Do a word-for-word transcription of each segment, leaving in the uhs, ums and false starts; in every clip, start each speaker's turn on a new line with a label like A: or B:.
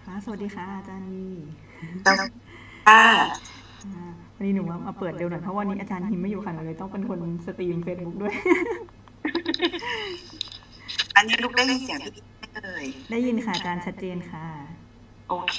A: ค่ะสวัสดีค่ะอาจารย์วี
B: ค่ะ
A: อ่าวันนี้หนูมามาเปิดเร็วหน่อยเพราะวันนี้อาจารย์ฮิมไม่อยู่ค่ะหนูเลยต้องเป็นคนสตรีมเฟซบุ๊กด้วย
B: อันนี้ลูกได้ยินเสียงพี่ไหมเอ่ย
A: ได้ยินค่ะอาจารย์ชัดเจนค่ะ
B: โอเค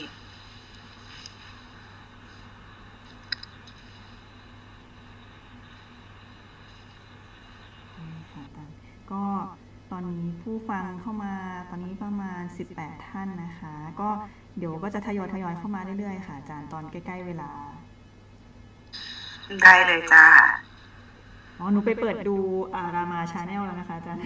A: ค่ะอาจารย์ก็ตอนนี้ผู้ฟังเข้ามาตอนนี้ประมาณสิบแปดท่านนะคะก็เดี๋ยวก็จะทยอยทยอยเข้ามาเรื่อยๆค่ะอาจารย์ตอนใกล้ๆเวลา
B: ได้เลยจ้า
A: อ๋อหนูไปเปิดดูอารามาชาแนลแล้วนะคะอาจารย์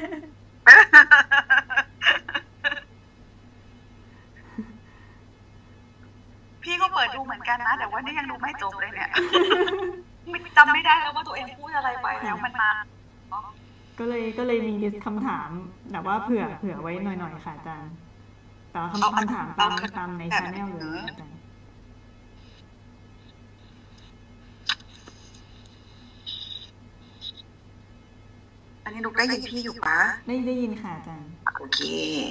B: พี่ก็เปิดดูเหมือนกันนะแต่ว่านี่ยังดูไม่จบเลยเนี่ยจำไม่ได้แล้วว่าตัวเองพูดอะไรไปแล้วมันมา
A: ก็เลยก็เลยมีคำถามแบบว่าเผื่อเผื่อไว้หน่อยๆค่ะอาจารย์แต่ว่า
B: เอา
A: คำคำถามตามตามใน
B: แบบ
A: ชาแนลเล
B: เนอะ
A: ยอาจารย์
B: อันนี้ลูกได้ยินพี่อยู่ปะ
A: ได้ได้ยินค่ะอาจารย์
B: โอเค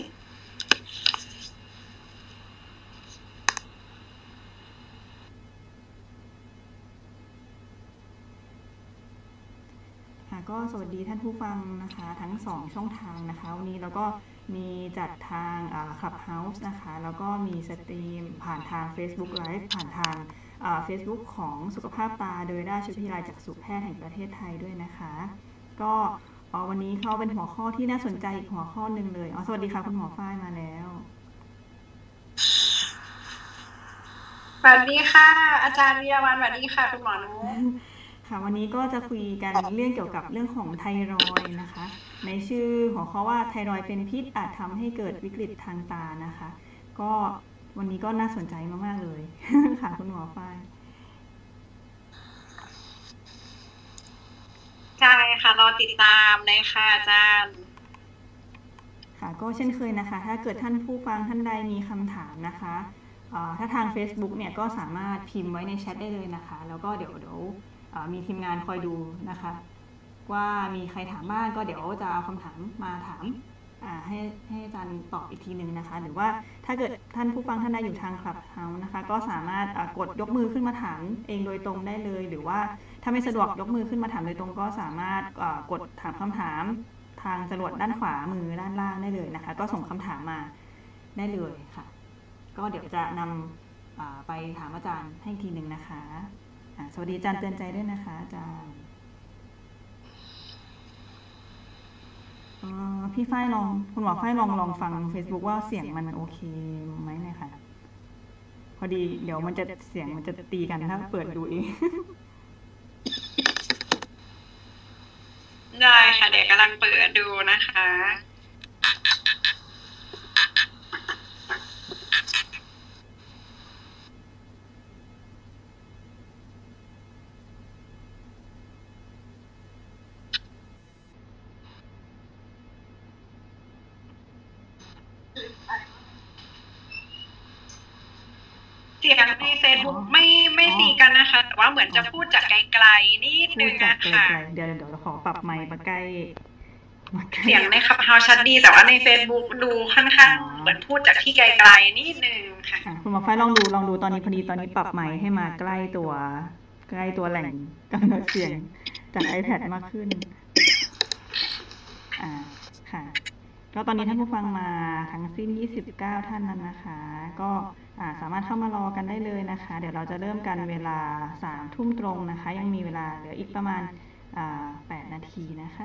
A: ค่ะก็สวัสดีท่านผู้ฟังนะคะทั้งสองช่องทางนะคะวันนี้เราก็มีจัดทางคลับเฮาส์นะคะแล้วก็มีสตรีมผ่านทาง Facebook Live ผ่านทางเฟซบุ๊กของสุขภาพตาโดยราชวิทยาลัยจักษุแพทย์แห่งประเทศไทยด้วยนะคะก็วันนี้เขาเป็นหัวข้อที่น่าสนใจอีกหัวข้อหนึ่งเลยอ๋อสวัสดีค่ะคุณหมอฝ้ายมาแล้ว
C: สวัสดีค่ะอาจารย์วีรวรรณสวัสดีค่ะคุณหมอนุ๊ก
A: ค่ะวันนี้ก็จะคุยกันเรื่องเกี่ยวกับเรื่องของไทรอยด์นะคะในชื่อหัวข้อว่าไทรอยด์เป็นพิษอาจทำให้เกิดวิกฤตทางตานะคะก็วันนี้ก็น่าสนใจมากๆเลย ค่ะคุณหมอฝ้าย
C: ใช่ค่ะรอติดตามเลยค่ะอาจารย์
A: ค่ะก็เช่นเคยนะคะถ้าเกิดท่านผู้ฟังท่านใดมีคำถามนะคะถ้าทาง Facebook เนี่ยก็สามารถพิมพ์ไว้ในแชทได้เลยนะคะแล้วก็เดี๋ยวเดี๋ยวมีทีมงานคอยดูนะคะว่ามีใครถามบ้างก็เดี๋ยวจะเอาคำถามมาถามให้ให้อาจารย์ตอบอีกทีนึงนะคะหรือว่าถ้าเกิดท่านผู้ฟังท่านใดอยู่ทางคลับเฮาส์นะคะก็สามารถกดยกมือขึ้นมาถามเองโดยตรงได้เลยหรือว่าถ้าไม่สะดวกยกมือขึ้นมาถามโดยตรงก็สามารถกดถามคำถามทางจรวดด้านขวามือด้านล่างได้เลยนะคะก็ส่งคำถามมาได้เลยค่ะก็เดี๋ยวจะนำไปถามอาจารย์ให้ทีนึงนะคะสวัสดีอาจารย์เตือนใจด้วยนะคะอาจารย์พี่ฝ้ายลองคุณหมอฝ้ายลองลองฟัง Facebook ว่าเสียงมันโอเคไหมนะคะพอดีเดี๋ยวมันจะเสียงมันจะตีกันถ้าเปิดดูเอง
C: ได้ค่ะเดี๋ยวกำลังเปิดดูนะคะเสียงใน Facebook ไม่ไม่ตีกันนะคะแต่ว่าเหมือนจะพูดจากไกลๆนิดนึงอะค่ะ
A: เดี๋ยวเดี๋ยวเราขอปรับไมค์มาใกล้
C: เสียงในคลับเฮาส์ชัดดีแต่ว่าใน Facebook ดูค่อนข้างเหมือนพูดจากที่ไกลๆนิดนึงค่ะ
A: คุณหมอฝ้ายลองดูลองดูตอนนี้พอดีตอนนี้ปรับไมค์ให้มาใกล้ตัวใกล้ตัวแหล่งกำเนิดเสียงจาก iPad มากขึ้นอ่าค่ะก็ตอนนี้ท่านผู้ฟังมาทั้งสิ้นยี่สิบเก้าท่านนั้นนะคะก็สามารถเข้ามารอกันได้เลยนะคะเดี๋ยวเราจะเริ่มกันเวลาสามทุ่มตรงนะคะยังมีเวลาเหลืออีกประมาณแปดนาทีนะคะ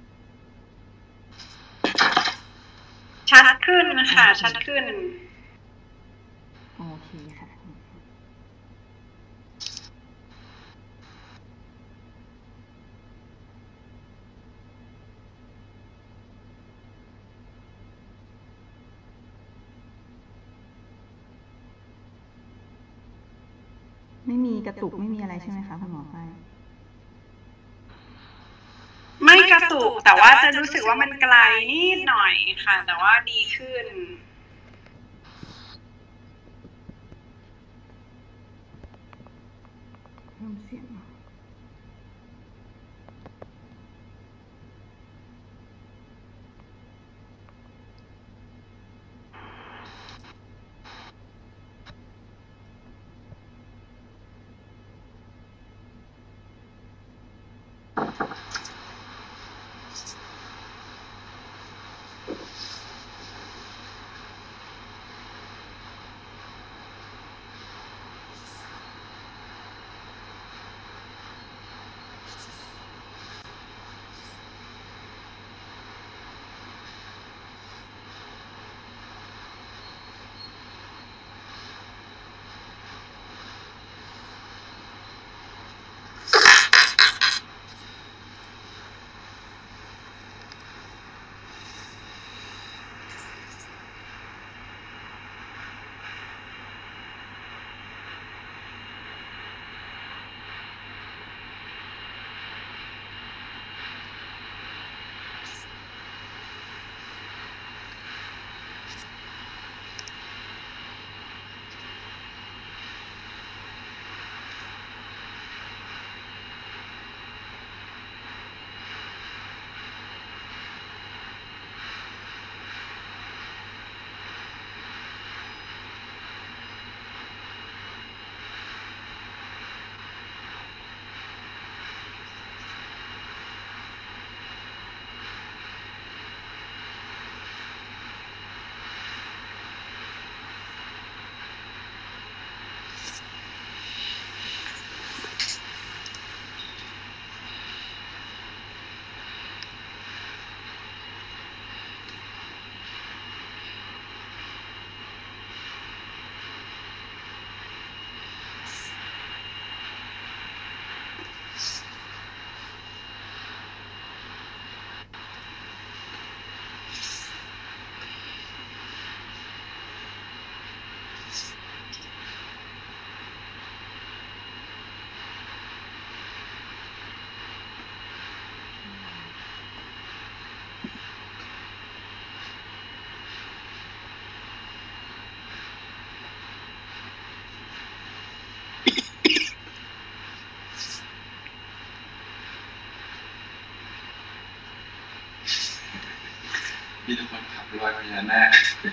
C: ชัดขึ้นค่ะชัดขึ้น
A: โอเคค่ะไม่มีกระตุกไม่มีอะไรใช่ไหมคะคุณหมอฝ้าย
C: ไม่กระตุกแต่ว่าจะรู้สึกว่ามันไกลนิดหน่อยค่ะแต่ว่าดีขึ้น
A: เพิ่มเสียง
D: มีทุกคนขับรอยพญานาค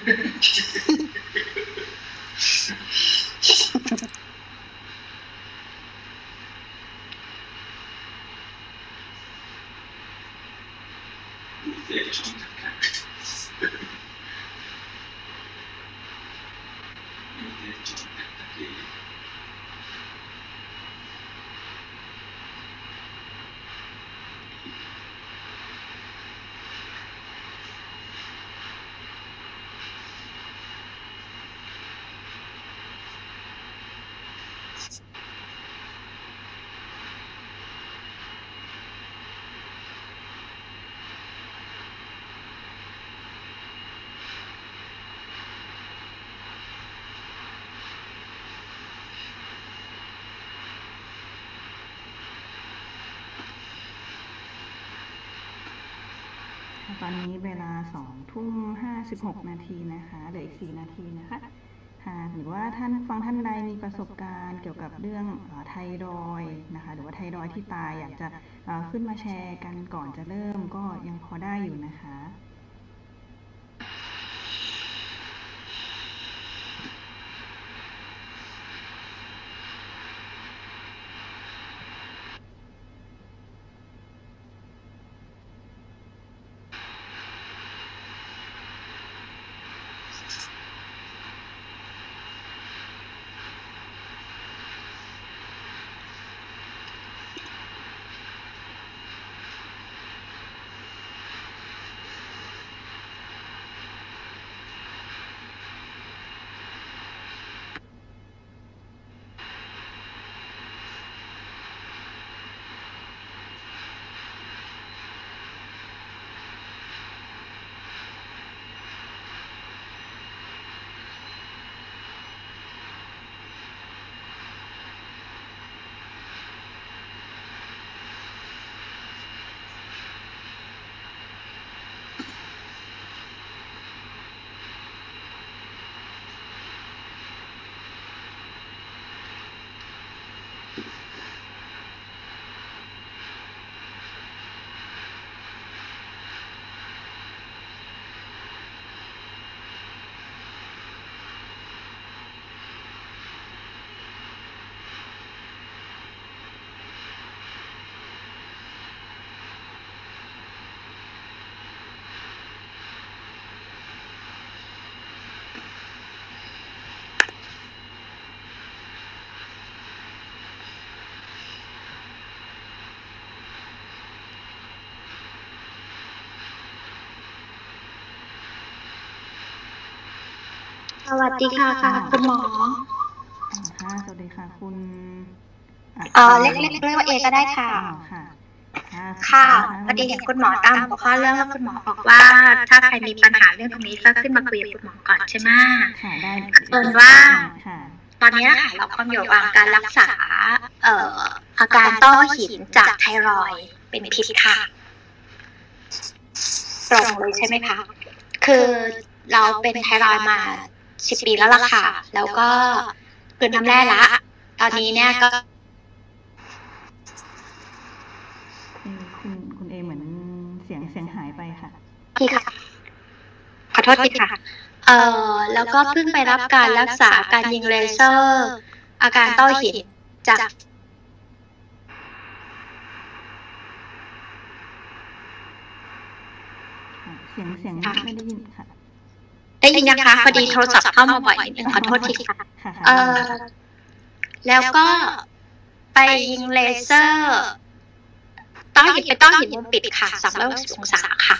D: เสียงชมจากกันมีเสียงชมจากตะกี้
A: ตอนนี้เวลาสองทุ่มห้าสิบหกนาทีนะคะเหลืออีกสี่นาทีนะคะหากหรือว่าท่านฟังท่านใดมีประสบการณ์เกี่ยวกับเรื่องไทรอยด์นะคะหรือว่าไทรอยด์ที่ตายอยากจะขึ้นมาแชร์กันก่อนจะเริ่มก็ยังพอได้อยู่นะคะ
E: สวัสดีค่ะค่ะคุณหมอ
A: ค่ะสวัสดีค่ะคุณ
E: เออเรียกเรียกเรียกว่าเอก็ได้ค่ะ
A: ค่ะ
E: ค่ะพอดีเห็นคุณหมอตามหัวข้อเรื่องแล้วคุณหมอบอกว่าถ้าใครมีปัญหาเรื่องตรงนี้ก็ขึ้นมาคุยกับคุณหมอก่อนใช่ไหม
A: ค่ะได้
E: เอิญว่าตอนนี้ค่ะเรากำลังอยู่วางการรักษาเอ่ออาการต้อหินจากไทรอยด์เป็นพิษค่ะตรงเลยใช่ไหมคะคือเราเป็นไทรอยด์มาสิบปีแล้วล่ะค่ะแล้วก็กลืนน้ำแร่ละตอนนี้เนี่ยก็
A: คุณคุณเอเหมือนเสียงเสียงหายไปค่ะ
E: พี่ค่ะขอโทษทีค่ะเอ่อแล้วก็เพิ่งไปรับการรักษาการยิงเลเซอร์อาการต้อหินจาก
A: เสียงเสียงไม่ได้ยินค่ะ
E: ได้ยินนะคะพอดีโทรศัพท์เข้ามาบ่อยนิดนึงขอโทษทีค่ะเอ่อแล้วก็ไปยิงเลเซอร์ต้อหินเป็นต้อหินวงปิดค่ะสามร้อยหกสิบองศาค่ะ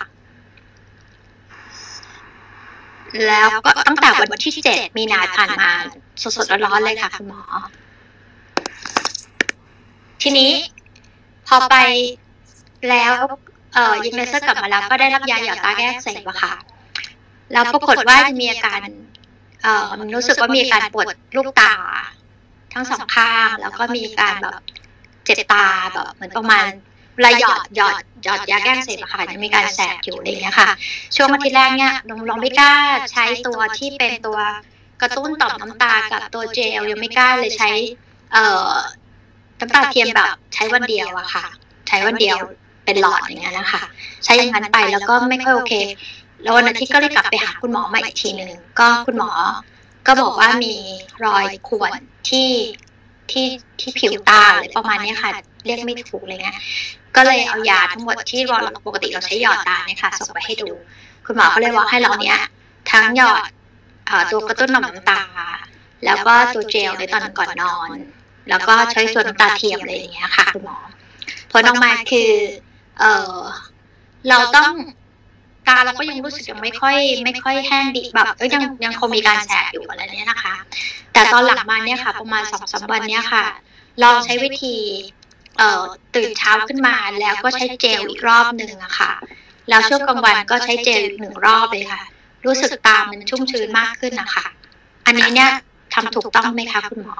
E: แล้วก็ตั้งแต่วันที่เจ็ดมีนาผ่านมาสดๆร้อนๆเลยค่ะคุณหมอทีนี้พอไปแล้วเอ่อยิงเลเซอร์กลับมาแล้วก็ได้รับยาหยอดตาแก้อักเสบอะค่ะแล้วปรากฏว่ามีอาการเอ่อรู้สึกว่ามีอาการปวดลูกตาทั้งสองข้างแล้วก็มีการแบบเจ็บตาแบบเหมือนประมาณเวลาหยอดหยอดหยอดยาแก้อักเสบอะค่ะจะมีการแสบอยู่อะไรอย่างเงี้ยค่ะช่วงอาทิตย์แรกเนี่ยลองลองไม่กล้าใช้ตัวที่เป็นตัวกระตุ้นต่อมน้ำตากับตัวเจลยังไม่กล้าเลยใช้เอ่อน้ำตาเทียมแบบใช้วันเดียวอะค่ะใช้วันเดียวเป็นหลอดอย่างเงี้ยนะคะใช้อย่างนั้นไปแล้วก็ไม่ค่อยโอเคแล้ววันอาทิตย์ก็เลยกลับไปหาคุณหมอมาอีกทีหนึ่งก็คุณหมอก็บอกว่ามีรอยข่วนที่ที่ที่ผิวตาหรือประมาณนี้ค่ะเรียกไม่ถูกเลยเงี้ยก็เลยเอายาทั้งหมดที่เราปกติเราใช้หยอดตาเนี่ยค่ะส่งไปให้ดูคุณหมอก็เลยบอกให้เราเนี้ยทั้งหยอดตัวกระตุ้นต่อมน้ำตาแล้วก็ตัวเจลในตอนก่อนนอนแล้วก็ใช้ส่วนน้ำตาเทียมอะไรอย่างเงี้ยค่ะคุณหมอผลออกมาคือเออเราต้องตาเราก็ยังรู้สึกยังไม่ค่อยไม่ค่อยแห้งดีแบบก็ยังยังคงมีการแสบอยู่อะไรเนี้ยนะคะแต่ตอนหลังมาเนี่ยค่ะประมาณสองสามวันเนี้ยค่ะลองใช้วิธีเอ่อตื่นเช้าขึ้นมาแล้วก็ใช้เจลอีกรอบหนึ่งอะค่ะแล้วช่วงกลางวันก็ใช้เจลอีกหนึ่งรอบเลยค่ะรู้สึกตามันชุ่มชื้นมากขึ้นนะคะอันนี้เนี่ยทำถูกต้องไหมคะคุณหมอ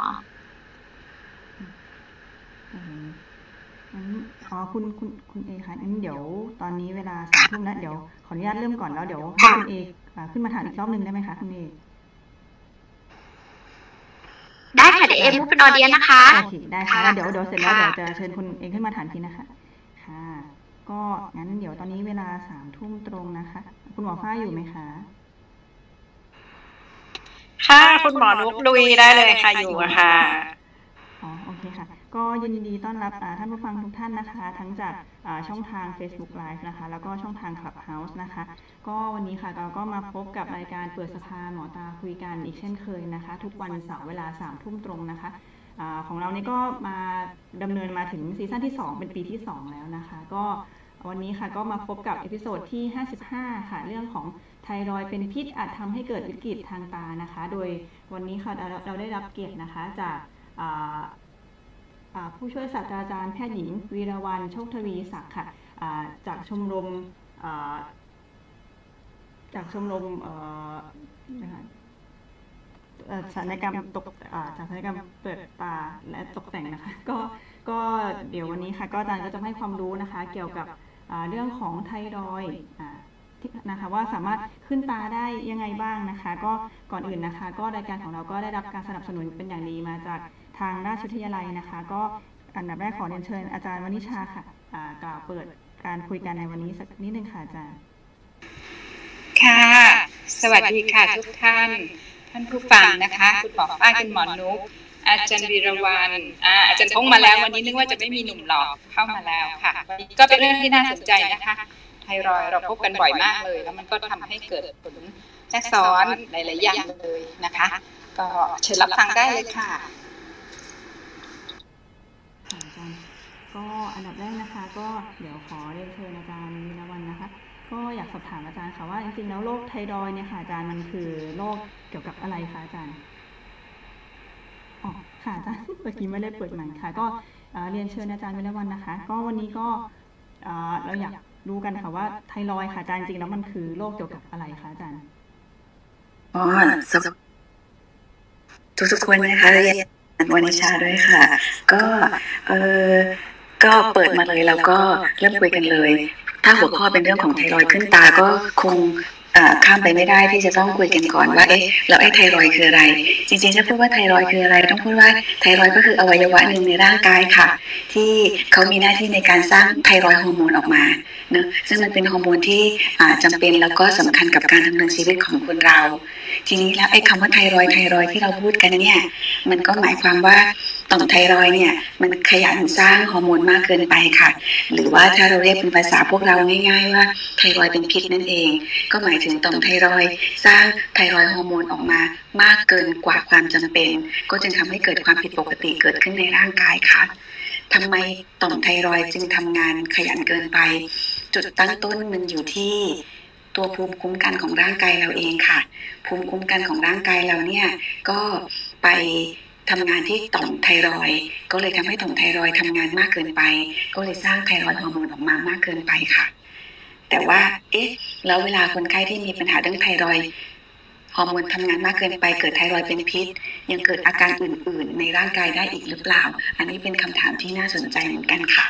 A: อ๋อคุณคุณคุณเอค่ะงั้นเดี๋ยวตอนนี้เวลาสามทุ่มแล้วเดี๋ยวขออนุญาตเริ่มก่อนแล้วเดี๋ยวให้คุณเอขึ้นมาถามอีกรอบนึงได้ไหมคะคุณเอ
E: ได้ค่ะเดี๋ยวเอมุกเป็นออเดียนะคะ
A: โอเคได้ค่ะแล้วเดี๋ยวเดี๋ยวเสร็จแล้วเดี๋ยวจะเชิญคุณเอขึ้นมาถามทีนะคะค่ะก็งั้นเดี๋ยวตอนนี้เวลาสามทุ่มตรงนะคะคุณหมอฝ้ายอยู่ไหมคะ
C: ค่ะคุณหมอนุกลุยได้เลยค่ะอยู่ค่ะ
A: อ๋อโอเคค่ะก็ยินดีต้อนรับท่านผู้ฟังทุกท่านนะคะทั้งจากช่องทาง Facebook Live นะคะแล้วก็ช่องทาง Clubhouse นะคะก็วันนี้ค่ะเราก็มาพบกับรายการเปิดสภาหมอตาคุยกันอีกเช่นเคยนะคะทุกวันเสาร์เวลาสามทุ่มตรงนะคะของเรานี่ก็มาดำเนินมาถึงซีซั่นที่สองเป็นปีที่สองแล้วนะคะก็วันนี้ค่ะก็มาพบกับเอพิโซดที่ห้าสิบห้าค่ะเรื่องของไทรอยด์เป็นพิษอาจทำให้เกิดวิกฤตทางตานะคะโดยวันนี้ค่ะเราได้รับเกียรตินะคะจากผู้ช่วยศาสตราจารย์แพทย์หญิงวีรวรรณโชคทวีศักดิ์ค่ะจากชมรมจากชมรมศัลยกรรมตกจากศัลยกรรมเปิดตาและตกแต่งนะคะก็ก็เดี๋ยววันนี้ค่ะก็อาจารย์ก็จะให้ความรู้นะคะเกี่ยวกับเรื่องของไทรอยด์นะคะว่าสามารถขึ้นตาได้ยังไงบ้างนะคะก็ก่อนอื่นนะคะก็รายการของเราก็ได้รับการสนับสนุนเป็นอย่างดีมาจากทางราชวิทยาลัยนะคะก็อันดับแรกขอเรียนเชิญอาจารย์วณิชาค่ะกล่าวเปิดการคุยกันในวันนี้สักนิดนึงค่ะอาจารย์
F: ค่ะสวัสดีค่ะทุกท่านท่านผู้ฟังนะคะคุณหมอฝ้ายคุณหมอนุกอาจารย์วีรวรรณอ่าอาจารย์ทงมาแล้ววันนี้นึกว่าจะไม่มีหนุ่มหล่อเข้ามาแล้วค่ะวันนี้ก็เป็นเรื่องที่น่าสนใจนะคะไทรอยด์เราพบกันบ่อยมากเลยแล้วมันก็ทำให้เกิดผลแทรกซ้อนหลายๆอย่างเลยนะคะก็เชิญรับฟังได้เลยค่ะ
A: ก็อันดับแรกนะคะก็เดี๋ยวขอเรียนเชิญอาจารย์วีรวรรณนะคะก็อยากสอบถามอาจารย์ค่ะว่าจริงๆแล้วโรคไทรอยด์เนี่ยค่ะอาจารย์มันคือโรคเกี่ยวกับอะไรคะอาจารย์อ๋อค่ะอาจารย์เมื่อกี้ไม่ได้เปิดใหม่ค่ะก็เรียนเชิญอาจารย์วีรวรรณนะคะก็วันนี้ก็เราอยากรู้กันค่ะว่าไทรอยด์ค่ะอาจารย์จริงๆแล้วมันคือโรคเกี่ยวกับอะไรคะอาจารย์
G: อ๋อทุกๆคนนะคะเรียนวณิชาด้วยค่ะก็เออก็เปิดมาเลยแล้วก็เริ่มคุยกันเลยถ้าหัวข้อเป็นเรื่องของไทรอยด์ขึ้นตาก็คงข้ามไปไม่ได้ที่จะต้องคุยกันก่อนว่าเอ๊ะแล้วไอ้ไทรอยด์คืออะไรจริงๆจะพูดว่าไทรอยด์คืออะไรต้องพูดว่าไทรอยด์ก็คืออวัยวะหนึ่งในร่างกายค่ะที่เขามีหน้าที่ในการสร้างไทรอยด์ฮอร์โมนออกมาเนอะซึ่งมันเป็นฮอร์โมนที่จำเป็นแล้วก็สำคัญกับการดำเนินชีวิตของคนเราทีนี้แล้วไอ้คำว่าไทรอยด์ไทรอยด์ที่เราพูดกันเนี่ยมันก็หมายความว่าต่อมไทรอยด์เนี่ยมันขยันสร้างฮอร์โมนมากเกินไปค่ะหรือว่าถ้าเราเรียกเป็นภาษาพวกเราง่ายๆว่าไทรอยด์เป็นพิษนั่นเองก็หมายถึงต่อมไทรอยด์สร้างไทรอยด์ฮอร์โมนออกมามากเกินกว่าความจำเป็นก็จึงทำให้เกิดความผิดปกติเกิดขึ้นในร่างกายค่ะทำไมต่อมไทรอยด์จึงทำงานขยันเกินไปจุดตั้งต้นมันอยู่ที่ตัวภูมิคุ้มกันของร่างกายเราเองค่ะภูมิคุ้มกันของร่างกายเราเนี่ยก็ไปทำงานที่ต่อมไทรอยด์ก็เลยทำให้ต่อมไทรอยด์ทำงานมากเกินไปก็เลยสร้างไทรอยด์ฮอร์โมนออกมามากเกินไปค่ะแต่ว่าเอ๊ะแล้วเวลาคนไข้ที่มีปัญหาเรื่องไทรอยด์ฮอร์โมนทำงานมากเกินไปเกิดไทรอยด์เป็นพิษยังเกิดอาการอื่นๆในร่างกายได้อีกหรือเปล่าอันนี้เป็นคำถามที่น่าสนใจเหมือนกันค่ะ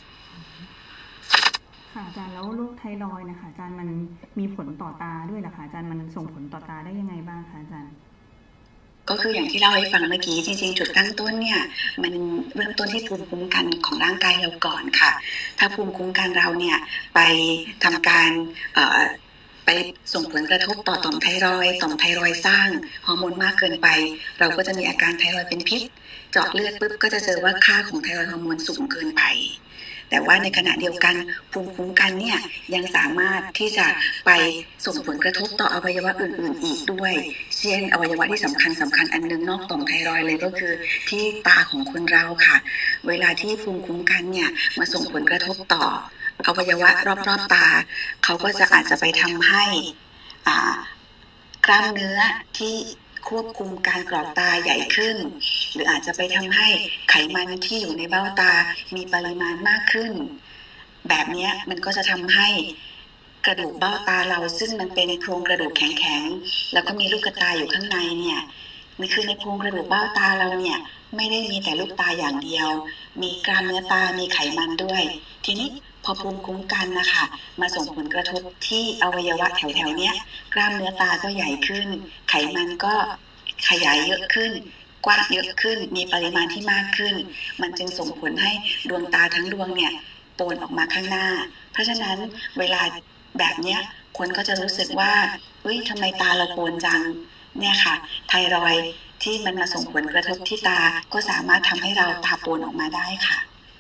A: ค่ะอาจารย์แล้วโรคไทรอยด์นะคะอาจารย์มันมีผลต่อตาด้วยเหรอคะอาจารย์มันส่งผลต่อตาได้ยังไงบ้างคะอาจารย์
G: ก็คืออย่างที่เล่าให้ฟังเมื่อกี้จริงๆจุดตั้งต้นเนี่ยมันเริ่มต้นที่ภูมิคุ้มกันของร่างกายเราก่อนค่ะถ้าภูมิคุ้มกันเราเนี่ยไปทำการเอ่อไปส่งผลกระทบต่อต่อมไทรอยด์ต่อมไทรอยด์สร้างฮอร์โมนมากเกินไปเราก็จะมีอาการไทรอยด์เป็นพิษเจาะเลือดปุ๊บก็จะเจอว่าค่าของไทรอยด์ฮอร์โมนสูงเกินไปแต่ว่าในขณะเดียวกันภูมิคุ้มกันเนี่ยยังสามารถที่จะไปส่งผลกระทบต่ออวัยวะอื่นๆอีกด้วยเช่นอวัยวะที่สำคัญสำคัญอันนึงนอกต่อมไทรอยด์เลยก็คือที่ตาของคนเราค่ะเวลาที่ภูมิคุ้มกันเนี่ยมาส่งผลกระทบต่ออวัยวะรอบๆตาเขาก็จะอาจจะไปทำให้อ่ากล้ามเนื้อที่ควบคุมการกรอกตาใหญ่ขึ้นหรืออาจจะไปทำให้ไขมันที่อยู่ในเบ้าตามีปริมาณมากขึ้นแบบนี้มันก็จะทำให้กระดูกเบ้าตาเราซึ่งมันเป็นโครงกระดูกแข็งๆแล้วก็มีลูกตาอยู่ข้างในเนี่ยมันคือในโครงกระดูกเบ้าตาเราเนี่ยไม่ได้มีแต่ลูกตาอย่างเดียวมีกล้ามเนื้อตามีไขมันด้วยทีนี้พอภูมิคุ้มกันนะคะมาส่งผลกระทบที่อวัยวะแถวๆเนี้ยกล้ามเนื้อตาก็ใหญ่ขึ้นไขมันก็ขยายเยอะขึ้นกว้างเยอะขึ้นมีปริมาณที่มากขึ้นมันจึงส่งผลให้ดวงตาทั้งดวงเนี่ยโปนออกมาข้างหน้าเพราะฉะนั้นเวลาแบบเนี้ยคนก็จะรู้สึกว่าเฮ้ยทำไมตาเราโปนจังเนี่ยค่ะไทรอยด์ที่มันมาส่งผลกระทบที่ตาก็สามารถทำให้เราตาโปนออกมาได้ค่ะ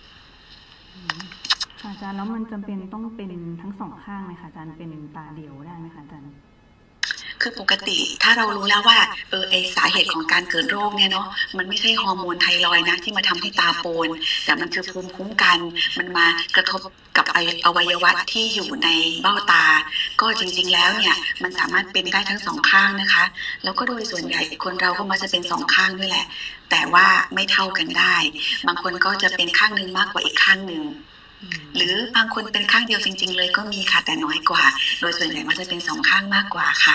A: อาจารย์แล้วมันจำเป็นต้องเป็นทั้งสองข้างไหมคะอาจารย์เป็นตาเดียวได้ไหมคะอาจารย์
G: คือปกติถ้าเรารู้แล้วว่าเออไอสาเหตุของการเกิดโรคเนี่ยเนาะมันไม่ใช่ฮอร์โมนไทรอยด์นะที่มาทำให้ตาโปนแต่มันคือภูมิคุ้มกันมันมากระทบกับอวัยวะที่อยู่ในเบ้าตาก็จริงๆแล้วเนี่ยมันสามารถเป็นได้ทั้งสองข้างนะคะแล้วก็โดยส่วนใหญ่คนเราก็มักจะเป็นสองข้างด้วยแหละแต่ว่าไม่เท่ากันได้บางคนก็จะเป็นข้างนึงมากกว่าอีกข้างนึงหรือบางคนเป็นข้างเดียวจริงๆเลยก็มีค่ะแต่น้อยกว่าโดยส่วนใหญ่มันจะเป็นสองข้างมากกว่าค่ะ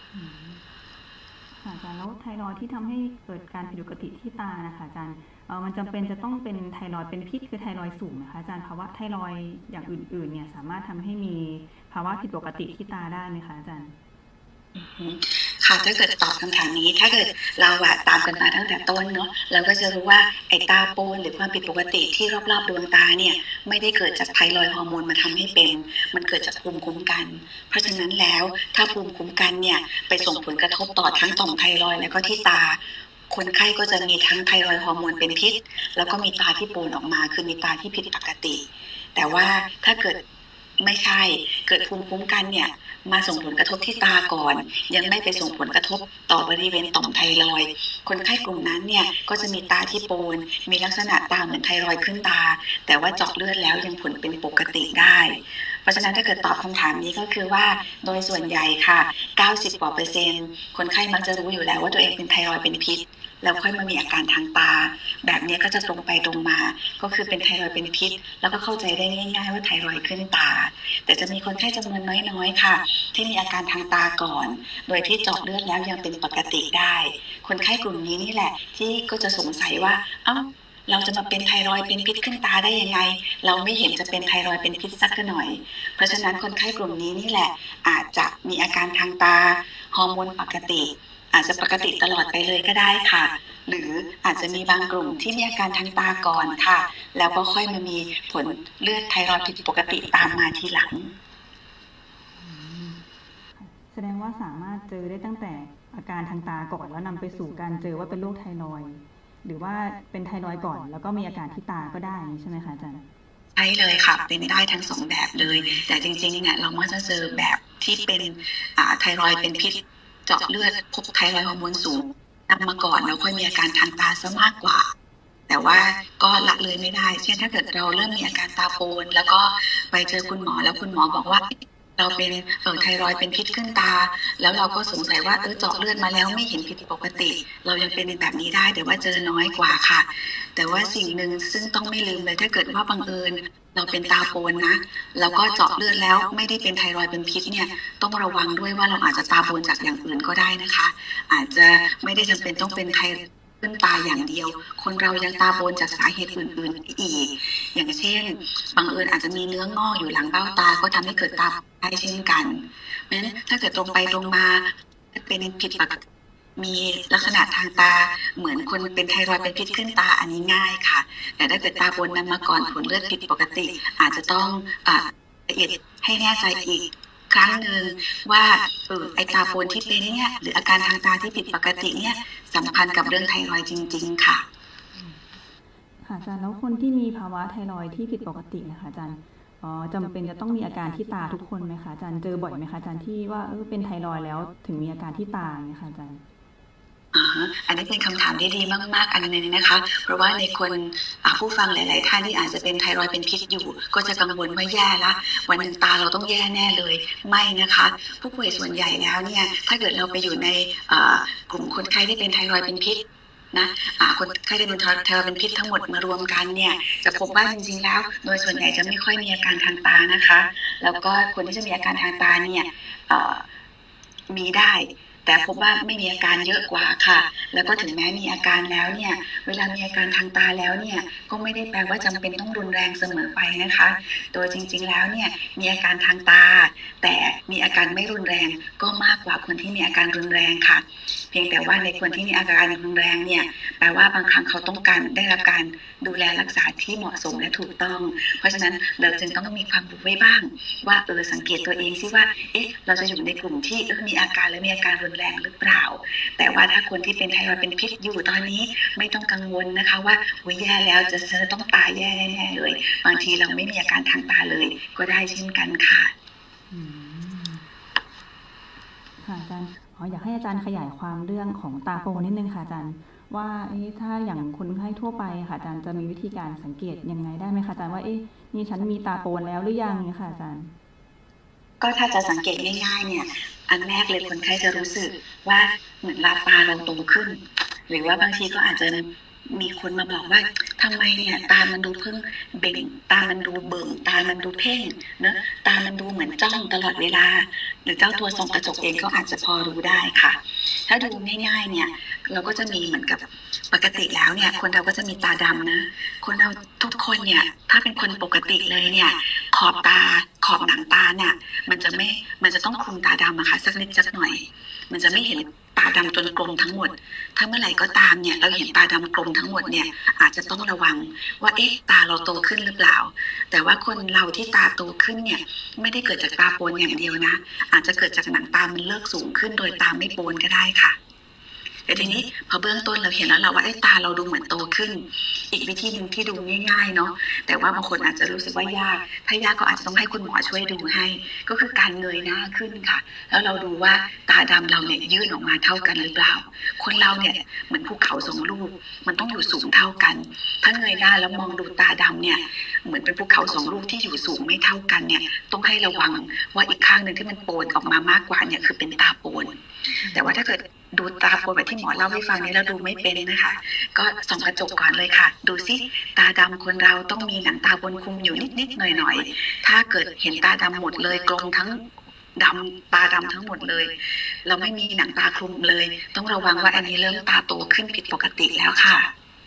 A: อาจารย์แล้วไทรอยด์ที่ทำให้เกิดการผิดปกติที่ตานะคะอาจารย์เออมันจำเป็นจะต้องเป็นไทรอยด์เป็นพิษคือไทรอยด์สูงนะคะอาจารย์ภาวะไทรอยด์อย่างอื่นๆเนี่ยสามารถทำให้มีภาวะผิดปกติที่ตาได้ไหมคะอาจารย์
G: ค่ะถ้าเกิดตอบคำถามนี้ถ้าเกิดเราอะตามกันมาตั้งแต่ต้นเนาะเราก็จะรู้ว่าไอ้ตาโปนหรือความผิดปกติที่รอบๆดวงตาเนี่ยไม่ได้เกิดจากไทรอยด์ฮอร์โมนมาทำให้เป็นมันเกิดจากภูมิคุ้มกันเพราะฉะนั้นแล้วถ้าภูมิคุ้มกันเนี่ยไปส่งผลกระทบต่อทั้งต่อมไทรอยด์แล้วก็ที่ตาคนไข้ก็จะมีทั้งไทรอยด์ฮอร์โมนเป็นพิษแล้วก็มีตาที่โปนออกมาคือมีตาที่ผิดปกติแต่ว่าถ้าเกิดไม่ใช่เกิดภูมิคุ้มกันเนี่ยมาส่งผลกระทบที่ตาก่อนยังไม่ไปส่งผลกระทบต่อบริเวณต่อมไทรอยด์คนไข้กลุ่มนั้นเนี่ยก็จะมีตาที่โปนมีลักษณะตาเหมือนไทรอยด์ขึ้นตาแต่ว่าเจาะเลือดแล้วยังผลเป็นปกติได้เพราะฉะนั้นถ้าเกิดตอบคำถามนี้ก็คือว่าโดยส่วนใหญ่ค่ะเก้าสิบกว่าเปอร์เซ็นต์คนไข้มักจะรู้อยู่แล้วว่าตัวเองเป็นไทรอยด์เป็นพิษแล้วค่อยมามีอาการทางตาแบบนี้ก็จะตรงไปตรงมาก็คือเป็นไทรอยด์เป็นพิษแล้วก็เข้าใจได้ง่ายๆว่าไทรอยด์ขึ้นตาแต่จะมีคนไข้จำนวนน้อยๆค่ะที่มีอาการทางตาก่อนโดยที่เจาะเลือดแล้วยังเป็นปกติได้คนไข้กลุ่มนี้นี่แหละที่ก็จะสงสัยว่าเอ้าเราจะมาเป็นไทรอยด์เป็นพิษขึ้นตาได้ยังไงเราไม่เห็นจะเป็นไทรอยด์เป็นพิษสักหน่อยเพราะฉะนั้นคนไข้กลุ่มนี้นี่แหละอาจจะมีอาการทางตาฮอร์โมนปกติอาจจะปกติตลอดไปเลยก็ได้ค่ะหรืออาจจะมีบางกลุ่มที่มีอาการทางตาก่อนค่ะแล้วก็ค่อยมามีผลเลือดไทรอยด์ผิดปกติตามมาทีหลัง
A: แสดงว่าสามารถเจอได้ตั้งแต่อาการทางตาก่อนแล้วนำไปสู่การเจอว่าเป็นโรคไทรอยด์หรือว่าเป็นไทรอยด์ก่อนแล้วก็มีอาการที่ตาก็ได้ใช่ไหมคะอาจารย์
G: ใช่เลยค่ะเป็นได้ทั้งสองแบบเลยแต่จริงๆเนี่ยเรามักจะเจอแบบที่เป็นไทรอยด์เป็นพิษเจาะเลือดพบไทรอยด์ฮอร์โมนสูงนำมาก่อนแล้วค่อยมีอาการทางตาซะมากกว่าแต่ว่าก็ละเลยไม่ได้เช่นถ้าเกิดเราเริ่มมีอาการตาโปนแล้วก็ไปเจอคุณหมอแล้วคุณหมอบอกว่าเราเป็นเอ่อไทรอยด์เป็นพิษขึ้นตาแล้วเราก็สงสัยว่าเออเจาะเลือดมาแล้วไม่เห็นผิดปกติเรายังเป็นแบบนี้ได้แต่ว่าเจอน้อยกว่าค่ะแต่ว่าสิ่งหนึ่งซึ่งต้องไม่ลืมเลยถ้าเกิดว่าบังเอิญเราเป็นตาโปนนะแล้วก็เจาะเลือดแล้วไม่ได้เป็นไทรอยด์เป็นพิษเนี่ยต้องระวังด้วยว่าเราอาจจะตาโปนจากอย่างอื่นก็ได้นะคะอาจจะไม่ได้จำเป็นต้องเป็นไทขึ้นตาอย่างเดียวคนเรายังตาโปนจากสาเหตุอื่นๆอีกอย่างเช่นบังเอิญอาจจะมีเนื้องอกอยู่หลังเบ้าตาก็ทำให้เกิดตาได้เช่นกันเพราะฉะนั้นถ้าเกิดตรงไปตรงมาเป็นผิดปกติมีลักษณะทางตาเหมือนคนเป็นไทรอยด์เป็นพิษขึ้นตาอันนี้ง่ายค่ะแต่ถ้าเกิดตาโปนนั้นมาก่อนผลเลือดผิดปกติอาจจะต้องละเอียดให้แน่ใจอีกครั้งหนึ่งว่าเออไอตาโปนที่เป็นเนี่ยหรืออาการทางตาที่ผิดปกติเนี่ยสัมพันธ์กับเรื่องไทรอยด์จริงๆค่ะ
A: ค่ะอาจารย์แล้วคนที่มีภาวะไทรอยด์ที่ผิดปกตินะคะอาจารย์อ๋อจำเป็นจะต้องมีอาการที่ตาทุกคนไหมคะอาจารย์เจอบ่อยไหมคะอาจารย์ที่ว่าเออเป็นไทรอยด์แล้วถึงมีอาการที่ตาเนี่ยค่ะอาจารย์
G: อันนี้เป็นคำถามที่ดีมากๆอันนึงนะคะเพราะว่าในคนผู้ฟังหลายๆท่านที่อาจจะเป็นไทรอยด์เป็นพิษอยู่ก็จะกังวลว่าแย่ละวันหนึ่งตาเราต้องแย่แน่เลยไม่นะคะผู้ป่วยส่วนใหญ่แล้วเนี่ยถ้าเกิดเราไปอยู่ในกลุ่มคนไข้ที่เป็นไทรอยด์เป็นพิษนะคนไข้ที่เป็นไทรอยด์เป็นพิษทั้งหมดมารวมกันเนี่ยจะพบว่าจริงๆแล้วโดยส่วนใหญ่จะไม่ค่อยมีอาการทางตานะคะแล้วก็คนที่จะมีอาการทางตาเนี่ยมีได้แต่พบว่าไม่มีอาการเยอะกว่าค่ะแล้วก็ถึงแม้มีอาการแล้วเนี่ยเวลามีอาการทางตาแล้วเนี่ยก็ไม่ได้แปลว่าจำเป็นต้องรุนแรงเสมอไปนะคะโดยจริงๆแล้วเนี่ยมีอาการทางตาแต่มีอาการไม่รุนแรงก็มากกว่าคนที่มีอาการรุนแรงค่ะเพียงแต่ว่าในคนที่มีอาการรุนแรงเนี่ยแปลว่าบางครั้งเขาต้องการได้รับการดูแลรักษาที่เหมาะสมและถูกต้องเพราะฉะนั้นเราจึงต้องมีความรู้ไว้บ้างว่าเออสังเกตตัวเองซิว่าเอ๊ะเราจะอยู่ในกลุ่มที่เออมีอาการและมีอาการรุนแรงหรือเปล่าแต่ว่าถ้าคนที่เป็นไทรอยด์เป็นพิษอยู่ตอนนี้ไม่ต้องกังวลนะคะว่าโอ้ยแย่แล้วจะจะต้องตายแย่แน่ๆเลยบางทีเราไม่มีอาการทางตาเลยก็ได้เช่นกันค่ะ
A: ค่ะอาจารย์อ๋ออยากให้อาจารย์ขยายความเรื่องของตาโปนนิดนึงค่ะอาจารย์ว่าเอ๊ะถ้าอย่างคนไข้ทั่วไปค่ะอาจารย์จะมีวิธีการสังเกตยังไงได้ไหมคะอาจารย์ว่าเอ๊ะนี่ฉันมีตาโปนแล้วหรือยังเนี่ยค่ะอาจารย์
G: ก็ถ้าจะสังเกตง่ายๆเนี่ยอันแรกเลยคนไข้จะรู้สึกว่าเหมือนลาตาเราโตขึ้นหรือว่าบางทีก็อาจจะมีคนมาบอกว่าทำไมเนี่ยตามันดูเพิ่งเบ่งตามันดูเบิ่งตามันดูเพ่งเนอะตามันดูเหมือนจ้องตลอดเวลาหรือเจ้าตัวส่องกระจกเองก็อาจจะพอรู้ได้ค่ะถ้าดูง่ายๆเนี่ยเราก็จะมีเหมือนกับปกติแล้วเนี่ยคนเราก็จะมีตาดำนะคนเราทุกคนเนี่ยถ้าเป็นคนปกติเลยเนี่ยขอบตาขอบหนังตาเนี่ยมันจะไม่มันจะต้องคลุมตาดำอะค่ะสักนิดสักหน่อยมันจะไม่เห็นตาดำจนกลมทั้งหมดถ้าเมื่อไหร่ก็ตามเนี่ยเราเห็นตาดำกลมทั้งหมดเนี่ยอาจจะต้องระวังว่าเอ๊ะตาเราโตขึ้นหรือเปล่าแต่ว่าคนเราที่ตาโตขึ้นเนี่ยไม่ได้เกิดจากตาโปนอย่างเดียวนะอาจจะเกิดจากหนังตามันเลิกสูงขึ้นโดยตาไม่โปนก็ได้ค่ะแต่ทีนี้พอเบื้องต้นเราเห็นแล้วเราว่าไอ้ตาเราดูเหมือนโตขึ้นอีกวิธีหนึ่งที่ดูง่ายๆเนาะแต่ว่าบางคนอาจจะรู้สึกว่ายากถ้ายากก็อาจจะต้องให้คุณหมอช่วยดูให้ก็คือการเงยหน้าขึ้นค่ะแล้วเราดูว่าตาดำเราเนี่ยยื่นออกมาเท่ากันหรือเปล่าคนเราเนี่ยเหมือนภูเขาสองลูกมันต้องอยู่สูงเท่ากันถ้าเงยหน้าแล้วมองดูตาดำเนี่ยเหมือนเป็นภูเขาสองลูกที่อยู่สูงไม่เท่ากันเนี่ยต้องให้ระวังว่าอีกข้างนึงที่มันโปนออกมามากกว่าเนี่ยคือเป็นตาโปนแต่ว่าถ้าเกิดดูตาโปนแบบที่หมอเล่าให้ฟังนี้แล้วดูไม่เป็นนะคะก็ส่องกระจกก่อนเลยค่ะดูซิตาดำคนเราต้องมีหนังตาบนคลุมอยู่นิดๆหน่อยๆถ้าเกิดเห็นตาดำหมดเลยกลมทั้งดำตาดำทั้งหมดเลยเราไม่มีหนังตาคลุมเลยต้องระวังว่าอันนี้เริ่มตาโตขึ้นผิดปกติแล้วค่ะ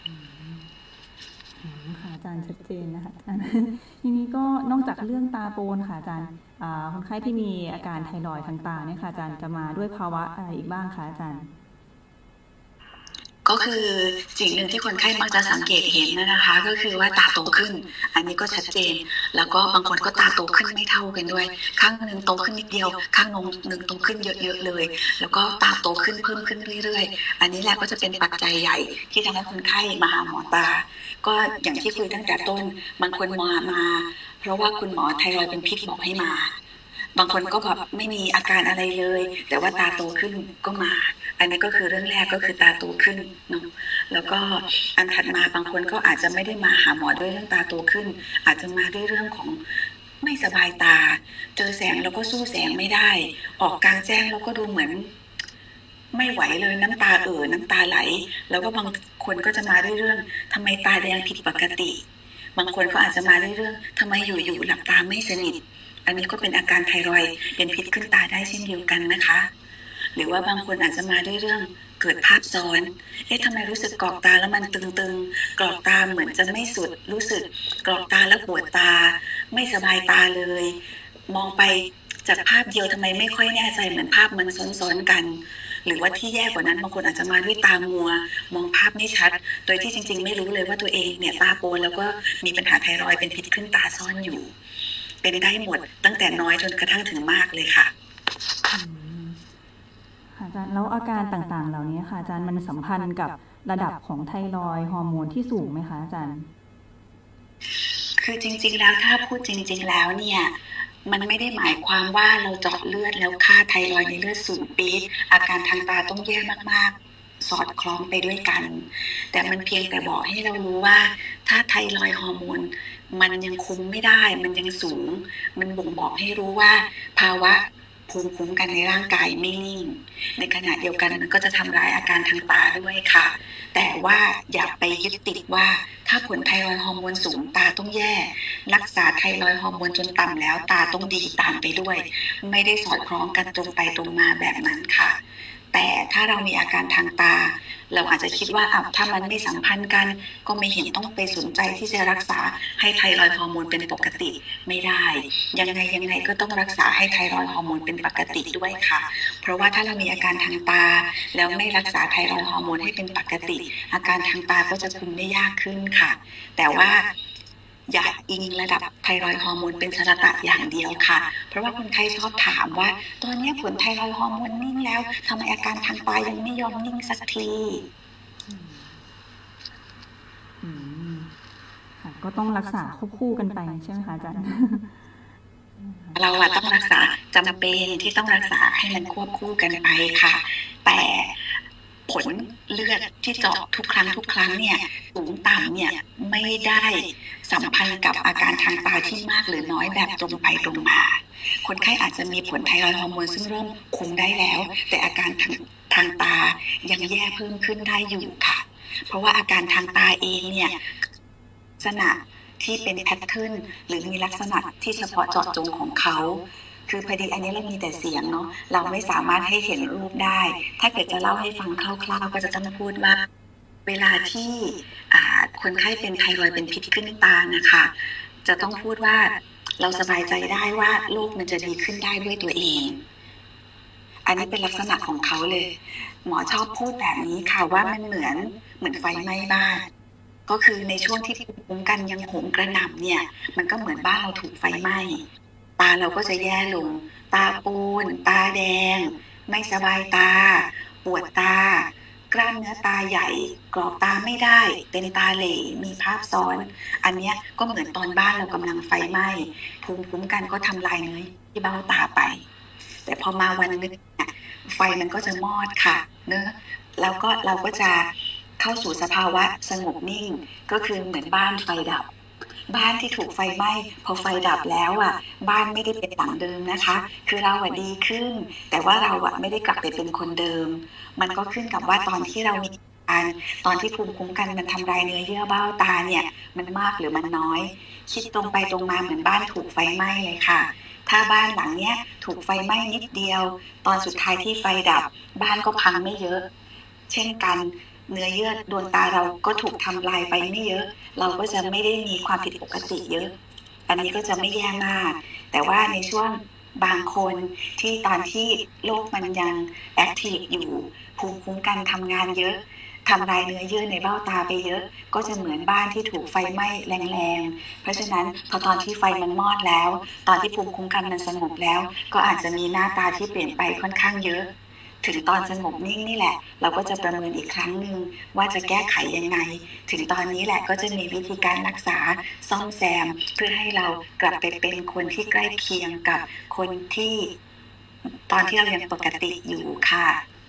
A: ค่ะอาจารย์ชัดเจนนะคะอาจารย์ทีนี้ก็นอกจากเรื่องตาโปนค่ะอาจารย์คนไข้ที่มีอาการไทรอยด์ทางตาเนี่ยค่ะอาจารย์จะมาด้วยภาวะอะไรอีกบ้างคะอาจารย์
G: ก็คือสิ่งหนึ่งที่คนไข้มักจะสังเกตเห็นนะคะก็คือว่าตาโตขึ้นอันนี้ก็ชัดเจนแล้วก็บางคนก็ตาโตขึ้นไม่เท่ากันด้วยข้างนึงโตขึ้นนิดเดียวข้างนึงโตขึ้นเยอะๆเลยแล้วก็ตาโตขึ้นเพิ่มขึ้นเรื่อยๆอันนี้แหละก็จะเป็นปัจจัยใหญ่ที่ทำให้คนไข้มาหาหมอตาก็อย่างที่คุยตั้งแต่ต้นบางคนมามาเพราะว่าคุณหมอไทรอยด์เป็นพิษบอกให้มาบางคนก็แบบไม่มีอาการอะไรเลยแต่ว่าตาโตขึ้นก็มาอันนี้ก็คือเรื่องแรกก็คือตาโตขึ้นเนาะแล้วก็อันถัดมาบางคนก็อาจจะไม่ได้มาหาหมอด้วยเรื่องตาโตขึ้นอาจจะมาด้วยเรื่องของไม่สบายตาเจอแสงแล้วก็สู้แสงไม่ได้ออกกลางแจ้งแล้วก็ดูเหมือนไม่ไหวเลยน้ำตาเอ่อน้ำตาไหลแล้วก็บางคนก็จะมาด้วยเรื่องทำไมตาแดงผิดปกติบางคนก็อาจจะมาด้วยเรื่องทำไมอยู่ๆหลับตาไม่สนิทอันนี้ก็เป็นอาการไทรอยด์เป็นพิษขึ้นตาได้เช่นเดียวกันนะคะหรือว่าบางคนอาจจะมาด้วยเรื่องเกิดภาพซ้อนเอ๊ะทำไมรู้สึกกรอกตาแล้วมันตึงๆกรอกตาเหมือนจะไม่สุดรู้สึกกรอกตาแล้วปวดตาไม่สบายตาเลยมองไปจากภาพเดียวทำไมไม่ค่อยแน่ใจเหมือนภาพมันซ้อนๆกันหรือว่าที่แย่กว่านั้นบางคนอาจจะมาด้วยตามัวมองภาพไม่ชัดโดยที่จริงๆไม่รู้เลยว่าตัวเองเนี่ยตาโปนแล้วก็มีปัญหาไทรอยด์เป็นพิษขึ้นตาซ่อนอยู่เป็นได้หมดตั้งแต่น้อยจนกระทั่งถึงมากเลยค่ะ
A: อาจารย์แล้วอาการต่างๆเหล่านี้ค่ะอาจารย์มันสัมพันธ์กับระดับของไทรอยด์ฮอร์โมนที่สูงไหมคะอาจารย์
G: คือจริงๆแล้วถ้าพูดจริงๆแล้วเนี่ยมันไม่ได้หมายความว่าเราเจาะเลือดแล้วค่าไทรอยด์ในเลือดสูงปี๊ดอาการทางตาต้องแย่มากๆสอดคล้องไปด้วยกันแต่มันเพียงแต่บอกให้เรารู้ว่าถ้าไทรอยด์ฮอร์โมนมันยังคุมไม่ได้มันยังสูงมันบ่งบอกให้รู้ว่าภาวะภูมิคุ้มกันในร่างกายไม่นิ่งในขณะเดียวกันมันก็จะทำร้ายอาการทางตาด้วยค่ะแต่ว่าอย่าไปยึดติดว่าถ้าผลไทรอยด์ฮอร์โมนสูงตาต้องแย่รักษาไทรอยด์ฮอร์โมนจนต่ำแล้วตาต้องดีตามไปด้วยไม่ได้สอดคล้องกันตรงไปตรงมาแบบนั้นค่ะแต่ถ้าเรามีอาการทางตาเราอาจจะคิดว่าอ่ะถ้ามันไม่สัมพันธ์กันก็ไม่เห็นต้องไปสนใจที่จะรักษาให้ไทรอยด์ฮอร์โมนเป็นปกติไม่ได้ยังไงยังไงก็ต้องรักษาให้ไทรอยด์ฮอร์โมนเป็นปกติด้วยค่ะเพราะว่าถ้าเรามีอาการทางตาแล้วไม่รักษาไทรอยด์ฮอร์โมนให้เป็นปกติอาการทางตาก็จะคุมได้ยากขึ้นค่ะแต่ว่าอย่าอิงระดับไทรอยด์ฮอร์โมนเป็นสรตะอย่างเดียวค่ะเพราะว่าคนไข้ชอบถามว่าตอนนี้ผลไทรอยด์ฮอร์โมนนิ่งแล้วทำไมอาการทางตายังไม่ยอมนิ่งสักที
A: ค่ะก็ต้องรักษาควบคู่กันไปใช่ไหมคะอาจารย์
G: เราอะต้องรักษาจำเป็นที่ต้องรักษาให้มันควบคู่กันไปค่ะแต่ผลเลือดที่เจาะทุกครั้งทุกครั้งเนี่ยสูงต่ำเนี่ยไม่ได้สัมพันธ์กับอาการทางตาที่มากหรือน้อยแบบตรงไปตรงมาคนไข้อาจจะมีผลไทรอยด์ฮอร์โมนซึ่งเริ่มคุมได้แล้วแต่อาการทางทางตายังแย่เพิ่มขึ้นได้อยู่ค่ะเพราะว่าอาการทางตาเองเนี่ยลักษณะที่เป็นแพทเทิร์นหรือมีลักษณะที่เฉพาะเจาะจงของเขาคือพอดีอันนี้เรามีแต่เสียงเนาะเราไม่สามารถให้เห็นรูปได้ถ้าเกิดจะเล่าให้ฟังคร่าวๆก็จะต้องพูดว่าเวลาที่คนไข้เป็นไทรอยด์เป็นพิษขึ้นตานะคะจะต้องพูดว่าเราสบายใจได้ว่าโรคมันจะดีขึ้นได้ด้วยตัวเองอันนี้เป็นลักษณะของเขาเลยหมอชอบพูดแบบนี้ค่ะว่ามันเหมือนเหมือนไฟไหม้บ้านก็คือในช่วงที่ภูมิคุ้มกันยังโหมกระหน่ำเนี่ยมันก็เหมือนบ้านเราถูกไฟไหม้ตาเราก็จะแย่ลงตาปูนตาแดงไม่สบายตาปวดตากล้ามเนื้อตาใหญ่กรอกตาไม่ได้เป็นตาเหล่มีภาพซ้อนอันนี้ก็เหมือนตอนบ้านเรากำลังไฟไหม้ภูมิคุ้มกันก็ทำลายเนื้อที่เบ้าตาไปแต่พอมาวันนึงไฟมันก็จะมอดค่ะเนื้อแล้วก็เราก็จะเข้าสู่สภาวะสงบนิ่งก็คือเหมือนบ้านไฟดับบ้านที่ถูกไฟไหม้พอไฟดับแล้วอ่ะบ้านไม่ได้เป็นหลังเดิมนะคะคือเราอ่ะดีขึ้นแต่ว่าเราอ่ะไม่ได้กลับไปเป็นคนเดิมมันก็ขึ้นกับว่าตอนที่เรามีการตอนที่ภูมิคุ้มกันมันทำลายเนื้อเยื่อเบ้าตาเนี่ยมันมากหรือมันน้อยคิดตรงไปตรงมาเหมือนบ้านถูกไฟไหม้เลยค่ะถ้าบ้านหลังเนี้ยถูกไฟไหม้นิดเดียวตอนสุดท้ายที่ไฟดับบ้านก็พังไม่เยอะเช่นกันเนื้อเยื่อดวงตาเราก็ถูกทำลายไปไม่เยอะเราก็จะไม่ได้มีความผิดปกติเยอะอันนี้ก็จะไม่แย่มากแต่ว่าในช่วงบางคนที่ตอนที่โรคมันยังแอคทีฟอยู่ภูมิคุ้มกันทำงานเยอะทำลายเนื้อเยื่อในเบ้าตาไปเยอะก็จะเหมือนบ้านที่ถูกไฟไหม้แรงๆเพราะฉะนั้นพอตอนที่ไฟมันมอดแล้วตอนที่ภูมิคุ้มกันมันสงบแล้วก็อาจจะมีหน้าตาที่เปลี่ยนไปค่อนข้างเยอะถึงตอนสงบนิ่งนี่แหละเราก็จะประเมินอีกครั้งหนึ่งว่าจะแก้ไขยังไงถึงตอนนี้แหละก็จะมีวิธีการรักษาซ่อมแซมเพื่อให้เรากลับไปเป็นคนที่ใกล้เคียงกับคนที่ตอนที่เรายังปกติอยู่ค่ะ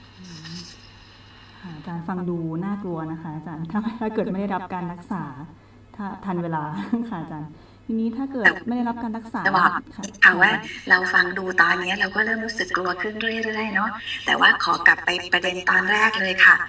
A: อาจารย์ฟังดูน่ากลัวนะคะอาจารย์ถ้าถ้าเกิดไม่ได้รับการรักษาถ้าทันเวลาค่ะอาจารย์ทีนี้ถ้าเกิดไม่ได้รับการรักษา
G: จะบอก
A: ค่ะ
G: ค่ะว่าเราฟังดูตอนนี้เราก็เริ่มรู้สึกกลัวขึ้นเรื่อยๆเนาะแต่ว่าขอกลับไปประเด็นตอนแรกเลยค่ะ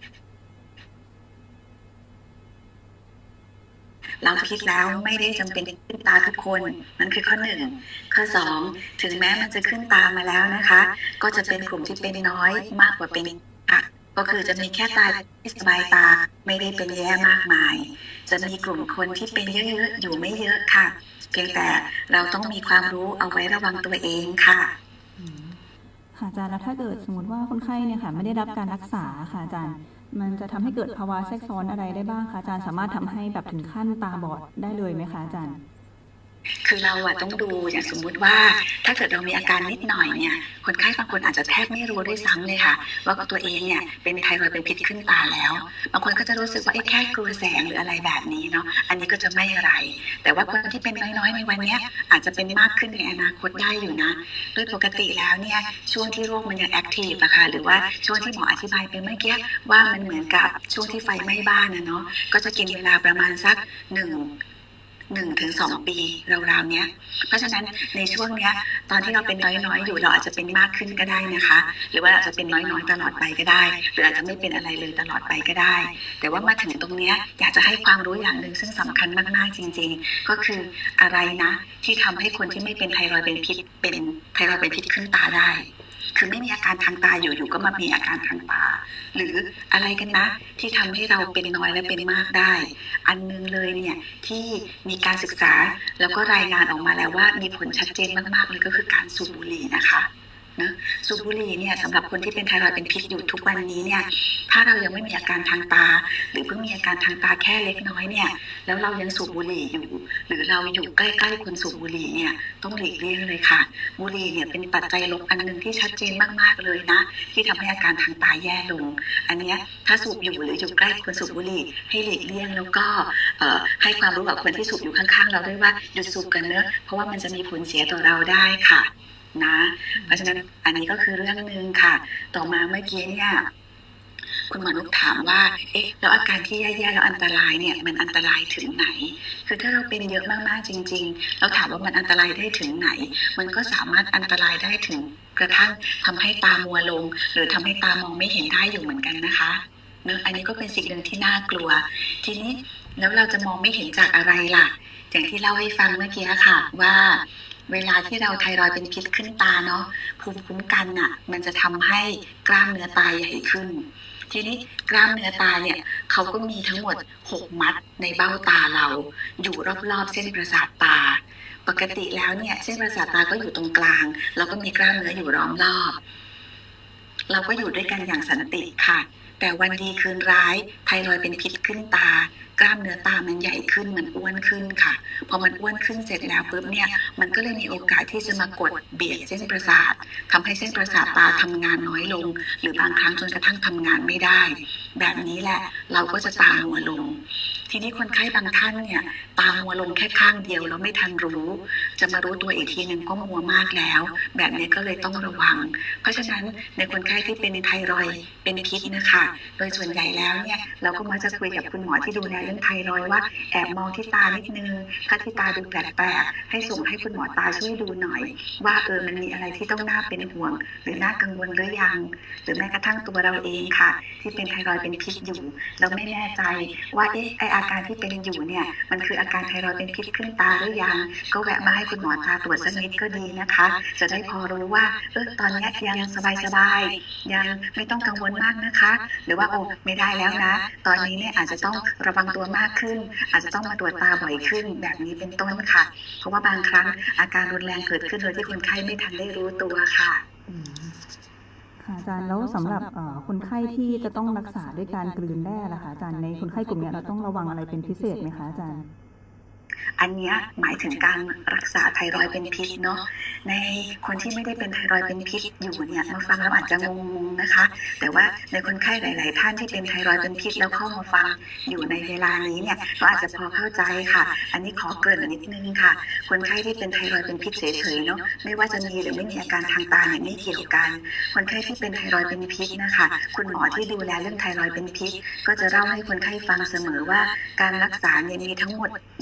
G: เราคิดแล้วไม่ได้จำเป็นขึ้นตาทุกคนนั่นคือข้อหนึ่งข้อสองถึงแม้มันจะขึ้นตามาแล้วนะคะก็จะเป็นกลุ่มที่เป็นน้อยมากกว่าเป็นค่ะก็คือจะมีแค่ตาที่สบายตาไม่ได้เป็นแย่มากมายจะมีกลุ่มคนที่เป็นเยอะๆอยู่ไม่เยอะค่ะเพียงแต่เราต้องมีความรู้เอาไว้ระวังตัวเองค่ะ
A: ค่ะอาจารย์แล้วถ้าเกิดสมมติว่าคนไข้เนี่ยค่ะไม่ได้รับการรักษาค่ะอาจารย์มันจะทำให้เกิดภาวะแทรกซ้อนอะไรได้บ้างคะอาจารย์สามารถทำให้แบบถึงขั้นตาบอดได้เลยไหมคะอาจารย์
G: คือเราอะต้องดูอย่างสมมุติว่าถ้าเกิดเรามีอาการนิดหน่อยเนี่ยคนไข้บางคนอาจจะแทบไม่รู้ด้วยซ้ำเลยค่ะว่าตัวเองเนี่ยเป็นไทรอยด์เป็นพิษขึ้นตาแล้วบางคนก็จะรู้สึกว่าไอ้แค่กลัวแสงหรืออะไรแบบนี้เนาะอันนี้ก็จะไม่อะไรแต่ว่าคนที่เป็นน้อยๆในวันนี้อาจจะเป็นมากขึ้นในอนาคตได้อยู่นะโดยปกติแล้วเนี่ยช่วงที่โรคมันยังแอคทีฟอะค่ะหรือว่าช่วงที่หมออธิบายไปเมื่อกี้ว่ามันเหมือนกับช่วงที่ไฟไหม้บ้านนะเนาะก็จะกินเวลาประมาณสักหนึ่งหนึ่งถึงสองปีราวๆเนี้ยเพราะฉะนั้นในช่วงเนี้ยตอนที่เราเป็นน้อยๆอยู่เราอาจจะเป็นมากขึ้นก็ได้นะคะหรือว่าอาจจะเป็นน้อยๆตลอดไปก็ได้หรืออาจจะไม่เป็นอะไรเลยตลอดไปก็ได้แต่ว่ามาถึงตรงเนี้ยอยากจะให้ความรู้อย่างหนึ่งซึ่งสำคัญมากๆจริงๆก็คืออะไรนะที่ทำให้คนที่ไม่เป็นไทรอยด์เป็นพิษเป็นไทรอยด์เป็นพิษขึ้นตาได้คือไม่มีอาการทางตาอยู่ๆก็มามีอาการทางตาหรืออะไรกันนะที่ทำให้เราเป็นน้อยและเป็นมากได้อันนึงเลยเนี่ยที่มีการศึกษาแล้วก็รายงานออกมาแล้วว่ามีผลชัดเจนมากๆเลยก็คือการสูบบุหรี่นะคะนะสูบบุหรี่เนี่ยสำหรับคนที่เป็นไทรอยด์เป็นพิษอยู่ทุกวันนี้เนี่ยถ้าเรายังไม่มีอาการทางตาหรือเพิ่งมีอาการทางตาแค่เล็กน้อยเนี่ยแล้วเรายังสูบบุหรี่อยู่หรือเราอยู่ใกล้ๆคนสูบบุหรี่เนี่ยต้องหลีกเลี่ยงเลยค่ะบุหรี่เนี่ยเป็นปัจจัยลบอันนึงที่ชัดเจนมากๆเลยนะที่ทำให้อาการทางตาแย่ลงอันเนี้ยถ้าสูบอยู่หรืออยู่ใกล้คนสูบบุหรี่ให้หลีกเลี่ยงแล้วก็ให้ความรู้กับคนที่สูบอยู่ข้างๆเราด้วยว่าหยุดสูบกันเนอะเพราะว่ามันจะมีผลเสียต่อเราได้ค่ะนะเพราะฉะนั้นอันนี้ก็คือเรื่องนึงค่ะต่อมาเมื่อกี้เนี่ยคุณหมอนุกถามว่าเอ๊ะแล้วอาการที่แย่ๆแล้วอันตรายเนี่ยมันอันตรายถึงไหนคือถ้าเราเป็นเยอะมากๆจริงๆเราถามว่ามันอันตรายได้ถึงไหนมันก็สามารถอันตรายได้ถึงกระทั่งทำให้ตามัวลงหรือทำให้ตามองไม่เห็นได้อยู่เหมือนกันนะคะเนอะอันนี้ก็เป็นสิ่งหนึ่งที่น่ากลัวทีนี้แล้วเราจะมองไม่เห็นจากอะไรล่ะอย่างที่เล่าให้ฟังเมื่อกี้ค่ะว่าเวลาที่เราไทรอยด์เป็นพิษขึ้นตาเนาะภูมิคุ้มกันน่ะมันจะทำให้กล้ามเนื้อตาใหญ่ขึ้นทีนี้กล้ามเนื้อตาเนี่ยเขาก็มีทั้งหมดหกมัดในเบ้าตาเราอยู่รอบๆเส้นประสาทตาปกติแล้วเนี่ยเส้นประสาทตาก็อยู่ตรงกลางแล้วก็มีกล้ามเนื้ออยู่ล้อมรอบเราก็อยู่ด้วยกันอย่างสันติค่ะแต่วันดีคืนร้ายไทรอยด์เป็นพิษขึ้นตากล้ามเนื้อตามันใหญ่ขึ้นมันอ้วนขึ้นค่ะพอมันอ้วนขึ้นเสร็จแล้วปุ๊บเนี่ยมันก็เลยมีโอกาสที่จะมากดเบียดเส้นประสาททำให้เส้นประสาทตาทำงานน้อยลงหรือบางครั้งจนกระทั่งทำงานไม่ได้แบบนี้แหละเราก็จะตามัวลงทีนี้คนไข้บางท่านเนี่ยตามัวลงแค่ข้างเดียวแล้วไม่ทันรู้จะมารู้ตัวอีกทีนึงก็มัวมากแล้วแบบนี้ก็เลยต้องระวังเพราะฉะนั้นในคนไข้ที่เป็นไทรอยด์เป็นพิษนะคะโดยส่วนใหญ่แล้วเนี่ยเราก็มักจะคุยกับคุณหมอที่ดูแลเรื่องไทรอยด์ว่าแอบมองที่ตานิดนึงถ้าที่ตาดูแปลกๆให้ส่งให้คุณหมอตาช่วยดูหน่อยว่าเออมันมีอะไรที่ต้องน่าเป็นห่วงหรือน่ากังวลหรือยังหรือแม้กระทั่งตัวเราเองค่ะที่เป็นไทรอยด์เป็นพิษอยู่เราไม่แน่ใจว่าเอ๊ะไออาการที่เป็นอยู่เนี่ยมันคืออาการไทรอยด์เป็นพิษขึ้นตาหรือยังก็แวะมาให้คุณหมอตาตรวจสักนิดก็ดีนะคะจะได้พอรู้ว่าเออตอนนี้ยังสบายๆยังไม่ต้องกังวลมากนะคะหรือว่าโอ้ไม่ได้แล้วนะตอนนี้เนี่ยอาจจะต้องระวังตัวมากขึ้นอาจจะต้องมาตรวจตาบ่อยขึ้นแบบนี้เป็นต้นค่ะเพราะว่าบางครั้งอาการรุนแรงเกิดขึ้นโดยที่คนไข้ไม่ทันได้รู้ตัวค่ะ
A: ค่ะอาจารย์แล้วสำหรับคนไข้ที่จะต้องรักษาด้วยการกลืนแร่ล่ะคะอาจารย์ในคนไข้กลุ่มนี้เราต้องระวังอะไรเป็นพิเศษไหมคะอาจารย์
G: อันนี้หมายถึงการรักษาไทรอยด์เป็นพิษเนาะในคนที่ไม่ได้เป็นไทรอยด์เป็นพิษอยู่เนี่ยมาฟังแล้วอาจจะงงๆนะคะแต่ว่าในคนไข้หลายๆท่านที่เป็นไทรอยด์เป็นพิษแล้วเข้ามาฟังอยู่ในเวลานี้เนี่ยก็อาจจะพอเข้าใจค่ะอันนี้ขอเกริ่นนิดนึงค่ะคนไข้ที่เป็นไทรอยด์เป็นพิษเฉยๆเนาะไม่ว่าจะมีหรือไม่มีอาการทางตาเนี่ยไม่เกี่ยวกันคนไข้ที่เป็นไทรอยด์เป็นพิษนะคะคุณหมอที่ดูแลเรื่องไทรอยด์เป็นพิษก็จะเล่าให้คนไข้ฟังเสมอว่าการรักษาเนี่ยมีทั้งหมดใหญ่ๆอยู่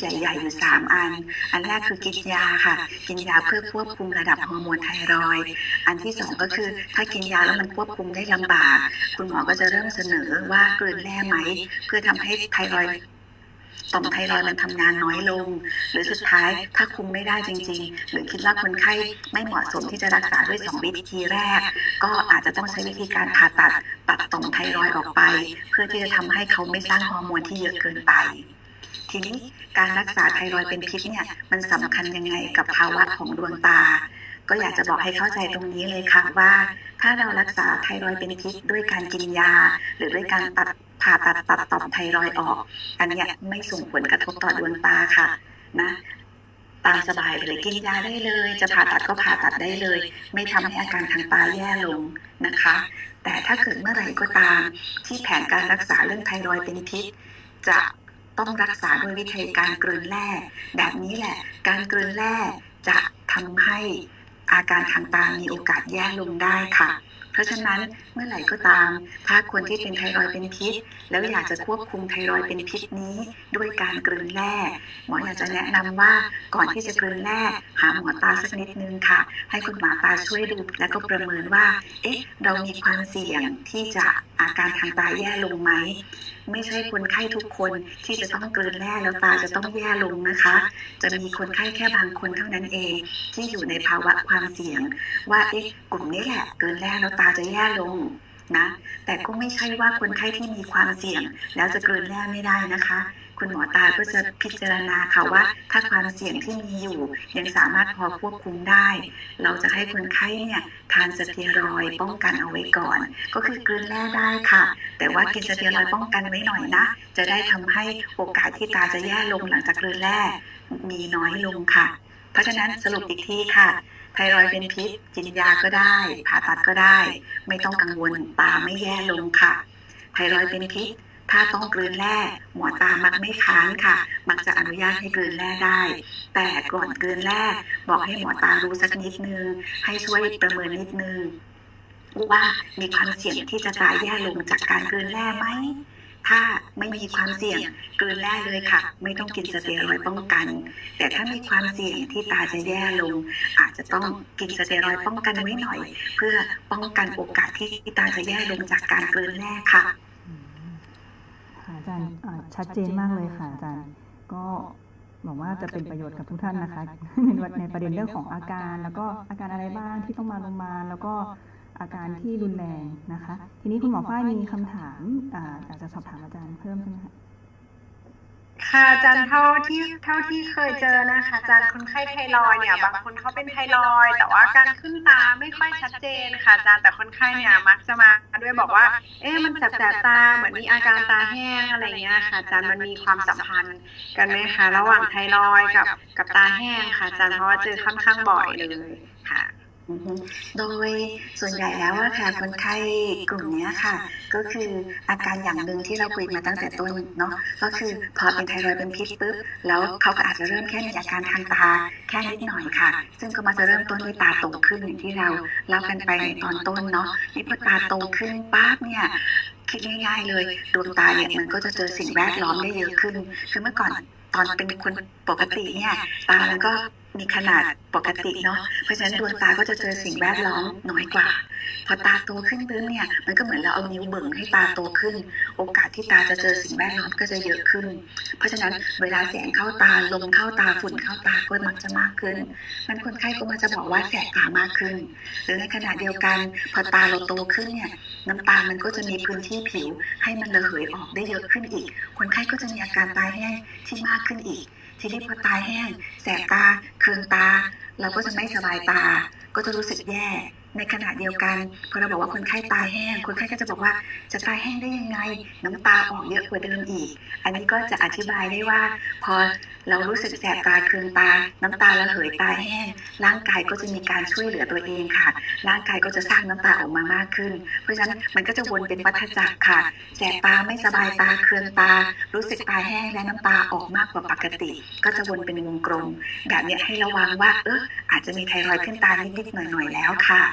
G: อยู่สามอันอันแรกคือกินยาค่ะกินยาเพื่อควบคุมระดับฮอร์โมนไทรอยด์อันที่สองก็คือถ้ากินยาแล้วมันควบคุมได้ลำบากคุณหมอก็จะเริ่มเสนอว่ากลืนแร่ไหมเพื่อทำให้ไทรอยด์ต่อมไทรอยด์มันทำงานน้อยลงหรือสุดท้ายถ้าคุมไม่ได้จริงๆหรือคิดว่าคนไข้ไม่เหมาะสมที่จะรักษาด้วยสองวิธีแรกก็อาจจะต้องใช้วิธีการผ่าตัดตัดต่อมไทรอยด์ออกไปเพื่อที่จะทำให้เขาไม่สร้างฮอร์โมนที่เยอะเกินไปทีนี้การรักษาไทรอยด์เป็นพิษเนี่ยมันสำคัญยังไงกับภาวะของดวงตาก็อยากจะบอกให้เข้าใจตรงนี้เลยค่ะว่าถ้าเรารักษาไทรอยด์เป็นพิษด้วยการกินยาหรือด้วยการตัดผ่าตัดตัดต่อมไทรอยด์ออกอันนี้ไม่ส่งผลกระทบต่อดวงตาค่ะนะตามสบายเลยกินยาได้เลยจะผ่าตัดก็ผ่าตัดได้เลยไม่ทำให้อาการทางตาแย่ลงนะคะแต่ถ้าเกิดเมื่อไหร่ก็ตามที่แผนการรักษาเรื่องไทรอยด์เป็นพิษจะต้องรักษาด้วยวิธีการกลืนแร่แบบนี้แหละการกลืนแร่จะทำให้อาการทางตามีโอกาสแย่ลงได้ค่ะเพราะฉะนั้นเมื่อไหร่ก็ตามถ้าคนที่เป็นไทรอยด์เป็นพิษแล้วอยากจะควบคุมไทรอยด์เป็นพิษนี้ด้วยการกลืนแร่หมออยากจะแนะนำว่าก่อนที่จะกลืนแร่หาหมอตาสักนิดนึงค่ะให้คุณหมอตาช่วยดูแล้วก็ประเมินว่าเอ๊ะเรามีความเสี่ยงที่จะอาการทางตาแย่ลงไหมไม่ใช่คนไข้ทุกคนที่จะต้องกลืนแร่แล้วตาจะต้องแย่ลงนะคะจะมีคนไข้แค่บางคนเท่านั้นเองที่อยู่ในภาวะความเสี่ยงว่าเอ๊ะกลุ่มนี้แหละกลืนแร่แล้วตาจะแย่ลงนะแต่ก็ไม่ใช่ว่าคนไข้ที่มีความเสี่ยงแล้วจะกลืนแร่ไม่ได้นะคะคุณหมอตาก็จะพิจารณาค่ะว่าถ้าความเสี่ยงที่มีอยู่ยังสามารถพอควบคุมได้เราจะให้คนไข้เนี่ยทานสเตียรอยด์ป้องกันเอาไว้ก่อนก็คือกลืนแร่ได้ค่ะแต่ว่ากินสเตียรอยด์ป้องกันไว้หน่อยนะจะได้ทำให้โอกาสที่ตาจะแย่ลงหลังจากกลืนแร่มีน้อยลงค่ะเพราะฉะนั้นสรุปอีกทีค่ะไทรอยด์เป็นพิษกินยาก็ได้ผ่าตัดก็ได้ไม่ต้องกังวลตาไม่แย่ลงค่ะไทรอยด์เป็นพิษถ้าต้องกลืนแร่หมอตามักไม่ค้านค่ะมักจะอนุญาตให้กลืนแร่ได้แต่ก่อนกลืนแร่บอกให้หมอตารู้สักนิดนึงให้ช่วยประเมินนิดนึงว่ามีความเสี่ยงที่จะตาแย่ลงจากการกลืนแร่ไหมถ้าไม่มีความเสี่ยงกลืนแร่เลยค่ะไม่ต้องกินสเตียรอยด์ป้องกันแต่ถ้ามีความเสี่ยงที่ตาจะแย่ลงอาจจะต้องกินสเตียรอยด์ป้องกันไว้หน่อยเพื่อป้องกันโอกาสที่ตาจะแย่ลงจากการกลืนแร่ค่ะ
A: อาจารย์ชัดเจนมากเลยค่ะอาจารย์ก็หวังว่าจะเป็นประโยชน์กับทุกท่านนะคะในในประเด็นเรื่องของอาการแล้วก็อาการอะไรบ้างที่ต้องมาโรงพยาบาลแล้วก็อาการที่รุนแรงนะคะทีนี้คุณหมอฝ้ายมีคำถามอยากจะสอบถามอาจารย์เพิ่มใช่ไหมคะ
C: ค่ะอาจารย์เท่าที่เท่าที่เคยเจอนะคะอาจารย์คนไข้ไทรอยด์เนี่ยบางคนเขาเป็นไทรอยด์แต่ว่าการขึ้นตาไม่ค่อยชัดเจนค่ะอาจารย์แต่คนไข้เนี่ยมักจะมาด้วยบอกว่าเอ๊ะมันแสบๆตาเหมือนมีอาการตาแห้งอะไรเงี้ยค่ะอาจารย์มันมีความสัมพันธ์กันไหมคะระหว่างไทรอยด์กับกับตาแห้งค่ะอาจารย์เพราะว่าเจอค่อนข้างบ่อยเลยค่ะ
G: โดยส่วนใหญ่แล้วอะค่ะคนไข้กลุ่มนี้ค่ะก็คืออาการอย่างหนึ่งที่เราคุยมาตั้งแต่ต้นเนาะก็คือพอเป็นไทรอยด์เป็นพิษปุ๊บแล้วเขาก็อาจจะเริ่มแค่มีอาการทางตาแค่นิดหน่อยค่ะซึ่งก็มาจะเริ่มต้นด้วยตาโตขึ้นอย่างที่เราเล่ากันไปในตอนต้นเนาะนี่พอตาโตขึ้นปั๊บเนี่ยคิดง่ายๆเลยดวงตาเนี่ยมันก็จะเจอสิ่งแวดล้อมได้เยอะขึ้นคือเมื่อก่อนตอนเป็นคนปกติเนี่ยตามันก็มีขนาดปกติเนาะเพราะฉะนั้นดวงตาก็จะเจอสิ่งแวดล้อมน้อยกว่าพอตาโตขึ้นปุ๊บเนี่ยมันก็เหมือนเราเอานิ้วเบิ่งให้ตาโตขึ้นโอกาสที่ตาจะเจอสิ่งแวดล้อมก็จะเยอะขึ้นเพราะฉะนั้นเวลาแสงเข้าตาลมเข้าตาฝุ่นเข้าตาก็มักจะมากขึ้นมันคนไข้ก็มักจะบอกว่าแสบตามากขึ้นหรือในขณะเดียวกันพอตาเราโตขึ้นเนี่ยน้ำตามันก็จะมีพื้นที่ผิวให้มันระเหยออกได้เยอะขึ้นอีกคนไข้ก็จะมีอาการตาแห้งที่มากขึ้นอีกทีนี้พอตาแห้งแสบตาเคืองตาเราก็จะไม่สบายตาก็จะรู้สึกแย่ในขณะเดียวกันพอเราบอกว่าคนไข้ตาแห้งคนไข้ก็จะบอกว่าจะตาแห้งได้ยังไงน้ำตาออกเยอะกว่าเดิมอีกอันนี้ก็จะอธิบายได้ว่าพอเรารู้สึกแสบตาเคืองตาน้ำตาระเหยตาแห้งร่างกายก็จะมีการช่วยเหลือตัวเองค่ะร่างกายก็จะสร้างน้ำตาออกมามากขึ้นเพราะฉะนั้นมันก็จะวนเป็นวัฏจักรค่ะแสบตาไม่สบายตาเคืองตารู้สึกตาแห้งและน้ำตาออกมากกว่าปกติก็จะวนเป็นวงกลมแบบนี้ให้ระวังว่าเอออาจจะมีไทรอยด์ขึ้นตานิดๆหน่อยๆแล้วค่ะ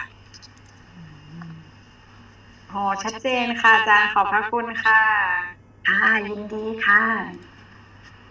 C: โอ้ชัดเจนค่ะอาจารย์ขอบพระคุณค่ะ
G: ค่ะยินดีค่ะ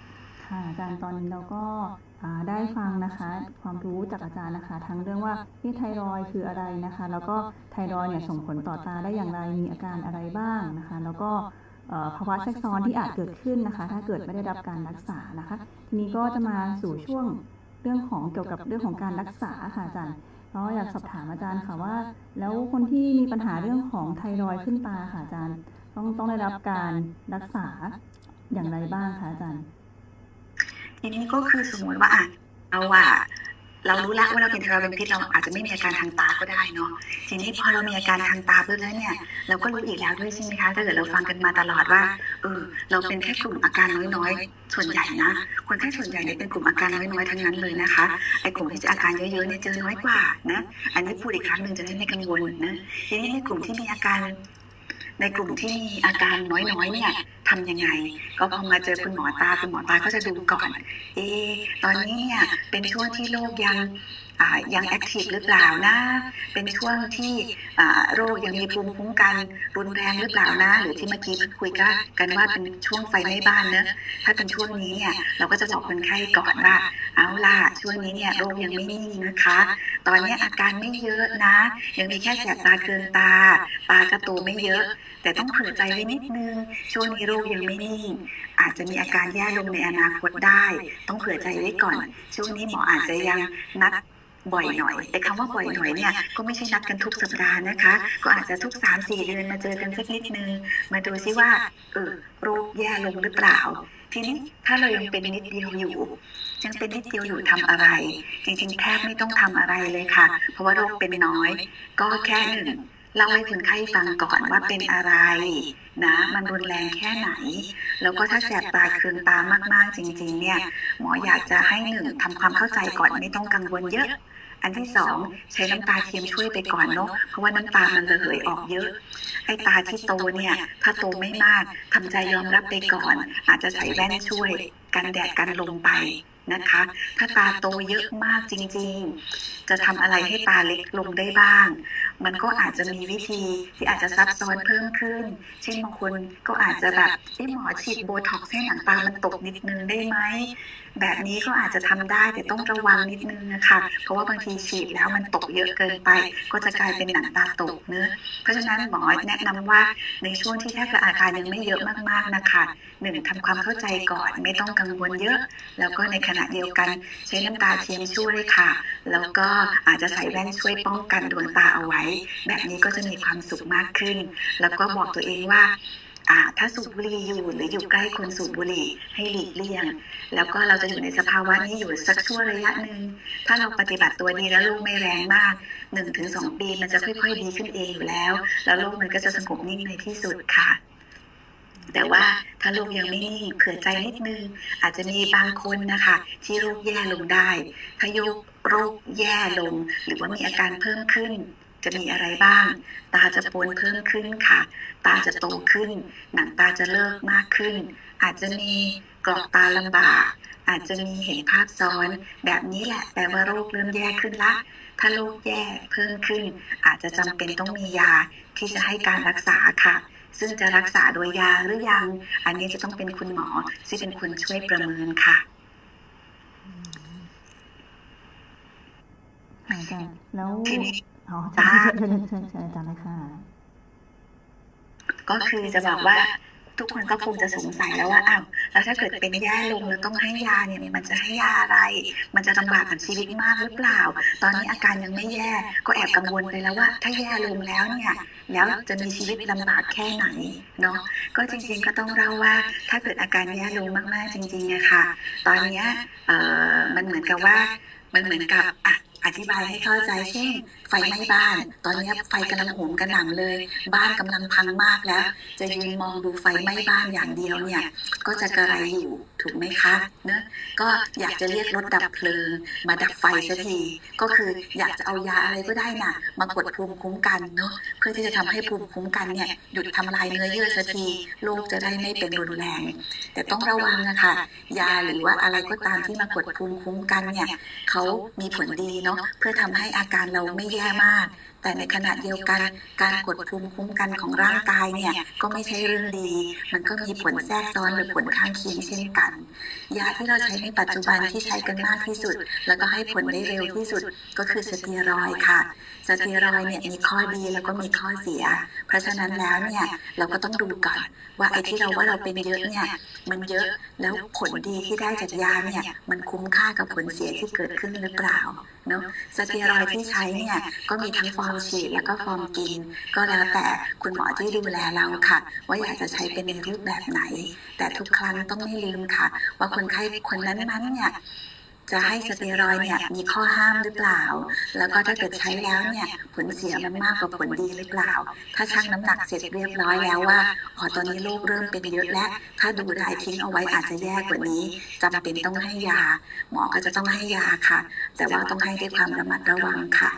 A: ค่ะอาจารย์ตอนนี้เราก็ได้ฟังนะคะความรู้จากอาจารย์นะคะทั้งเรื่องว่าที่ไทรอยด์คืออะไรนะคะแล้วก็ไทรอยด์เนี่ยส่งผลต่อตาได้อย่างไรมีอาการอะไรบ้างนะคะแล้วก็ภาวะแทรกซ้อนที่อาจเกิดขึ้นนะคะถ้าเกิดไม่ได้รับการรักษานะคะทีนี้ก็จะมาสู่ช่วงเรื่องของเกี่ยวกับเรื่องของการรักษาค่ะอาจารย์ก็อยากสอบถามอาจารย์ค่ะว่าแล้วคนที่มีปัญหาเรื่องของไทรอยด์ขึ้นตาค่ะอาจารย์ต้องต้องได้รับการรักษาอย่างไรบ้างคะอาจารย์
G: ทีนี้ก็คือสมมติว่าอ่ะเราอะเรารู้แล้วว่าเราเป็นไทรอยด์เป็นพิษเราอาจจะไม่มีอาการทางตาก็ได้เนาะทีนี้พอเรามีอาการทางตาเพิ่มแล้วเนี่ยเราก็รู้อีกแล้วด้วยใช่ไหมคะถ้าเกิดเราฟังกันมาตลอดว่าเออเราเป็นแค่กลุ่มอาการน้อยๆส่วนใหญ่นะคนไข้ส่วนใหญ่เนี่ยเป็นกลุ่มอาการน้อยๆทั้งนั้นเลยนะคะไอ้กลุ่มที่จะอาการเยอะๆเนี่ยเจอน้อยกว่านะอันนี้พูดอีกครั้งหนึ่งจะได้ไม่กังวลนะทีนี้ในกลุ่มที่มีอาการในกลุ่มที่มีอาการน้อยๆเนี่ยทำยังไงก็พอมาเจอคุณหมอตาคุณหมอตาก็จะดูก่อนเออตอนนี้เนี่ยเป็นช่วงที่โรคยังยังแอคทีฟหรือเปล่านะเป็นช่วงที่โรคยังมีภูมิคุ้มกันรุนแรงหรือเปล่านะหรือที่เมื่อกี้คุยกันว่าเป็นช่วงไฟไหม้บ้านนะถ้าเป็นช่วงนี้เนี่ยเราก็จะบอกคนไข้ก่อนว่าเอาล่ะช่วงนี้เนี่ยโรคยังไม่นิ่งนะคะตอนนี้อาการไม่เยอะนะยังมีแค่แสบตาเกินตาตากระโตไม่เยอะแต่ต้องเผื่อใจไว้นิดนึงช่วงนี้โรคยังไม่นิ่งอาจจะมีอาการแย่ลงในอนาคตได้ต้องเผื่อใจไว้ก่อนช่วงนี้หมออาจจะยังนัดบ่อยหน่อยแต่คำว่าบ่อยหน่อยเนี่ยก็ไม่ใช่นัดกันทุกสัปดาห์นะคะก็อาจจะทุก สามถึงสี่ เดือนมาเจอกันสักนิดนึงมาดูซิว่าเออโรคแย่ลงหรือเปล่าทีนี้ถ้าเรายังเป็นนิดเดียวอยู่ยังเป็นนิดเดียวอยู่ทำอะไรจริงๆแทบไม่ต้องทำอะไรเลยค่ะเพราะว่าโรคเป็นน้อยก็แค่หนึ่งเล่าให้คนไข้ฟังก่อนว่าเป็นอะไรนะมันรุนแรงแค่ไหนแล้วก็ถ้าแสบตาเคืองตามากๆจริงๆเนี่ยหมออยากจะให้หนึ่งทำความเข้าใจก่อนไม่ต้องกังวลเยอะอันที่สองใช้น้ำตาเทียมช่วยไปก่อนเนาะเพราะว่าน้ำตามันระเหยออกเยอะไอ้ตาที่โตเนี่ยถ้าโตไม่มากทำใจยอมรับไปก่อนอาจจะใส่แว่นช่วยกันแดดกันลมไปนะคะถ้าตาโตเยอะมากจริงๆจะทำอะไรให้ตาเล็กลงได้บ้างมันก็อาจจะมีวิธีที่อาจจะซับซ้อนเพิ่มขึ้นเช่นบางคนก็อาจจะแบบไอ้หมอฉีดโบท็อกซ์ให้หนังตามันตกนิดนึงได้ไหมแบบนี้ก็อาจจะทำได้แต่ต้องระวังนิดนึงนะคะเพราะว่าบางทีฉีดแล้วมันตกเยอะเกินไปก็จะกลายเป็นหนังตาตกเนื้อเพราะฉะนั้นหมอแนะนำว่าในช่วงที่ถ้าเกิดอาการยังไม่เยอะมากๆนะคะหนึ่งทำความเข้าใจก่อนไม่ต้องกังวลเยอะแล้วก็ในขณะเดียวกันใช้น้ำตาเทียมช่วยค่ะแล้วก็อาจจะใส่แว่นช่วยป้องกันดวงตาเอาไว้แบบนี้ก็จะมีความสุขมากขึ้นแล้วก็บอกตัวเองว่าอ่าถ้าสูบบุหรี่อยู่หรืออยู่ใกล้คนสูบบุหรี่ให้หลีกเลี่ยงแล้วก็เราจะอยู่ในสภาวะนี้อยู่สักช่วงระยะหนึ่งถ้าเราปฏิบัติตัวดีแล้วโรคไม่แรงมาก หนึ่งถึงสอง ปีมันจะค่อยๆดีขึ้นเองอยู่แล้วแล้วโรคมันก็จะสงบนิ่งในที่สุดค่ะแต่ว่าถ้าโรคยังไม่นิ่งเผื่อใจนิดนึงอาจจะมีบางคนนะคะที่โรคแย่ลงได้ถ้าโยกโรคแย่ลงหรือว่ามีอาการเพิ่มขึ้นจะมีอะไรบ้างตาจะปนเพิ่มขึ้นค่ะตาจะโตขึ้นหนังตาจะเลิกมากขึ้นอาจจะมีกรอกตาลำบากอาจจะมีเห็นภาพซ้อนแบบนี้แหละแปลว่าโรคเริ่มแย่ขึ้นละถ้าโรคแย่เพิ่มขึ้นอาจจะจำเป็นต้องมียาที่จะให้การรักษาค่ะซึ่งจะรักษาโดยยาหรือยังอันนี้จะต้องเป็นคุณหมอที่เป็นคนช่วยประเมินค่ะ
A: อาจารย์แล้วอ๋ออาจารย์เชิญเชิญเชิญอาจารย์เลยค่ะ
G: ก็คือจะบอกว่าทุกคนก็คงจะสงสัยแล้วว่าอ้าวแล้วถ้าเกิดเป็นแย่ลงแล้วต้องให้ยาเนี่ยมันจะให้ยาอะไรมันจะลำบากกับชีวิตมากหรือเปล่าตอนนี้อาการยังไม่แย่ก็แอบกังวลไปแล้วว่าถ้าแย่ลงแล้วเนี่ยแล้วจะมีชีวิตลำบากแค่ไหนเนาะก็จริงๆก็ต้องเล่าว่าถ้าเกิดอาการแย่ลงมากๆจริงๆอะค่ะตอนนี้เอ่อมันเหมือนกับว่ามันเหมือนกับอ่ะอธิบายให้เข้าใจเช่นไฟไหม้บ้านตอนนี้ไฟกำลังโหมกระหน่ำเลยบ้านกำลังพังมากแล้วจะยืนมองดูไฟไหม้บ้านอย่างเดียวเนี่ยก็จะกระไรอยู่ถูกไหมคะเนอะก็อยากจะเรียกรถดับเพลิงมาดับไฟสักทีก็คืออยากจะเอายาอะไรก็ได้น่ะมากดภูมิคุ้มกันเนาะเพื่อที่จะทำให้ภูมิคุ้มกันเนี่ยหยุดทำลายเนื้อเยื่อสักทีโรคจะได้ไม่เป็นรุนแรงแต่ต้องระวังนะคะยาหรือว่าอะไรก็ตามที่มากดภูมิคุ้มกันเนี่ยเขามีผลดีเนาะเพื่อทำให้อาการเราไม่แย่มากแต่แต่ในขณะเดียวกันการกดภูมิคุ้มกันของร่างกายเนี่ยก็ไม่ใช่เรื่องดีมันก็มีผลแทรกซ้อนหรือผลข้างเคียงเช่นกันยาที่เราใช้ในปัจจุบันที่ใช้กันมากที่สุดแล้วก็ให้ผลได้เร็วที่สุดก็คือสเตียรอยด์ค่ะสเตียรอยด์เนี่ยมีข้อดีแล้วก็มีข้อเสียเพราะฉะนั้นแล้วเนี่ยเราก็ต้องดูก่อนว่าไอ้ที่เราว่าเราเป็นเยอะเนี่ยมันเยอะแล้วผลดีที่ได้จากยาเนี่ยมันคุ้มค่ากับผลเสียที่เกิดขึ้นหรือเปล่าเนาะสเตียรอยด์ที่ใช้เนี่ยก็มีทั้งฟอร์มฉีดแล้วก็ฟอร์มกินก็แล้วแต่คุณหมอที่ดูแลเราค่ะว่าอยากจะใช้เป็นในรูปแบบไหนแต่ทุกครั้งต้องไม่ลืมค่ะว่าคนไข้คนนั้นๆเนี่ยจะให้สเตียรอยด์เนี่ยมีข้อห้ามหรือเปล่าแล้วก็ถ้าเกิดใช้แล้วเนี่ยผลเสียมันมากกว่าผลดีหรือเปล่าถ้าชั่งน้ำหนักเสร็จเรียบร้อยแล้วว่าอ๋อตอนนี้โรคเริ่มเป็นเยอะแล้วถ้าดูได้ทิ้งเอาไว้อาจจะแย่กว่านี้จำเป็นต้องให้ยาหมอก็จะต้องให้ยาค่ะแต่ว่าต้องให้ด้วยความระมัดระวังค่ะ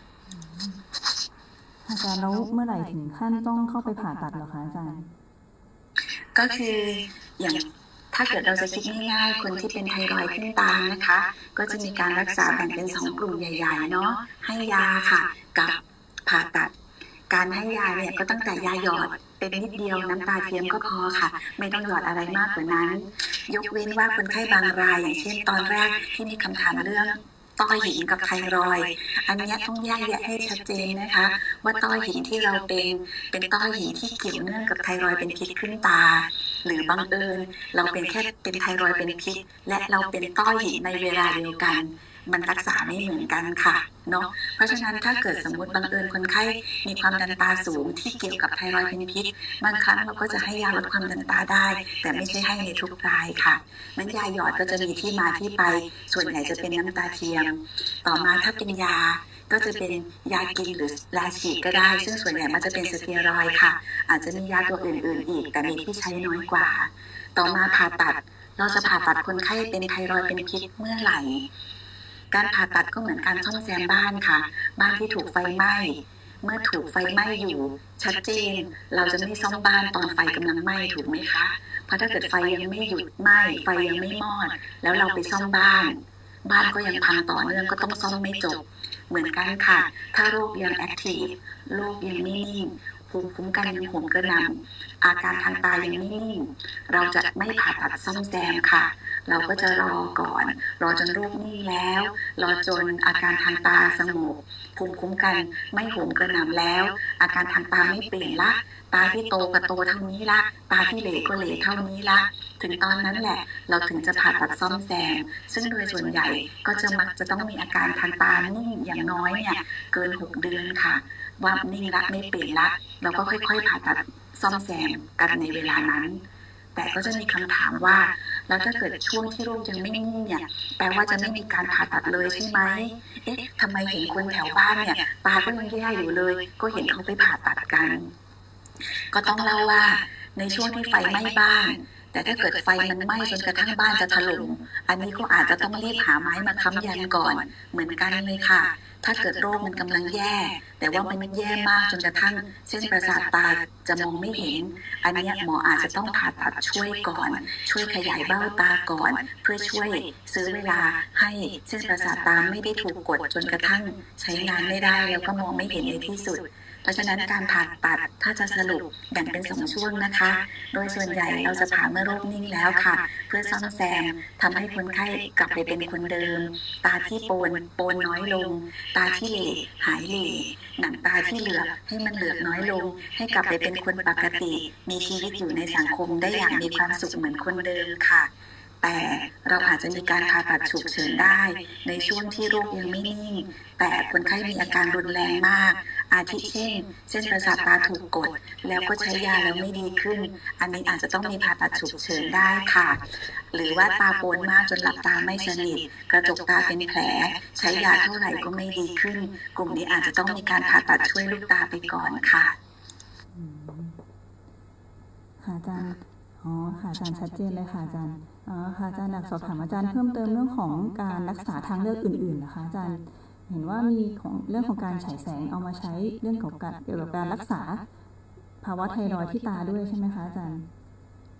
A: อาจารย์แล้วเมื่อไหร่ถึงขั้นต้องเข้าไปผ่าตัดเหรอคะอาจารย์
G: ก็คืออย่างถ้าเกิดเราจะคิดง่ายๆคนที่เป็นไทรอยด์ขึ้นตานะคะก็จะมีการรักษาแบ่งเป็นสองกลุ่มใหญ่ๆเนาะให้ยาค่ะกับผ่าตัดการให้ยาเนี่ยก็ตั้งแต่ยาหยอดเป็นนิดเดียวน้ำตาเทียมก็พอค่ะไม่ต้องหยอดอะไรมากกว่านั้นยกเว้นว่าคนไข้บางรายอย่างเช่นตอนแรกที่มีคำถามเรื่องต้อหินกับไทรอยด์อันนี้ต้องแยกแยะให้ชัดเจนนะคะว่าต้อหินที่เราเป็นเป็นต้อหินที่เกี่ยวเนื่องกับไทรอยด์เป็นพิษขึ้นตาหรือบังเอิญเราเป็นแค่เป็นไทรอยด์เป็นพิษและเราเป็นต้อหินในเวลาเดียวกันมันรักษาไม่เหมือนกันค่ะเนาะเพราะฉะนั้นถ้าเกิดสมมติบังเอิญคนไข้มีความดันตาสูงที่เกี่ยวกับไทรอยด์เป็นพิษบางครั้งเราก็จะให้ยาลดความดันตาได้แต่ไม่ใช่ให้ในทุกรายค่ะนั้นยาหยอดก็จะมีที่มาที่ไปส่วนใหญ่จะเป็นน้ำตาเทียมต่อมาถ้าเป็นยาก็จะเป็นยากินหรือยาฉีดก็ได้ซึ่งส่วนใหญ่มันจะเป็นสเตียรอยด์ค่ะอาจจะมียาตัวอื่นๆอีกแต่มีที่ใช้น้อยกว่าต่อมาผ่าตัดเราจะผ่าตัดคนไข้เป็นไทรอยด์เป็นพิษเมื่อไหร่การผ่าตัดก็เหมือนการซ่อมแซมบ้านค่ะบ้านที่ถูกไฟไหม้เมื่อถูกไฟไหม้อยู่ชัดเจนเราจะไม่ซ่อมบ้านตอนไฟกำลังไหม้ถูกไหมคะเพราะถ้าเกิดไฟยังไม่หยุดไหม้ไฟยังไม่มอดแล้วเราไปซ่อมบ้านบ้านก็ยังพังต่อเนื่องก็ต้องซ่อมไม่จบเหมือนกันค่ะถ้าโรคยังแอคทีฟโรคยังไม่นิ่งภูมิคุ้มกันยังโหมกระหน่ำอาการทางตายังไม่นิ่งเราจะไม่ผ่าตัดซ่อมแซมค่ะเราก็จะรอก่อนรอจนโรคนิ่งแล้วรอจนอาการทางตาสงบภูมิคุ้มกันไม่โหมกระหน่ำแล้วอาการทางตาไม่เปลี่ยนละตาที่โตก็โตเท่านี้ละตาที่เหลก็เหลเท่านี้ละถึงตอนนั้นแหละเราถึงจะผ่าตัดซ่อมแซมซึ่งโดยส่วนใหญ่ก็จะมักจะต้องมีอาการทางตานิ่งอย่างน้อยเนี่ยเกินหกเดือนค่ะว่านิ่งละไม่เปลี่ยนละเราก็ค่อยๆผ่าตัดซ่อมแซมกันในเวลานั้นแต่ก็จะมีคำถามว่าแล้วถ้าเกิดช่วงที่โรคยังไม่นิ่งเนี่ยแปลว่าจะไม่มีการผ่าตัดเลยใช่ไหมเอ๊ะทำไมเห็นคนแถวบ้านเนี่ยตาก็ยังแย่อยู่เลยก็เห็นเขาไปผ่าตัดกันก็ต้องเล่าว่าในช่วงที่ไฟไหม้บ้านแต่ถ้าเกิดไฟมันไหม้จนกระทั่งบ้านจะถล่มอันนี้ก็อาจจะต้องรีบหาไม้มาค้ำยันก่อนเหมือนกันเลยค่ะถ้าเกิดโรคมันกำลังแย่แต่ว่ามันแย่มากจนกระทั่งเส้นประสาทตาจะมองไม่เห็นอันนี้หมออาจจะต้องผ่าตัดช่วยก่อนช่วยขยายเบ้าตาก่อนเพื่อช่วยซื้อเวลาให้เส้นประสาทตาไม่ได้ถูกกดจนกระทั่งใช้งานไม่ได้แล้วก็มองไม่เห็นในที่สุดเพราะฉะนั้นการผ่าตัดถ้าจะสรุปแบ่งเป็นสองช่วงนะคะโดยส่วนใหญ่เราจะผ่าเมื่อโรคนิ่งแล้วค่ะเพื่อซ่อมแซมทำให้คนไข้กลับไปเป็นคนเดิมตาที่โปนโปนน้อยลงตาที่เหล่หายเหล่หนังตาที่เหลือกให้มันเหลือกน้อยลงให้กลับไปเป็นคนปกติมีชีวิตอยู่ในสังคมได้อย่างมีความสุขเหมือนคนเดิมค่ะแต่เราอาจจะมีการผ่าตัดฉุกเฉินได้ในช่วงที่โรคยังไม่นิ่งแต่คนไข้มีอาการรุนแรงมากอาทิเช่นเส้นประสาทตาถูกกดแล้วก็ใช้ยาแล้วไม่ดีขึ้นอันนี้อาจจะต้องมีผ่าตัดฉุกเฉินได้ค่ะหรือว่าตาโปนมากจนหลับตาไม่สนิทกระจกตาเป็นแผลใช้ยาเท่าไหร่ก็ไม่ดีขึ้นกลุ่มนี้อาจจะต้องมีการผ่าตัดช่วยลูกตาไปก่อนค่ะ
A: ค่ะอาจารย์อ๋อค่ะอาจารย์ชัดเจนเลยค่ะอาจารย์อ๋อค่ะอาจารย์อยากสอบถามอาจารย์เพิ่มเติมเรื่องของการรักษาทางเลือกอื่นๆนะคะอาจารย์เห็นว่ามีของเรื่องของการฉายแสงเอามาใช้เรื่องของการเกี่ยวกับการรักษาภาวะไทรอยด์ที่ตาด้วยใช่ไหมคะอาจารย์
G: ใ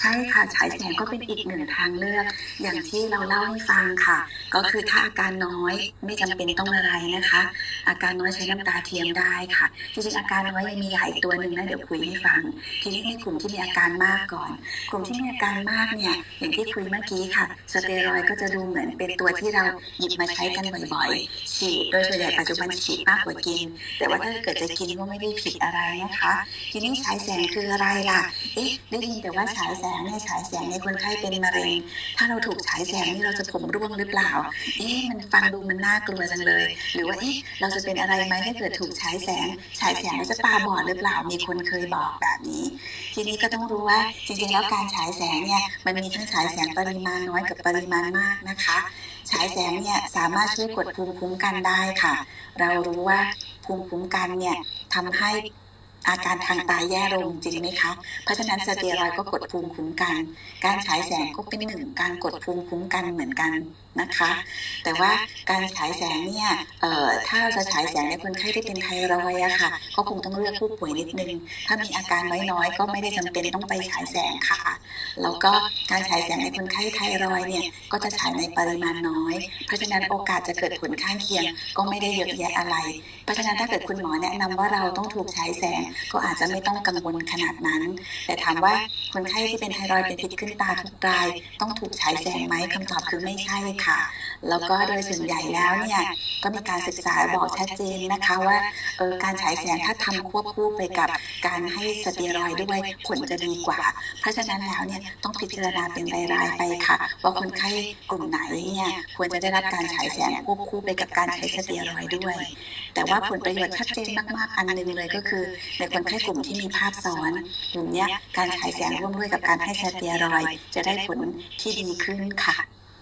G: ใช่ค่ะฉายแสงก็เป็นอีกหนึ่งทางเลือกอย่างที่เราเล่าให้ฟังค่ะก็คือถ้าอาการน้อยไม่จำเป็นต้องอะไรนะคะอาการน้อยใช้น้ำตาเทียมได้ค่ะจริงๆอาการน้อยยังมีอีกตัวหนึ่งนะเดี๋ยวคุยให้ฟังทีนี้ในกลุ่มที่มีอาการมากก่อนกลุ่มที่มีอาการมากเนี่ยอย่างที่คุยเมื่อกี้ค่ะสเตียรอยด์ก็จะดูเหมือนเป็นตัวที่เราหยิบมาใช้กันบ่อยๆฉีดโดยส่วนใหญ่ปัจจุบันฉีดมากกว่ากินแต่ว่าถ้าเกิดจะกินก็ไม่ได้ผิดอะไรนะคะทีนี้ฉายแสงคืออะไรล่ะเอ๊ะได้ยินแต่ว่าฉายแสงเนี่ยฉายแสงในคนไข้เป็นมะเร็งถ้าเราถูกฉายแสงนี่เราจะผมร่วงหรือเปล่าเอ๊ะมันฟังดูมันน่ากลัวจังเลยหรือว่าเอ๊ะเราจะเป็นอะไรไหมถ้าเกิดถูกฉายแสงฉายแสงแล้วจะตาบอดหรือเปล่ามีคนเคยบอกแบบนี้ทีนี้ก็ต้องรู้ว่าจริงๆแล้วการฉายแสงเนี่ยมันมีทั้งฉายแสงปริมาณน้อยกับปริมาณมากนะคะฉายแสงเนี่ยสามารถช่วยกดภูมิคุ้มกันได้ค่ะเรารู้ว่าภูมิคุ้มกันเนี่ยทำให้อาการทางตาแย่ลงจริงไหมคะเพราะฉะนั้นสเตียรอยด์ก็กดภูมิคุ้มกันการฉายแสงก็เป็นหนึ่งการกดภูมิคุ้มกันเหมือนกันนะคะแต่ว่าการฉายแสงเนี่ยเอ่อถ้าเราจะฉายแสงในคนไข้ที่เป็นไทรอยด์อะค่ะก็คงต้องเลือกผู้ป่วยนิดนึงถ้ามีอาการน้อยๆก็ไม่ได้จำเป็นต้องไปฉายแสงค่ะแล้วก็การฉายแสงในคนไข้ไทรอยด์เนี่ยก็จะฉายในปริมาณน้อยเพราะฉะนั้นโอกาสจะเกิดผลข้างเคียงก็ไม่ได้เยอะแยะอะไรเพราะฉะนั้นถ้าเกิดคุณหมอแนะนำว่าเราต้องถูกฉายแสงก็อาจจะไม่ต้องกังวลขนาดนั้นแต่ถามว่าคนไข้ที่เป็นไทรอยด์เป็นพิษขึ้นตาทุกรายต้องถูกฉายแสงไหมคำตอบคือไม่ใช่ค่ะแล้วก็โดยส่วนใหญ่แล้วเนี่ยก็มีการศึกษาบอกชัดเจนนะคะว่าเออการฉายแสงถ้าทำควบคู่ไปกับการให้สเตียรอยด์ด้วยผลจะดีกว่าเพราะฉะนั้นแล้วเนี่ยต้องพิจารณาเป็นรายๆไปค่ะว่าคนไข้กลุ่มไหนเนี่ยควรจะได้รับการฉายแสงควบคู่ไปกับการใช้สเตียรอยด์ด้วยแต่ว่าผลประโยชน์ชัดเจนมากๆอันนึงเลยก็คือในคนไข้กลุ่มที่มีภาพซ้อนกลุ่มนี้การฉายแสงร่วมด้วยกับการให้สเตียรอยด์จะได้ผลที่ดีขึ้นค่ะ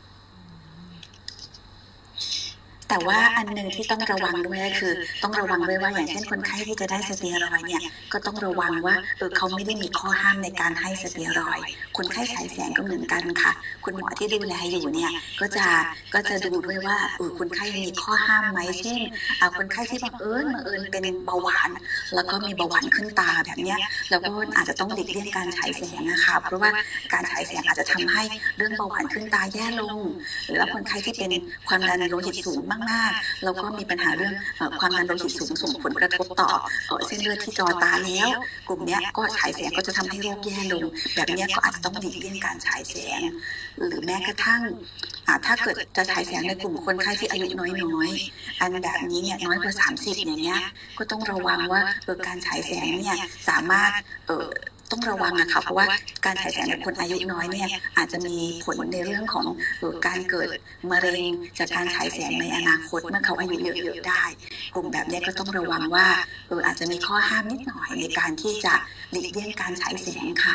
G: แต่ว่าอันนึงที่ต้องระวังด้วยก็คือต้องระวังด้วยว่าอย่างเช่นคนไข้ที่จะได้สเตียรอยด์เนี่ยก็ต้องระวังว่าเออเขาไม่ได้มีข้อห้ามในการให้สเตียรอยด์คนไข้ฉายแสงก็เหมือนกันค่ะคุณหมอที่ดูแลอยู่เนี่ยก็จะก็จะดูด้วยว่าเออคนไข้มีข้อห้ามไหมเช่นเอาคนไข้ที่บังเอิญบังเอิญเป็นเบาหวานแล้วก็มีเบาหวานขึ้นตาแบบเนี้ยแล้วก็อาจจะต้องหลีกเลี่ยงการฉายแสงนะคะเพราะว่าการฉายแสงอาจจะทำให้เรื่องเบาหวานขึ้นตาแย่ลงหรือว่าคนไข้ที่เป็นความดันโลหิตสูงมากๆแล้วก็มีปัญหาเรื่องความดันโลหิตสูงส่งผลกระทบต่อเส้นเลือดที่จอตาแล้วกลุ่มนี้ก็ฉายแสงก็จะทำให้โรคแย่ลงแบบนี้ก็อาจจะต้องหลีกเลี่ยงการฉายแสงหรือแม้กระทั่งถ้าเกิดจะฉายแสงในกลุ่มคนไข้ที่อายุน้อยๆอันแบบนี้เนี่ยน้อยกว่าสามสิบอย่างเงี้ยก็ต้องระวังว่าเออการฉายแสงเนี่ยสามารถเออต้องระวังนะคะเพราะว่าการฉายแสงในคนอายุน้อยเนี่ยอาจจะมีผลในเรื่องของการเกิดมะเร็งจากการฉายแสงในอนาคตเมื่อเขาอายุเยอะๆได้กลุ่มแบบนี้ก็ต้องระวังว่าเอออาจจะมีข้อห้ามนิดหน่อยในการที่จะหลีกเลี่ยงการฉายแสงค่ะ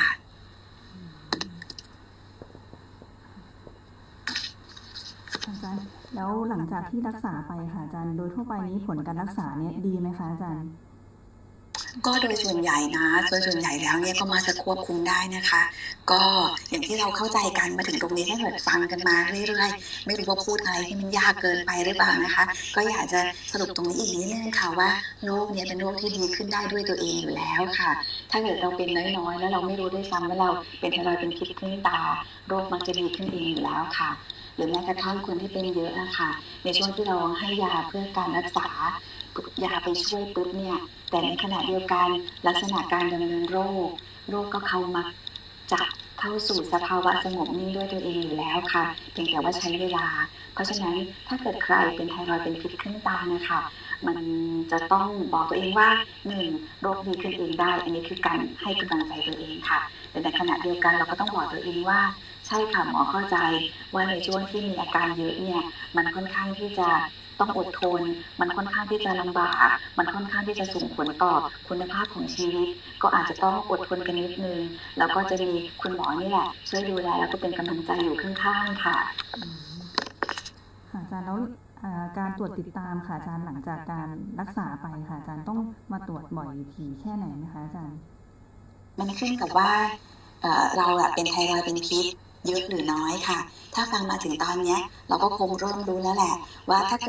A: อาจารย์แล้วหลังจากที่รักษาไปค่ะอาจารย์โดยทั่วไปนี้ผลการรักษาเนี่ยดีไหมคะอาจารย์
G: ก็โดยส่วนใหญ่นะโดยส่วนใหญ่แล้วเนี่ยก็มาจะควบคุมได้นะคะก็อย่างที่เราเข้าใจกันมาถึงตรงนี้ถ้าเกิดฟังกันมาเรื่อยๆไม่รู้ว่าพูดอะไรที่มันยากเกินไปหรือเปล่านะคะก็อยากจะสรุปตรงนี้อีกนิดนึงค่ะว่าโรคนี้เป็นโรคที่ดีขึ้นได้ด้วยตัวเองอยู่แล้วค่ะถ้าเกิดเราเป็นน้อยๆแล้วเราไม่รู้ด้วยซ้ำว่าเราเป็นไทรอยด์เป็นพิษขึ้นตาโรคมักจะดีขึ้นเองอยู่แล้วค่ะหรือแม้กระทั่งคนที่เป็นเยอะนะคะในช่วงที่เราให้ยาเพื่อการรักษายาไปช่วยปุ๊บเนี่ยแต่ในขณะเดียวกันลักษณะการดำเนินโรคโรคก็เข้ามาจะเข้าสู่สภาวะสงบนิ่งด้วยตัวเองอยู่แล้วค่ะเพียงแต่ว่าใช้เวลาเพราะฉะนั้นถ้าเกิดใครเป็นไทรอยด์เป็นพิษขึ้นตานะคะมันจะต้องบอกตัวเองว่าหนึ่งโรคดีขึ้นเองได้อันนี้คือการให้กำลังใจตัวเองค่ะแต่ในขณะเดียวกันเราก็ต้องบอกตัวเองว่าใช่ค่ะหมอเข้าใจว่าในช่วงที่มีอาการเยอะเนี่ยมันค่อนข้างที่จะต้องอดทนมันค่อนข้างที่จะลำบากมันค่อนข้างที่จะส่งผลต่อคุณภาพของชีวิตก็อาจจะต้องอดทนกันนิดนึงแล้วก็จะมีคุณหมอนี่แหละช่วยดูแลแล้วก็เป็นกำลังใจอยู่ข้างๆค่ะ
A: ค่ะอาจารย์แล้วการตรวจติดตามค่ะอาจารย์หลังจากการรักษาไปค่ะอาจารย์ต้องมาตรวจบ่อยถี่แค่ไหนนะคะอาจารย์
G: มันขึ้นกับว่าเราเป็นไทรอยด์เป็นพิษเยอะหรือน้อยค่ะถ้าฟังมาถึงตอนนี้เราก็คงเริ่มรู้แล้วแหละว่าถ้าเกิด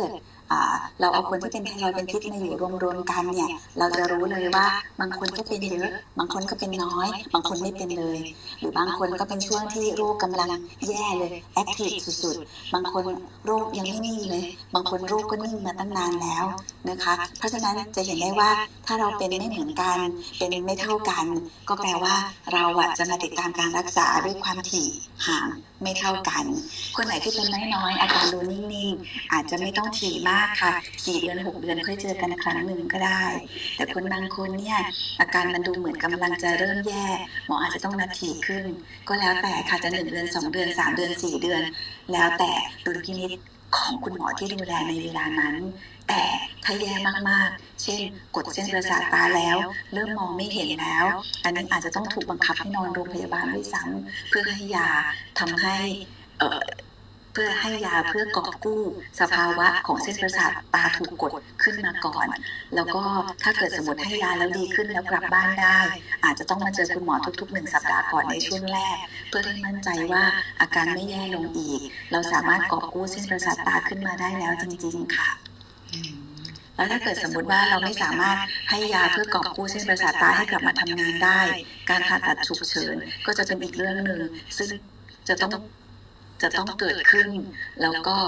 G: อ่าเราเอาคนที่เป็นไทรอยด์เป็นพิษมาอยู่รวมๆกันเนี่ยเราจะรู้เลยว่าบางคนก็เป็นเยอะบางคนก็เป็นน้อยบางคนไม่เป็นเลยหรือบางคนก็เป็นช่วงที่โรคกำลังแย่เลยแอคทีฟสุดๆบางคนโรคยังไม่นิ่งเลยบางคนโรคก็นิ่งมาตั้งนานแล้วนะคะเพราะฉะนั้นจะเห็นได้ว่าถ้าเราเป็นไม่เหมือนกันเป็นไม่เท่ากันก็แปลว่าเราอะจะมาติดตามการรักษาด้วยความถี่ห่างไม่เท่ากันคนไหนที่เป็นน้อยๆอาการดูนิ่งๆอาจจะไม่ต้องถี่มากค่ะสี่เดือนหกเดือนค่อยเจอกันครั้งหนึ่งก็ได้แต่คนบางคนเนี่ยอาการมันดูเหมือนกำลังจะเริ่มแย่หมออาจจะต้องนัดถี่ขึ้นก็แล้วแต่ค่ะจะหนึ่งเดือนสองเดือนสามเดือนสี่เดือนแล้วแต่ดุลพินิจของคุณหมอที่ดูแลในเวลานั้นแต่ถ้าแย่มากๆเช่นกดเส้นประสาทตาแล้วเริ่มมองไม่เห็นแล้วอันนี้อาจจะต้องถูกบังคับให้นอนโรงพยาบาลด้วยซ้ำเพื่อให้ยาทำให้เอ่อเพื่อให้ยาเพื่อกอบกู้สภาวะของเส้นประสาทตาถูกกดขึ้นมาก่อนแล้วก็ถ้าเกิดสมมติให้ยาแล้วดีขึ้นแล้วกลับบ้านได้อาจจะต้องมาเจอคุณหมอทุกๆหนึ่งสัปดาห์ก่อนในช่วงแรกเพื่อให้มั่นใจว่าอาการไม่แย่ลงอีกเราสามารถกอบกู้เส้นประสาทตาขึ้นมาได้แล้วจริงๆค่ะแล้วถ้าเกิดสมมติว่าเราไม่สามารถให้ยาเพื่อกอบกู้เส้นประสาทตาให้กลับมาทำงานได้การผ่าตัดฉุกเฉินก็จะเป็นอีกเรื่องหนึ่งซึ่งจะต้องจะต้องเกิดขึ้นแล้วก็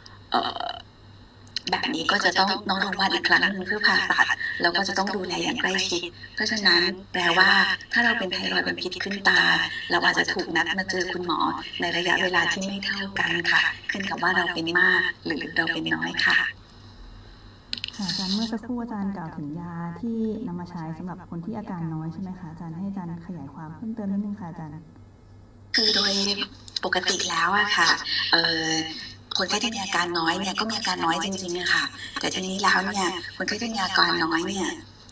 G: แบบนี้ก็จะต้องนอนโรงพยาบาลอีกครั้งนึงเพื่อผ่าตัดแล้วก็จะต้องดูแลอย่างใกล้ชิดเพราะฉะนั้นแปลว่าถ้าเราเป็นไทรอยด์เป็นพิษขึ้นตาเราอาจจะถูกนัดมาเจอคุณหมอในระยะเวลาที่ไม่เท่ากันค่ะขึ้นกับว่าเราเป็นมากหรือเราเป็นน้อยค่ะ
A: ค่ะอาจารย์เมื่อสักครู่อาจารย์กล่าวถึงยาที่นำมาใช้สำหรับคนที่อาการน้อยใช่ไหมคะอาจารย์ให้อาจารย์ขยายความเพิ่มเติมนิดนึงค่ะอาจารย์
G: คือโดยปกติแล้วอะค่ะเอ่อคนไข้ที่มีอาการน้อยเนี่ยก็มีอาการน้อยจริงๆอะค่ะแต่ทีนี้แล้วเนี่ยคนไข้ที่มีอาการน้อยเนี่ย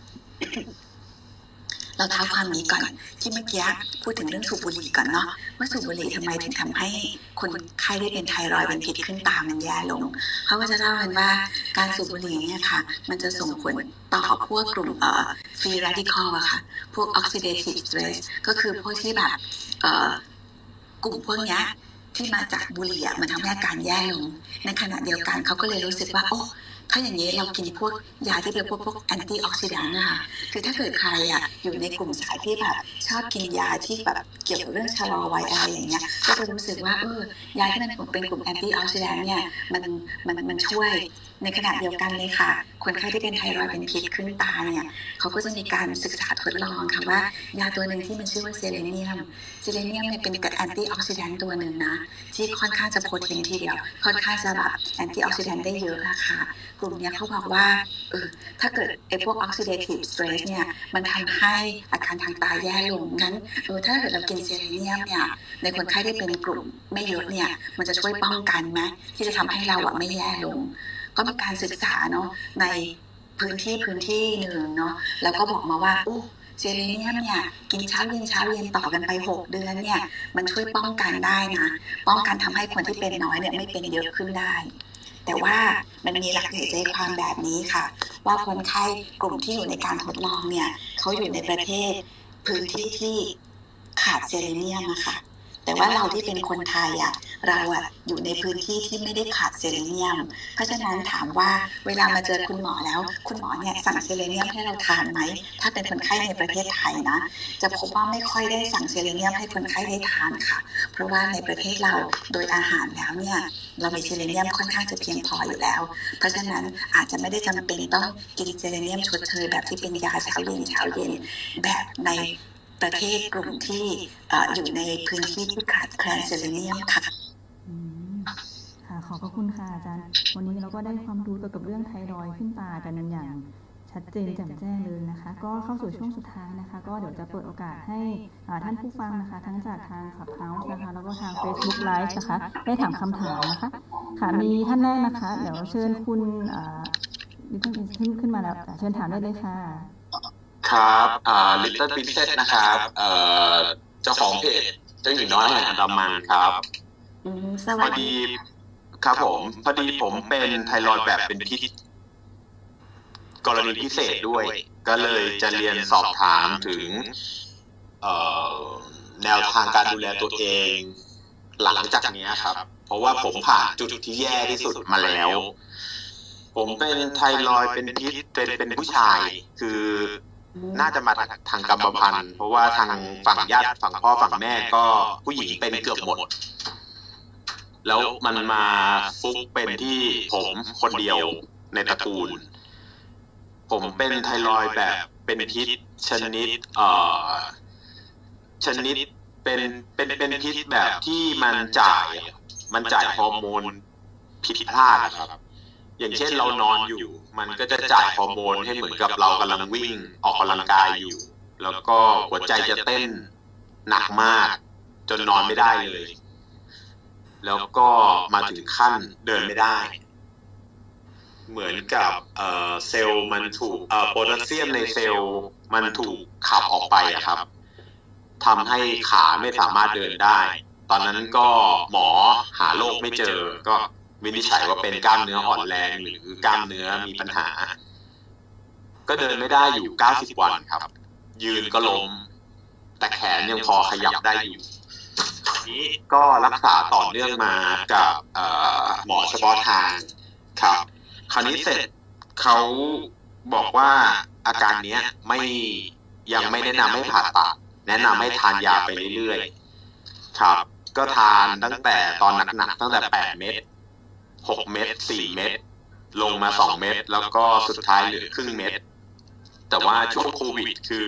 G: เราเท้าความนี้ก่อนที่เมื่อกี้พูดถึงเรื่องสูบบุหรี่ก่อนเนาะว่าสูบบุหรี่ทำไมถึงทำให้คนไข้ได้เป็นไทรอยด์เป็นพิษขึ้นตามันแย่ลงเขาก็จะเล่ากันว่าการสูบบุหรี่เนี่ยค่ะมันจะส่งผลต่อพวกกลุ่มเอ่อฟรีแรดิคอลอะค่ะพวกออกซิเดทีฟสเตรสก็คือพวกที่แบบเอ่อกลุ่มพวกนี้ที่มาจากบุหรี่มันทำให้อาการแย่ลงในขณะเดียวกันเขาก็เลยรู้สึกว่าโอ้ถ้าอย่างนี้เรากินพวกยาที่เป็นพวกพวกแอนตี้ออกซิแดนต์นะคะคือถ้าเกิดใครอ่ะอยู่ในกลุ่มสายที่แบบชอบกินยาที่แบบเกี่ยวกับเรื่องชะลอวัยอะไรอย่างเงี้ยก็จะรู้สึกว่าเออยาที่มันเป็นกลุ่มแอนตี้ออกซิแดนต์เนี่ยมันมันมันช่วยในขณะเดียวกันเลยค่ะคนไข้ที่เป็นไทรอยด์เป็นพิษขึ้นตาเนี่ยเขาก็จะมีการศึกษาทดลองค่ะว่ายาตัวหนึ่งที่มันชื่อว่าเซเลเนียมเซเลเนียมเนี่ยเป็นแอนตี้ออกซิแดนต์ตัวหนึ่งนะที่ค่อนข้างจะโพเทนทีเดียวค่อนข้างจะแบบแอนตี้ออกซิแดนต์ได้เยอะค่ะกลุ่มนี้เขาบอกว่าเออถ้าเกิดไอ้พวกออกซิเดทีฟสเตรสเนี่ยมันทำให้อาการทางตาแย่ลงงั้นเออถ้าเกิดเรากินเซเลเนียมเนี่ยในคนไข้ที่เป็นกลุ่มไม่เยอะเนี่ยมันจะช่วยป้องกันไหมที่จะทำให้เราอะไม่แย่ลงก็มีการศึกษาเนาะในพื้นที่พื้นที่หนึ่งเนาะแล้วก็บอกมาว่าอู้เซเลเนียมเนี่ยกินเช้าเย็นเช้าเย็นต่อกันไปหกเดือนเนี่ยมันช่วยป้องกันได้นะป้องกันทำให้คนที่เป็นน้อยเนี่ยไม่เป็นเยอะขึ้นได้แต่ว่ามันมีหลักใจความแบบนี้ค่ะว่าคนไข้กลุ่มที่อยู่ในการทดลองเนี่ยเขาอยู่ในประเทศพื้นที่ที่ขาดเซเลเนียมอะค่ะแต่ว่าเราที่เป็นคนไทยอะเราอะอยู่ในพื้นที่ที่ไม่ได้ขาดเซเลเนียมเพราะฉะนั้นถามว่าเวลามาเจอคุณหมอแล้วคุณหมอเนี่ยสั่งเซเลเนียมให้เราทานไหมถ้าเป็นคนไข้ในประเทศไทยนะจะพบว่าไม่ค่อยได้สั่งเซเลเนียมให้คนไข้ได้ทานค่ะเพราะว่าในประเทศเราโดยอาหารแล้วเนี่ยเรามีเซเลเนียมค่อนข้างจะเพียงพออยู่แล้วเพราะฉะนั้นอาจจะไม่ได้จำเป็นต้องกินเซเลเนียมชดเชยแบบที่เป็นยาเช้าเย็นเช้าเย็นแบบในประเทศกลุ่มที่อยู่ในพื้นที่ที่ขาดแคลนเซเลเนียมค่ะ
A: ค่ะขอบพระคุณค่ะอาจารย์วันนี้เราก็ได้ความรู้เกี่ยวกับเรื่องไทรอยด์ขึ้นตากันอย่างชัดเจนแจ่มแจ้งเลยนะคะก็เข้าสู่ช่วงสุดท้ายนะคะก็เดี๋ยวจะเปิดโอกาสให้ท่านผู้ฟังนะคะทั้งจากทาง Clubhouse นะคะแล้วก็ทาง Facebook Live นะคะได้ถามคำถามนะคะค่ะมีท่านแรกนะคะเดี๋ยวเชิญคุณดิฉันขึ้นขึ้นมาแล้วเชิญถามได้เลยค่ะ
H: ครับอ่า Little Princess นะครับเอ่อเจ้าของเพจเจ้าหญิงน้อยแห่งอันดามันครับพอดีครับผมพอดีผมเป็นไทรอยด์แบบเป็นพิษกรณีพิเศษด้วยก็เลยจะเรียนสอบถามถึงเอ่อแนวทางการดูแลตัวเองหลังจากนี้ครับเพราะว่าผมผ่านจุดที่แย่ที่สุดมาแล้วผมเป็นไทรอยด์เป็นพิษเป็นเป็นผู้ชายคือน่าจะมาทางกรรมพันธุ์เพราะว่าทางฝั่งญาติฝั่งพ่อฝั่งแม่ก็ผู้หญิงเป็นเกือบหมดแล้วมันมาฟุกเป็นที่ผมคนเดียวในตระกูลผมเป็นไทรอยด์แบบเป็นพิษชนิดเอ่อชนิดเป็นเป็นเป็นพิษแบบที่มันจ่ายมันจ่ายฮอร์โมนผิดพลาดนะครับอย่างเช่นเรานอนอยู่มันก็จะจ่ายฮอร์โมนให้เหมือนกับเรากำลังวิ่งออกกำลังกายอยู่แล้วก็หัวใจจะเต้นหนักมากจนนอนไม่ได้เลยแล้วก็มาถึงขั้นเดินไม่ได้เหมือนกับเอ่อเซลล์มันถูกเอ่อโพแทสเซียมในเซลล์มันถูกขับออกไปอะครับทำให้ขาไม่สามารถเดินได้ตอนนั้นก็หมอหาโรคไม่เจอก็วินิจฉัยว่าเป็นกล้ามเนื้ออ่อนแรงหรือกล้ามเนื้อมีปัญหาก็เดินไม่ได้อยู่เก้าสิบวันครับยืนก็ล้มแต่แขนยังพอขยับได้อยู่นี้ก็รักษาต่อเนื่องมากับหมอเฉพาะทางครับคราวนี้เสร็จเขาบอกว่าอาการเนี้ยไม่ยังไม่แนะนำให้ผ่าตัดแนะนำให้ทานยาไปเรื่อยๆครับก็ทานตั้งแต่ตอนหนักๆตั้งแต่แปดเม็ดหกเม็ดสี่เม็ดลงมาสองเม็ดแล้วก็สุดท้ายเหลือครึ่งเม็ดแต่ว่าช่วงโควิดคือ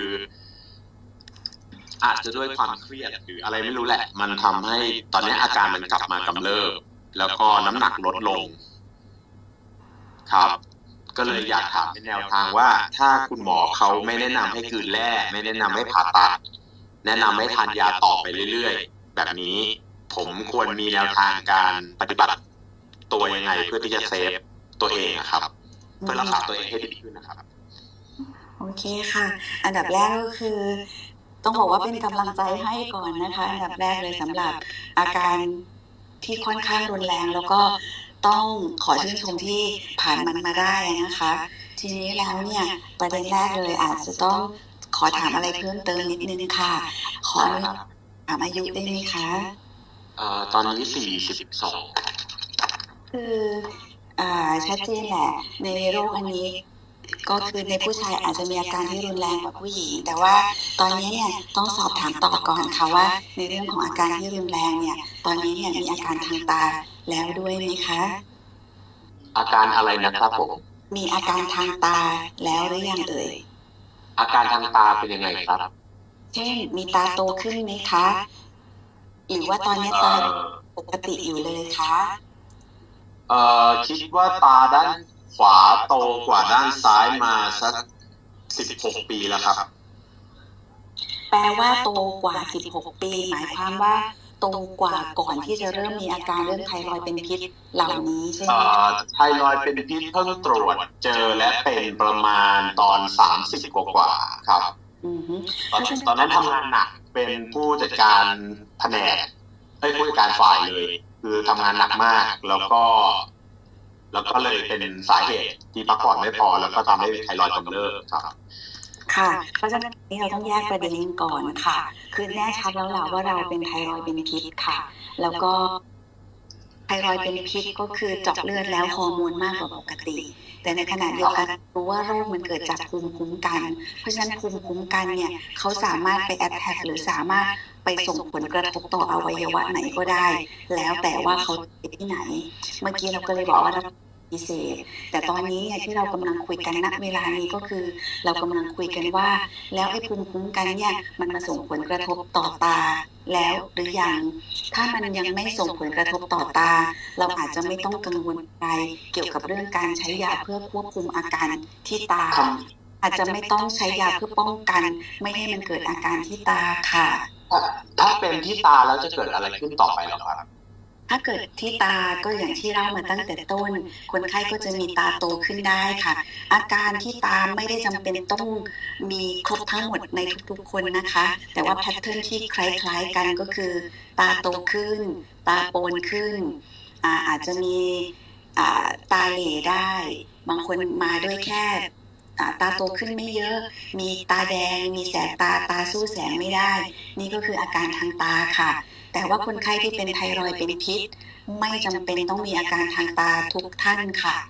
H: อาจจะด้วยความเครียดหรืออะไรไม่รู้แหละมันทำให้ตอนนี้อาการมันกลับมากำเริบแล้วก็น้ำหนักลดลงครับก็เลยอยากถามเป็นแนวทางว่าถ้าคุณหมอเขาไม่แนะนำให้กลืนแร่ไม่แนะนำให้ผ่าตัดแนะนำให้ทานยาต่อไปเรื่อยๆแบบนี้ผมควรมีแนวทางการปฏิบัติตัวยังไงเพื่อที่จะเซฟตัวเองครับเพื่อรักษาตัวเองให้ดีขึ้นนะครับ
G: โอเคค่ะอันดับแรกก็คือต้องบอกว่าเป็นกำลังใจให้ก่อนนะคะอันดับแรกเลยสำหรับอาการที่ค่อนข้างรุนแรงแล้วก็ต้องขอชื่นชมที่ผ่านมันมาได้นะคะทีนี้แล้วเนี่ยประเด็นแรกเลยอาจจะต้องขอถามอะไรเพิ่มเติมนิดนึงค่ะขอถามอายุได้ไหมคะ
H: เอ่อตอนนี้สี่สิบสอง
G: คืออ่าชัดเจนแหละในโรคอันนี้ก็คือในผู้ชายอาจจะมีอาการที่รุนแรงกว่าผู้หญิงแต่ว่าตอนนี้เนี่ยต้องสอบถามต่อก่อนค่ะว่าในเรื่องของอาการที่รุนแรงเนี่ยตอนนี้เนี่ยมีอาการทางตาแล้วด้วยไหมคะ
H: อาการอะไรนะครับผม
G: มีอาการทางตาแล้วหรือยังเอ่ย
H: อาการทางตาเป็นยังไงครับ
G: เช่นมีตาโตขึ้นไหมคะหรือว่าตอนนี้ตาปกติอยู่เลยคะ
H: เอ่อคิดว่าตาด้านขวาโตกว่าด้านซ้ายมาสักสิบหกปีแล้วครับ
G: แปลว่าโตกว่าสิบหกปีหมายความว่าโตกว่าก่อนที่จะเริ่มมีอาการเรื่องไทรอยด์เป็นพิษเหล่านี้ใช่ไหมคะ
H: ไทรอยด์เป็นพิษเพิ่งตรวจเจอและเป็นประมาณตอนสามสิบกว่าๆครับตอนตอนนั้นทำงานหนักเป็นผู้จัดการแผนกให้ผู้จัดการฝ่ายเลยคือทำงานหนักมากแล้วก็แล้วก็เลยเป็นสาเหตุที่พักผ่อนไม่พอแล้วก็ทำให้ไทรอยด์กำเริบครับ
G: ค่ะเพราะฉะนั้นนี้เราต้องแยกประเด็นก่อนค่ะคือแน่ชัดแล้วแหละว่าเราเป็นไทรอยด์เป็นพิษค่ะแล้วก็ไทรอยด์เป็นพิษก็คือเจาะเลือดแล้วฮอร์โมนมากกว่าปกติแต่ในขณะเดียวกันรู้ว่าโรคมันเกิดจากภูมิคุ้มกันเพราะฉะนั้นภูมิคุ้มกันเนี่ยเขาสามารถไปแอทแทคหรือสามารถไปส่งผลกระทบต่ออวัยวะไหนก็ได้แล้วแต่ว่าเขาติดที่ไหนเมื่อกี้เราก็เลยบอกว่าพิเศษแต่ตอนนี้เนี่ยที่เรากำลังคุยกันณเวลานี้ก็คือเรากำลังคุยกันว่าแล้วไอ้ภูมิคุ้มกันเนี่ยมันมาส่งผลกระทบต่อตาแล้วหรือยังถ้ามันยังไม่ส่งผลกระทบต่อตาเราอาจจะไม่ต้องกังวลไปเกี่ยวกับเรื่องการใช้ยาเพื่อควบคุมอาการที่ตาอาจจะไม่ต้องใช้ยาเพื่อป้องกันไม่ให้มันเกิดอาการที่ตาค่ะ
H: ถ้าเป็นที่ตาแล้วจะเกิดอะไรขึ้นต่อไปหรอครับ
G: ถ้าเกิดที่ตาก็อย่างที่เล่ามาตั้งแต่ต้นคนไข้ก็จะมีตาโตขึ้นได้ค่ะอาการที่ตาไม่ได้จำเป็นต้องมีครบทั้งหมดในทุกๆคนนะคะแต่ว่าแพทเทิร์นที่คล้ายๆกันก็คือตาโตขึ้นตาโปนขึ้น อ่าอาจจะมีอ่าตาเหล่ได้บางคนมาด้วยแค่ตาโตขึ้นไม่เยอะมีตาแดงมีแสงตาตาสู้แสงไม่ได้นี่ก็คืออาการทางตาค่ะแต่ว่าคนไข้ที่เป็นไทรอยด์เป็นพิษไม่จำเป็นต้องมีอาการทางตาทุกท่านค่ะ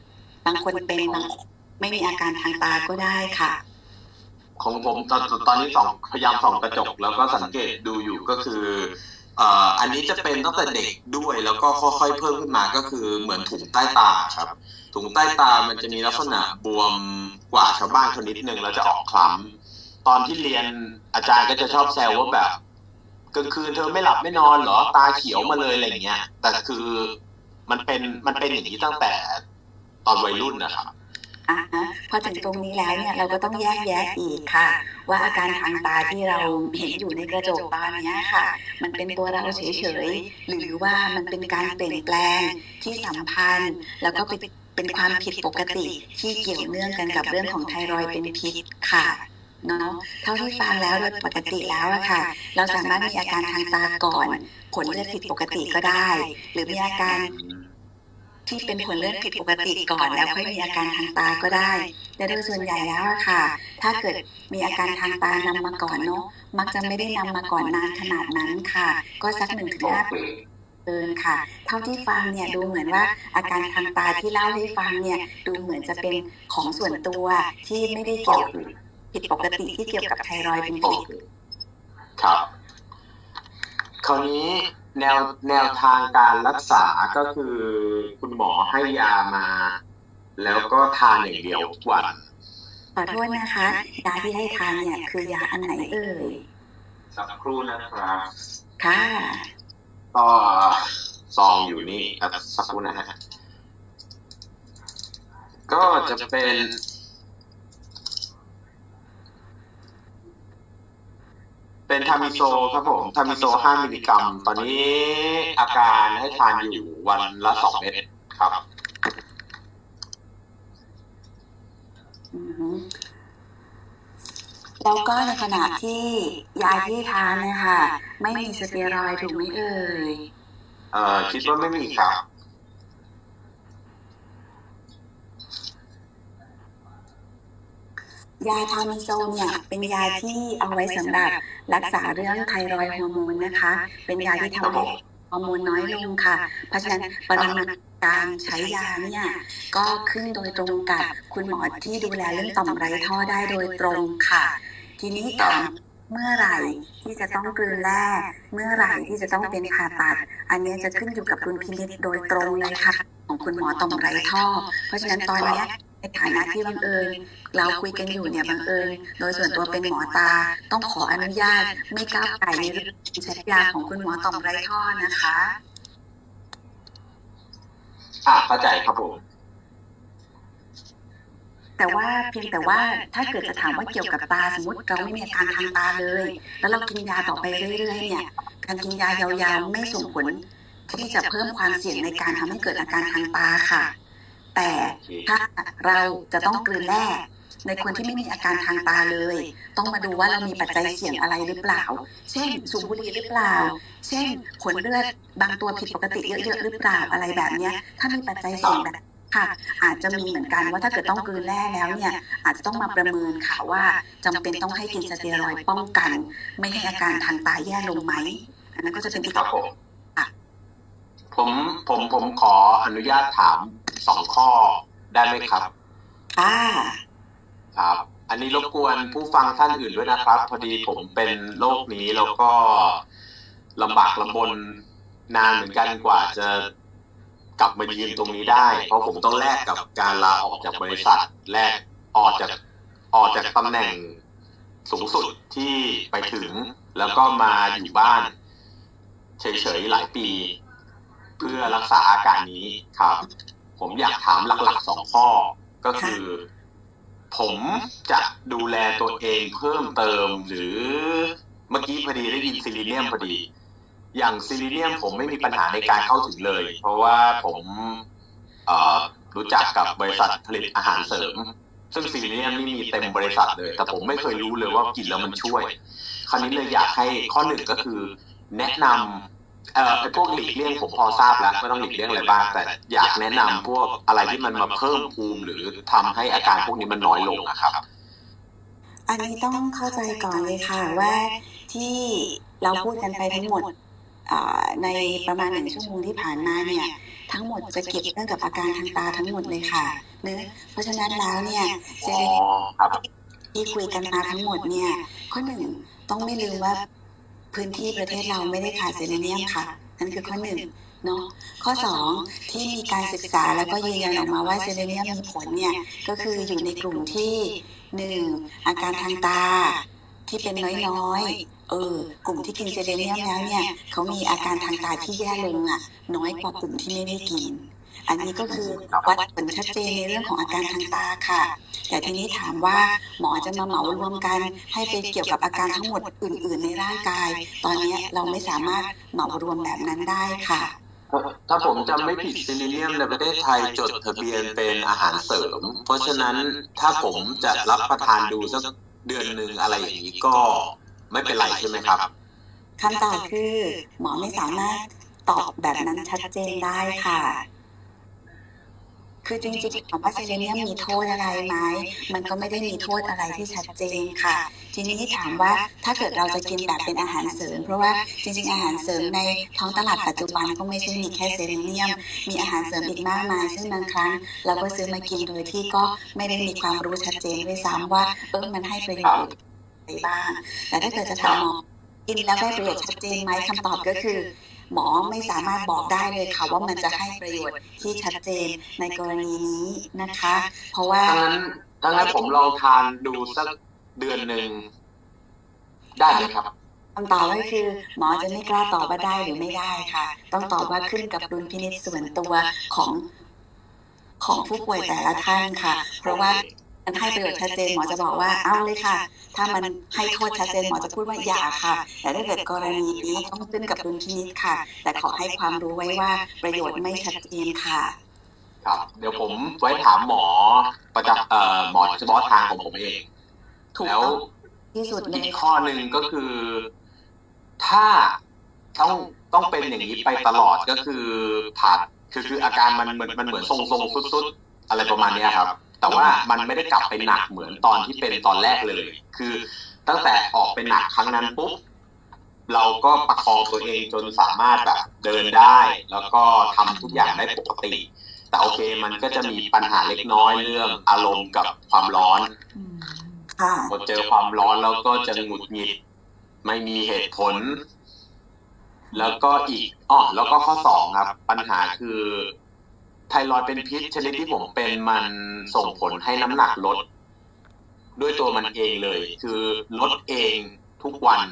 G: บางคนเป็นบางคนไม่มีอาการทางตาก็ได้ค่ะ
H: ของผมตอนตอนนี้ส่องพยายามส่องกระจกแล้วก็สังเกตดูอยู่ก็คือเอ่ออันนี้จะเป็นตั้งแต่เด็กด้วยแล้วก็ค่อยๆเพิ่มขึ้นมาก็คือเหมือนถุงใต้ตาครับถุงใต้ตามันจะมีลักษณะบวมกว่าชาวบ้านคนนิดนึงแล้วจะออกคล้ำตอนที่เรียนอาจารย์ก็จะชอบแซวว่าแบบกลางคืนเธอไม่หลับไม่นอนเหรอตาเขียวมาเลยอะไรอย่างเงี้ยแต่คือมันเป็นมันเป็นอย่างนี้ตั้งแต่ตอนวัยรุ่นนะครับ
G: อ่ะพอถึงตรงนี้แล้วเนี่ยเราก็ต้องแยกแยะอีกค่ะว่าอาการทางตาที่เราเห็นอยู่ในกระจกตอนนี้ค่ะมันเป็นตัวเราเฉยๆหรือว่ามันเป็นการเปลี่ยนแปลงที่สัมพันธ์แล้วก็เป็นเป็นความผิดปกติที่เกี่ยวเนื่องกันกับเรื่องของไทรอยด์เป็นพิษค่ะเนาะเท่าที่ฟังแล้วโดยปกติแล้วอะค่ะเราสามารถมีอาการทางตาก่อนผลเลือดผิดปกติก็ได้หรือมีอาการที่เป็นผลเลือดผิดปกติก่อนแล้วค่อยมีอาการทางตาก็ได้แต่โดยส่วนใหญ่แล้วอะค่ะถ้าเกิดมีอาการทางตานำมาก่อนเนาะมักจะไม่ได้นำมาก่อนนานขนาดนั้นค่ะก็สักหนึ่งถึงห้าปีเกินค่ะเท่าที่ฟังเนี่ยดูเหมือนว่าอาการทางตาที่เล่าให้ฟังเนี่ยดูเหมือนจะเป็นของส่วนตัวที่ไม่ได้เกี่ยวผิดปกติที่เกี่ยวกับไทรอยด์เป็นพิษ
H: ครับคราวนี้แนวแนวทางการรักษาก็คือคุณหมอให้ยามาแล้วก็ทานอย่างเดียวทุกวัน
G: ขอโทษนะคะยาที่ให้ทานเนี่ยคือยาอันไหนเอ่ย
H: สักครู่นะครับ
G: ค่ะ
H: ก็ซองอยู่นี่ครับสักครู่นะฮะก็จะเป็นเป็นทามิโซครับผมทามิโซห้ามิลลิกรัมตอนนี้อาการให้ทานอยู่วันละสองเม็ดครับ
G: แล้วก็ในขณะที่ยาที่ทานนะคะไม่มีสเตียรอยด์ถูกไหมเอ่ย
H: เอ่อคิดว่าไม่มีครับ
G: ยาทามิโซเนี่ยเป็นยาที่เอาไว้สำหรับรักษาเรื่องไทรอยด์ฮอร์โมนนะคะเป็นยาที่ทำให้ฮอร์โมนน้อยลงค่ะเพราะฉะนั้นปริมาณการใช้ยาเนี่ยก็ขึ้นโดยตรงกับคุณหมอที่ดูแลเรื่องต่อมไร้ท่อได้โดยตรงค่ะทีนี้ถามเมื่อไหร่ที่จะต้องกลืนแร่เมื่อไหร่ที่จะต้องเป็นผ่าตัดอันนี้จะขึ้นอยู่กับดุลพินิจโดยตรงเลยค่ะของคุณหมอต่อมไร้ท่อเพราะฉะนั้นตอนนี้ในฐานะที่บังเอิญเราคุยกันอยู่เนี่ยบังเอิญโดยส่วนตัวเป็นหมอตาต้องขออนุญาตไม่ก้าวไก่ในเรื่องใช้ยาของคุณหมอต่อมไร้ท่อนะคะ
H: อ่าเข้าใจครับผม
G: แต่ว่าเพียงแต่ว่าถ้าเกิดจะถามว่าเกี่ยวกับตาสมมติเราไม่มีอาการทางตาเลยแล้วเรากินยาต่อไปเรื่อยๆเนี่ยการกินยายาวๆไม่ส่งผลที่จะเพิ่มความเสี่ยงในการทำให้เกิดอาการทางตาค่ะแต่ถ้าเราจะต้องกลืนแร่ในคนที่ไม่มีอาการทางตาเลยต้องมาดูว่าเรามีปัจจัยเสี่ยงอะไรหรือเปล่าเช่นสูบบุหรี่หรือเปล่าเช่นผลเลือดบางตัวผิดปกติเยอะๆหรือเปล่าอะไรแบบนี้ถ้ามีปัจจัยเสี่ยงแบบค่ะอาจจะมีเหมือนกันว่าถ้าเกิดต้องกลืนแร่แล้วเนี่ยอาจจะต้องมาประเมินค่ะว่าจำเป็นต้องให้กินสเตียรอยด์ป้องกันไม่ให้อาการทางตาแย่ลงไหมอันนั้นก็จะเป็นอีก
H: ครับผมผมผมผมขออนุญาตถามสองข้อได้ไหมครับ
G: ค่ะ
H: ครับอันนี้รบกวนผู้ฟังท่านอื่นด้วยนะครับพอดีผมเป็นโรคนี้แล้วก็ลำบากลำบนนานเหมือนกันกว่าจะกลับมายืนตรงนี้ได้เพราะผมต้องแลกกับการลาออกจากบริษัทแลกออกจากออกจากตำแหน่งสูงสุดที่ไปถึงแล้วก็มาอยู่บ้านเฉยๆหลายปีเพื่อรักษาอาการนี้ครับผมอยากถามหลักๆสองข้อก็คือผมจะดูแลตัวเองเพิ่มเติมหรือเมื่อกี้พอดีได้ยินซิลิเนียมพอดีอย่างซิลิเนียมผมไม่มีปัญหาในการเข้าถึงเลยเพราะว่าผมเอ่อรู้จักกับบริษัทผลิตอาหารเสริมซึ่งซิลิเนียมนี่มีเต็มบริษัทเลยแต่ผมไม่เคยรู้เลยว่ากินแล้วมันช่วยคราวนี้เลยอยากให้ข้อหนึ่งก็คือแนะนำเอ่อไอ้พวกหลีกเลี่ยงผมพอทราบแล้วไม่ต้องหลีกเลี่ยงอะไรบ้างแต่อยากแนะนำพวกอะไรที่มันมาเพิ่มภูมิหรือทำให้อาการพวกนี้มันน้อยลงนะครับ
G: อันนี้ต้องเข้าใจก่อนเลยค่ะว่าที่เราพูดกันไปทั้งหมดในประมาณหนึ่งชั่วโมงที่ผ่านมาเนี่ยทั้งหมดจะเกี่ยวเรื่องกับอาการทางตาทั้งหมดเลยค่ะเนอะเพราะฉะนั้นแล้วเนี่ยเซเลเนียมที่คุยกันมาทั้งหมดเนี่ยข้อหนึ่งต้องไม่ลืมว่าพื้นที่ประเทศเราไม่ได้ขาดเซเลเนียมค่ะนั่นคือข้อหนึ่งเนาะข้อสองที่มีการศึกษาแล้วก็ยืนยันออกมาว่าเซเลเนียมมีผลเนี่ยก็คืออยู่ในกลุ่มที่หนึ่งอาการทางตาที่เป็นน้อยๆเออกลุ่มที่กินเซเลเนียมแล้วเนี่ยเขามีอาการทางตาที่แย่ลงอ่ะน้อยกว่ากลุ่มที่ไม่ได้กินอันนี้ก็คือวัดผลชัดเจนในเรื่องของอาการทางตาค่ะแต่ทีนี้ถามว่าหมอจะมาเหมารวมกันให้ไปเกี่ยวกับอาการทั้งหมดอื่นๆในร่างกายตอนนี้เราไม่สามารถเหมารวมแบบนั้นได้ค่ะ
H: ถ้าผมจำไม่ผิดเซเลเนียมในประเทศไทยจดทะเบียนเป็นอาหารเสริมเพราะฉะนั้นถ้าผมจะรับประทานดูสักเดือนหนึ่งอะไรอย่างนี้ก็ไม่เป็นไรใช่ไหมครับ
G: คำตอบคือหมอไม่สามารถตอบแบบนั้นชัดเจนได้ค่ะคือจริงๆถามว่าเซเลเนียมมีโทษอะไรไหมมันก็ไม่ได้มีโทษอะไรที่ชัดเจนค่ะทีนี้ถามว่าถ้าเกิดเราจะกินแบบเป็นอาหารเสริมเพราะว่าจริงๆอาหารเสริมในท้องตลาดปัจจุบันก็ไม่ใช่มีแค่เซเลเนียมมีอาหารเสริมอีกมากมายซึ่งบางครั้งเราก็ซื้อมากินโดยที่ก็ไม่ได้มีความรู้ชัดเจนด้วยซ้ำว่าเออมันให้ประโยชน์อะไรบ้างแต่ถ้าเกิดจะถามหมอกินแล้วได้ประโยชน์ชัดเจนไหมคำตอบก็คือหมอไม่สามารถบอกได้เลยค่ะว่ามันจะให้ประโยชน์ที่ชัดเจนในกรณีนี้นะคะเพราะว่า
H: ดังนั้นดังนั้นผมลองทานดูสักเดือนหนึ่งได้ไหมครับ
G: คำตอบก็คือหมอจะไม่กล้าตอบว่าได้หรือไม่ได้ค่ะต้องตอบว่าขึ้นกับดุลพินิจส่วนตัวของของผู้ป่วยแต่ละท่านค่ะเพราะว่ามันให้ประโยชน์ชัดเจนหมอจะบอกว่าเอาเลยค่ะถ้ามันให้โทษชัดเจนหมอจะพูดว่าอย่าค่ะแต่ถ้าเกิดกรณีนี้ต้องขึ้นกับดุลพินิจค่ะแต่ขอให้ความรู้ไว้ว่าประโยชน์ไม่ชัดเจนค่ะ
H: ครับเดี๋ยวผมไว้ถามหมอประจำเอ่อหมอเฉพาะทางของผมเองแล้ว
G: ที่สุดเลย
H: อีกข้อหนึ่งก็คือถ้าต้องต้องเป็นอย่างนี้ไปตลอดก็คือผ่านคือคืออาการมันเหมือนมันเหมือนทรงๆสุดๆอะไรประมาณนี้ครับแต่ว่ามันไม่ได้กลับไปหนักเหมือนตอนที่เป็นตอนแรกเลยคือตั้งแต่ออกเป็นหนักครั้งนั้นปุ๊บเราก็ประคองตัวเองจนสามารถแบบเดินได้แล้วก็ทำทุกอย่างได้ปกติแต่โอเคมันก็จะมีปัญหาเล็กน้อยเรื่องอารมณ์กับความร้อนพอเจอความร้อนแล้วก็จะหงุดหงิดไม่มีเหตุผลแล้วก็อีกอ๋อแล้วก็ข้อสองครับปัญหาคือไทรอยด์เป็นพิษชนิดที่ผมเป็นมันส่งผลให้น้ำหนักลดด้วยตัวมันเองเลยคือลดเองทุกวัน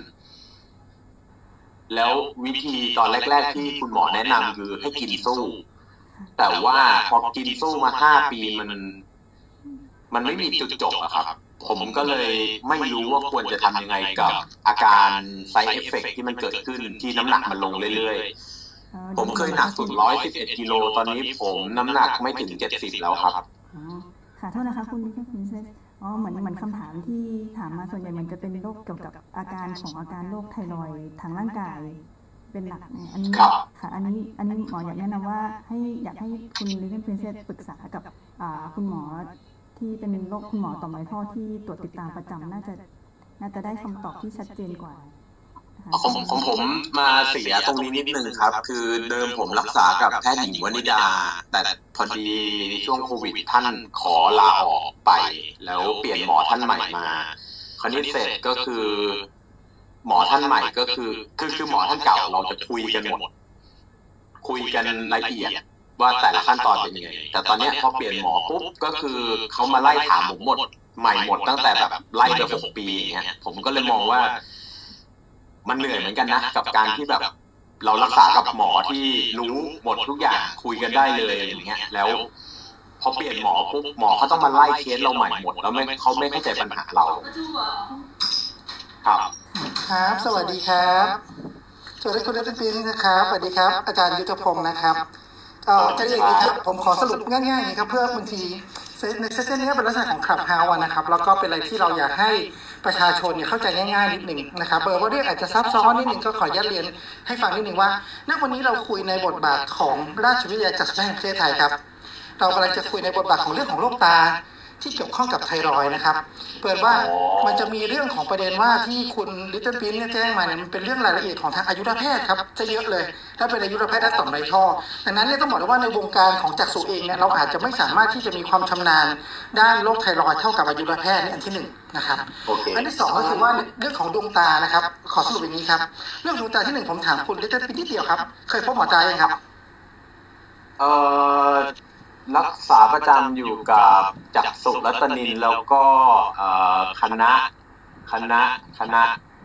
H: แล้ววิธีตอนแรกๆที่คุณหมอแนะนำคือให้กินสู้แต่ว่าพอกินสู้มาห้าปีมันมันไม่มีจุดจบอะครับผมก็เลยไม่รู้ว่าควรจะทำยังไงกับอาการ side effect ที่มันเกิดขึ้นที่น้ำหนักมันลงเรื่อยๆผมเคยหนักสุดหนึ่งร้อยสิบเอ็ดกิโลตอนนี้ผมน้ำหนักไม่ถึงเจ็ดสิบแล้วครับ
A: อ๋อค่ะโทษนะคะคุณพี่คุณเซอ๋อเหมือนเหมือนคำถามที่ถามมาส่วนใหญ่มันจะเป็นโรคเกี่ยวกับอาการของอาการโรคไทรอยด์ทางร่างกายเป็นหลักเนี่ยอันนี้ค่ะอันนี้อันนี้หมออยากแนะนำว่าให้อยากให้คุณลิเคนเพนเซตปรึกษากับคุณหมอที่เป็นโรคคุณหมอต่อมไร้ท่อที่ตรวจติดตามประจำน่าจะน่าจะได้คำตอบที่ชัดเจนกว่า
H: ของของผมมาเสียตรงนี้นิดนึงครับคือเดิมผมรักษากับแพทย์หญิงวนิดาแต่พอดีช่วงโควิดท่านขอลาออกไปแล้วเปลี่ยนหมอท่านใหม่มาคราวนี้เสร็จก็คือหมอท่านใหม่ก็คือคือคือหมอท่านเก่าเราจะคุยกันหมดคุยกันละเอียดว่าแต่ละขั้นตอนเป็นยังไงแต่ตอนนี้พอเปลี่ยนหมอปุ๊บก็คือเขามาไล่ถามผมหมดใหม่หมดตั้งแต่แบบไล่ไปหกปีอย่างเงี้ยผมก็เลยมองว่ามันเหนื่อยเหมือนกันนะกับการที่แบบเรารักษากับหมอที่รู้หมดทุกอย่างคุยกันได้เลยอย่างเงี้ยแล้วพอเปลี่ยนหมอปุ๊บหมอเขาต้องมาไล่เคสเราใหม่หมดแล้วไม่เขาไม่เข้าใจปัญหาเราครับ
I: ครับสวัสดีครับสวัสดีคุณรัตน์ปีนะครับสวัสดีครับอาจารย์ยุทธพงศ์นะครับก็จะเรียกอย่างนี้ครับผมขอสรุปง่ายๆอย่างนี้ครับเพื่อบางทีในเซสชันนี้เป็นลักษณะของคลับเฮาส์นะครับแล้วก็เป็นอะไรที่เราอยากให้ประชาชนเนี่ยเข้าใจง่ายๆนิดหนึ่งนะครับเบอร์ว่าเรียกอาจจะซับซ้อนนิดหนึ่งก็ขออนุญาตเรียนให้ฟังนิดหนึ่งว่าณวันนี้เราคุยในบทบาทของราชวิทยาลัยจักษุแห่งประเทศไทยครับเรากำลังจะคุยในบทบาทของเรื่องของโรคตาที่เกี่ยวข้องกับไทรอยด์นะครับเปิดว่ามันจะมีเรื่องของประเด็นว่าที่คุณลิตเติ้ลพินเนี่ยแจ้งมาเนี่ยมันเป็นเรื่องรายละเอียดของทางอายุรแพทย์ครับจะเยอะเลยถ้าเป็นอายุรแพทย์ด้านต่อมไรท่อดังนั้นเนี่ยต้องบอกเลยว่าในวงการของจักษุเองเนี่ยเราอาจจะไม่สามารถที่จะมีความชำนาญด้านโรคไทรอยด์เท่ากับอายุรแพทย์นี่อันที่หนึ่งนะครับอันที่สองก็คือว่าเรื่องของดวงตานะครับขอสรุปอย่างนี้ครับเรื่องดวงตาที่หนึ่งผมถามคุณลิตเติ้ลพินนิดเดียวครับเคยพบหมอตายังครับ
J: เอ่อรักษาประจำอยู่กับจักษุรัตนินแล้วก็คณะคณะคณะ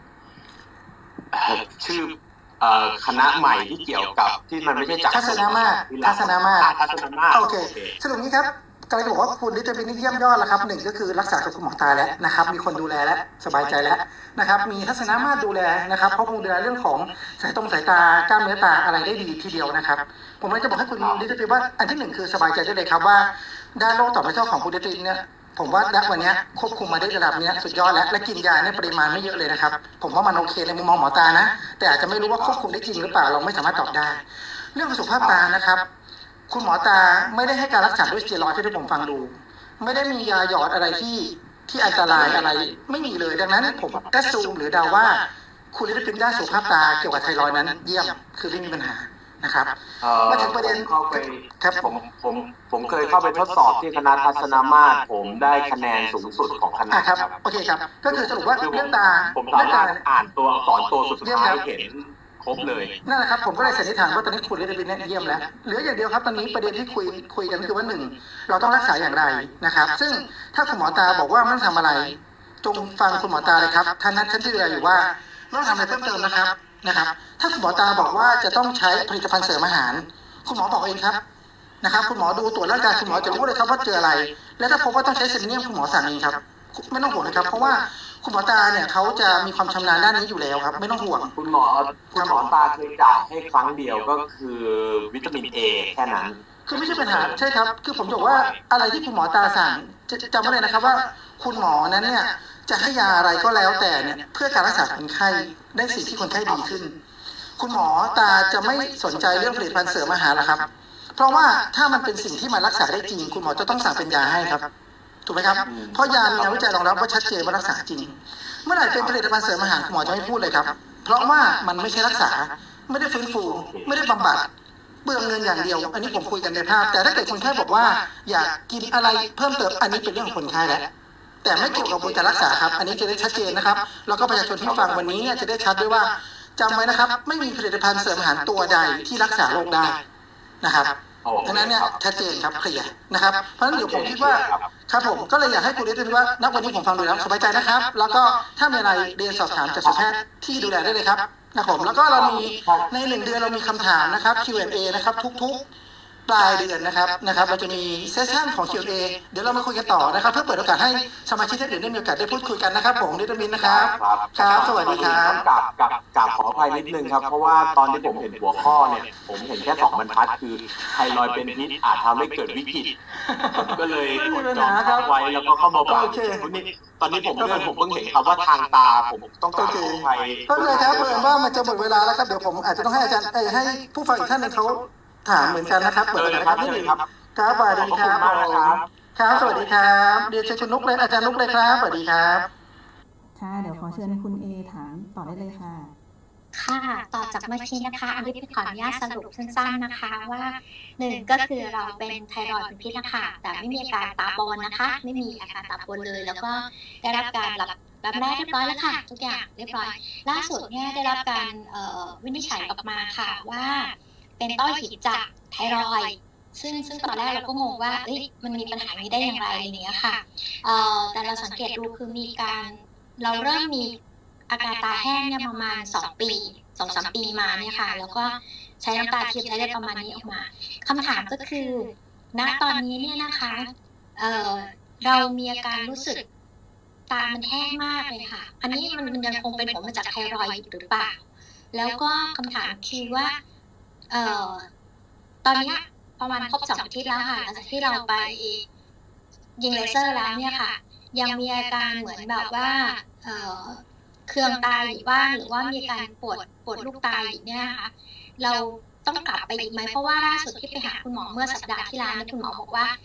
J: ชื่อคณะใหม่ที่เกี่ยวกับที่มันไม่ใช่จักษุ
I: ทัศนามาทัศนามา
J: ทัศนามา
I: โอเคสรุปนี้ครับกำลังจะบอกว่าคุณลิตเติ้ลพินนี่เยี่ยมยอดแล้วครับหนึ่งก็คือรักษากับคุณหมอตาแล้วนะครับมีคนดูแลแล้วสบายใจแล้วนะครับมีทัศนามาดูแลนะครับเพราะคงดูแลเรื่องของสายตรงสายตากล้ามเนื้อตาอะไรได้ดีทีเดียวนะครับผมเลยจะบอกให้คุณลิตเติ้ลพินว่าอันที่หนึ่งคือสบายใจได้เลยครับว่าด้านโรคต่อมไรท่อของคุณลิตเติ้ลพินเนี่ยผมว่าณวันนี้ควบคุมมาได้ระดับนี้สุดยอดแล้วและกินยาในปริมาณไม่เยอะเลยนะครับผมว่ามันโอเคในมุมมองหมอตานะแต่อาจจะไม่รู้ว่าควบคุมได้จริงหรือเปล่าเราไม่สามารถตอบได้เรื่องสุขภาพตานะครับคุณหมอตาไม่ได้ให้การรักษาด้วยสเตียรอยด์ที่ผมฟังดูไม่ได้มียาหยอดอะไรที่ที่อันตรายอะไรไม่มีเลยดังนั้นผมแอสซูมหรือเดาว่าคุณลิตเติ้ลพินด้านสุขภาพตาเกี่ยวกับไทรอยด์นั้นเยี่ยมคือไม่มีปัญหานะครับมาถึงประเด็น
J: เข้าไปครับผมผมผมเคยเข้าไปทดสอบที่คณะทัศนามาตรผมได้คะแนนสูงสุดของคณะ
I: ครับโอเคครับก็คือสรุปว่าเรื่องตา
J: ผมสามารถอ่านตัวอักษรตัวสุดท้ายเห็นครบเลย
I: นั่นแหละครับผมก็เลยสันนิษฐานว่าตอนนี้คุณลิตเติ้ลพินเนี่ยเยี่ยมแล้วเหลืออย่างเดียวครับตอนนี้ประเด็นที่คุยคุยกันคือว่าหนึ่งเราต้องรักษาอย่างไรนะครับซึ่งถ้าคุณหมอตาบอกว่าไม่ต้องทำอะไรจงฟังคุณหมอตาเลยครับท่านนั้นท่านที่ดูแลอยู่ว่าไม่ต้องทำอะไรเพิ่มเติมนะครับนะครับถ้าคุณหมอตาบอกว่าจะต้องใช้ผลิตภัณฑ์เสริมอาหารคุณหมอบอกเองครับนะครับคุณหมอดูตรวจร่างกายคุณหมอจะรู้เลยครับว่าเจออะไรและถ้าพบว่าต้องใช้เซเลเนียมคุณหมอสั่งเองครับไม่ต้องห่วงนะครับเพราะว่าคุณหมอตาเนี่ยเขาจะมีความชำนาญด้านนี้อยู่แล้วครับไม่ต้องห่วง
J: คุณหมอคุณหมอตาเคยจ่ายให้ครั้งเดียวก็คือวิตามินเอแค่นั้น
I: คือไม่ใช่ปัญหาใช่ครับคือผมบอกว่าอะไรที่คุณหมอตาสั่งจำไว้เลยนะครับว่าคุณหมอนั้นเนี่ยจะให้ยาอะไรก็แล้วแต่เนี่ยเพื่อการรักษาคนไข้ได้สิ่งที่คนไข้ดีขึ้นคุณหมอตาจะไม่สนใจเรื่องผลิตภัณฑ์เสริมอาหารหรอกครับเพราะว่าถ้ามันเป็นสิ่งที่มันรักษาได้จริงคุณหมอจะต้องสั่งเป็นยาให้ครับถูกไหมครับเพราะยามีงานวิจัยรองรับว่าชัดเจนว่ารักษาจริงเมื่อไหร่เป็นผลิตภัณฑ์เสริมอาหารคุณหมอจะไม่พูดเลยครับเพราะว่ามันไม่ใช่รักษาไม่ได้ฟื้นฟูไม่ได้บำบัดเปลืองเงินอย่างเดียวอันนี้ผมคุยกันในภาพแต่ถ้าเกิดคนไข้บอกว่าอยากกินอะไรเพิ่มเติมอันนี้เป็นเรื่องของคนไข้แล้วแต่ไม่เกี่ยวกับบริการรักษาครับอันนี้จะได้ชัดเจนนะครับแล้วก็ประชาชนที่ฟังวันนี้เนี่ยจะได้ชัดด้วยว่าจำไว้นะครับไม่มีผลิตภัณฑ์เสริมอาหารตัวใดที่รักษาโรคได้นะครับดังนั้นเนี่ยชัดเจนครับเคลียร์นะครับเพราะฉะนั้นเดี๋ยวผมคิดว่าครับผมก็เลยอยากให้คุณลิตเติ้ลว่าณวันนี้ผมฟังดูแล้วสบายใจนะครับแล้วก็ถ้ามีอะไรเรียนสอบถามจากแพทย์ที่ดูแลได้เลยครับนะผมแล้วก็เรามีในหนึ่งเดือนเรามีคำถามนะครับ คิว แอนด์ เอ นะครับทุกๆปลายเดือนนะครับนะครับเราจะมีเซสชั่นของ คิว แอนด์ เอ เดี๋ยวเรามาคุยกันต่อนะครับเพื่อเปิดโอกาสให้สมาชิกท่านอื่นได้มีโอกาสได้พูดคุยกันนะครับผมลิตเติ้ลมินนะครับครับสวัสดีครับ
J: กับกับกับขออภัยนิดนึงครับเพราะว่าตอนที่ผมเห็นหัวข้อเนี่ยผมเห็นแค่สองบรรทัดคือไทรอยด์เป็นพิษอาจทำให้เกิดวิกฤตผมก็เลยกดจองไว้แล้วก็เข้ามาฟังตอนนี้ผมเพิ่งผมเพิ่งเห็นคำว่าทางตาผมต้องการขออภัย
I: ก็เลยครับเพิ่มว่ามันจะหมดเวลาแล้วครับเดี๋ยวผมอาจจะต้องให้อาจารย์ให้ผู้ฟังอีกท่านนึงเขาถามเหมือนกันนะครับเปิดเลยครับนี่ครับครับสวัสดีครับครับสวัสดีครับเรียนเชิญคุณนุ๊กเลยอาจารย์นุ๊กเลยครับสวัสดีครับ
A: ค่ะเดี๋ยวขอเชิญคุณเอถามต่อได้เลยค่ะ
E: ค่ะต่อจากเมื่อกี้นะคะอันนี้พี่ขออนุญาตสรุปสั้นๆนะคะว่าหนึ่งก็คือเราเป็นไทรอยด์เป็นพิษนะคะแต่ไม่มีอาการตาบอดนะคะไม่มีอาการตาบอดเลยแล้วก็ได้รับการรับบำแรกเรียบร้อยแล้วค่ะทุกอย่างเรียบร้อยล่าสุดเนี่ยได้รับการวินิจฉัยออกมาค่ะว่าเป็นต้อหินจากไทรอยด์ซึ่งซึ่งตอนแรกเราก็งงว่าเอ้ยมันมีปัญหานี้ได้อย่างไรอะไรอย่างเงี้ยค่ะเอ่อแต่เราสังเกตดูคือมีการเราเริ่มมีอาการตาแห้งเนี่ยประมาณสองปีสองสามปีมาเนี่ยค่ะแล้วก็ใช้น้ำตาเทียมใช้ได้ประมาณนี้ออกมาคำถามก็คือณตอนนี้เนี่ยนะคะเอ่อเรามีอาการรู้สึกตามันแห้งมากเลยค่ะอันนี้มันมันยังคงเป็นผลมาจากไทรอยด์หรือเปล่าแล้วก็คำถามคือว่าเอ่อตอนนี้ประมาณครบสองอาทิตย์แล้วค่ะหลังจากที่เราไปยิงเลเซอร์แล้วเนี่ยค่ะยังมีอาการเหมือนแบบว่าเอ่อเคืองตาอยู่บ้างหรือว่ามีการปวดปวดลูกตาอยู่เนี่ยค่ะเราต้องกลับไปอีกไหมเพราะว่าล่าสุดที่ไปหาคุณหมอเมื่อสัปดาห์ที่แล้วคุณหมอบอกว่า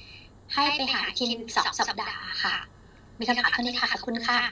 E: ให้ไปหาคลินิกสองสัปดาห์ค่ะมีคำถามเท่านี้ค่ะขอบคุณค่ะ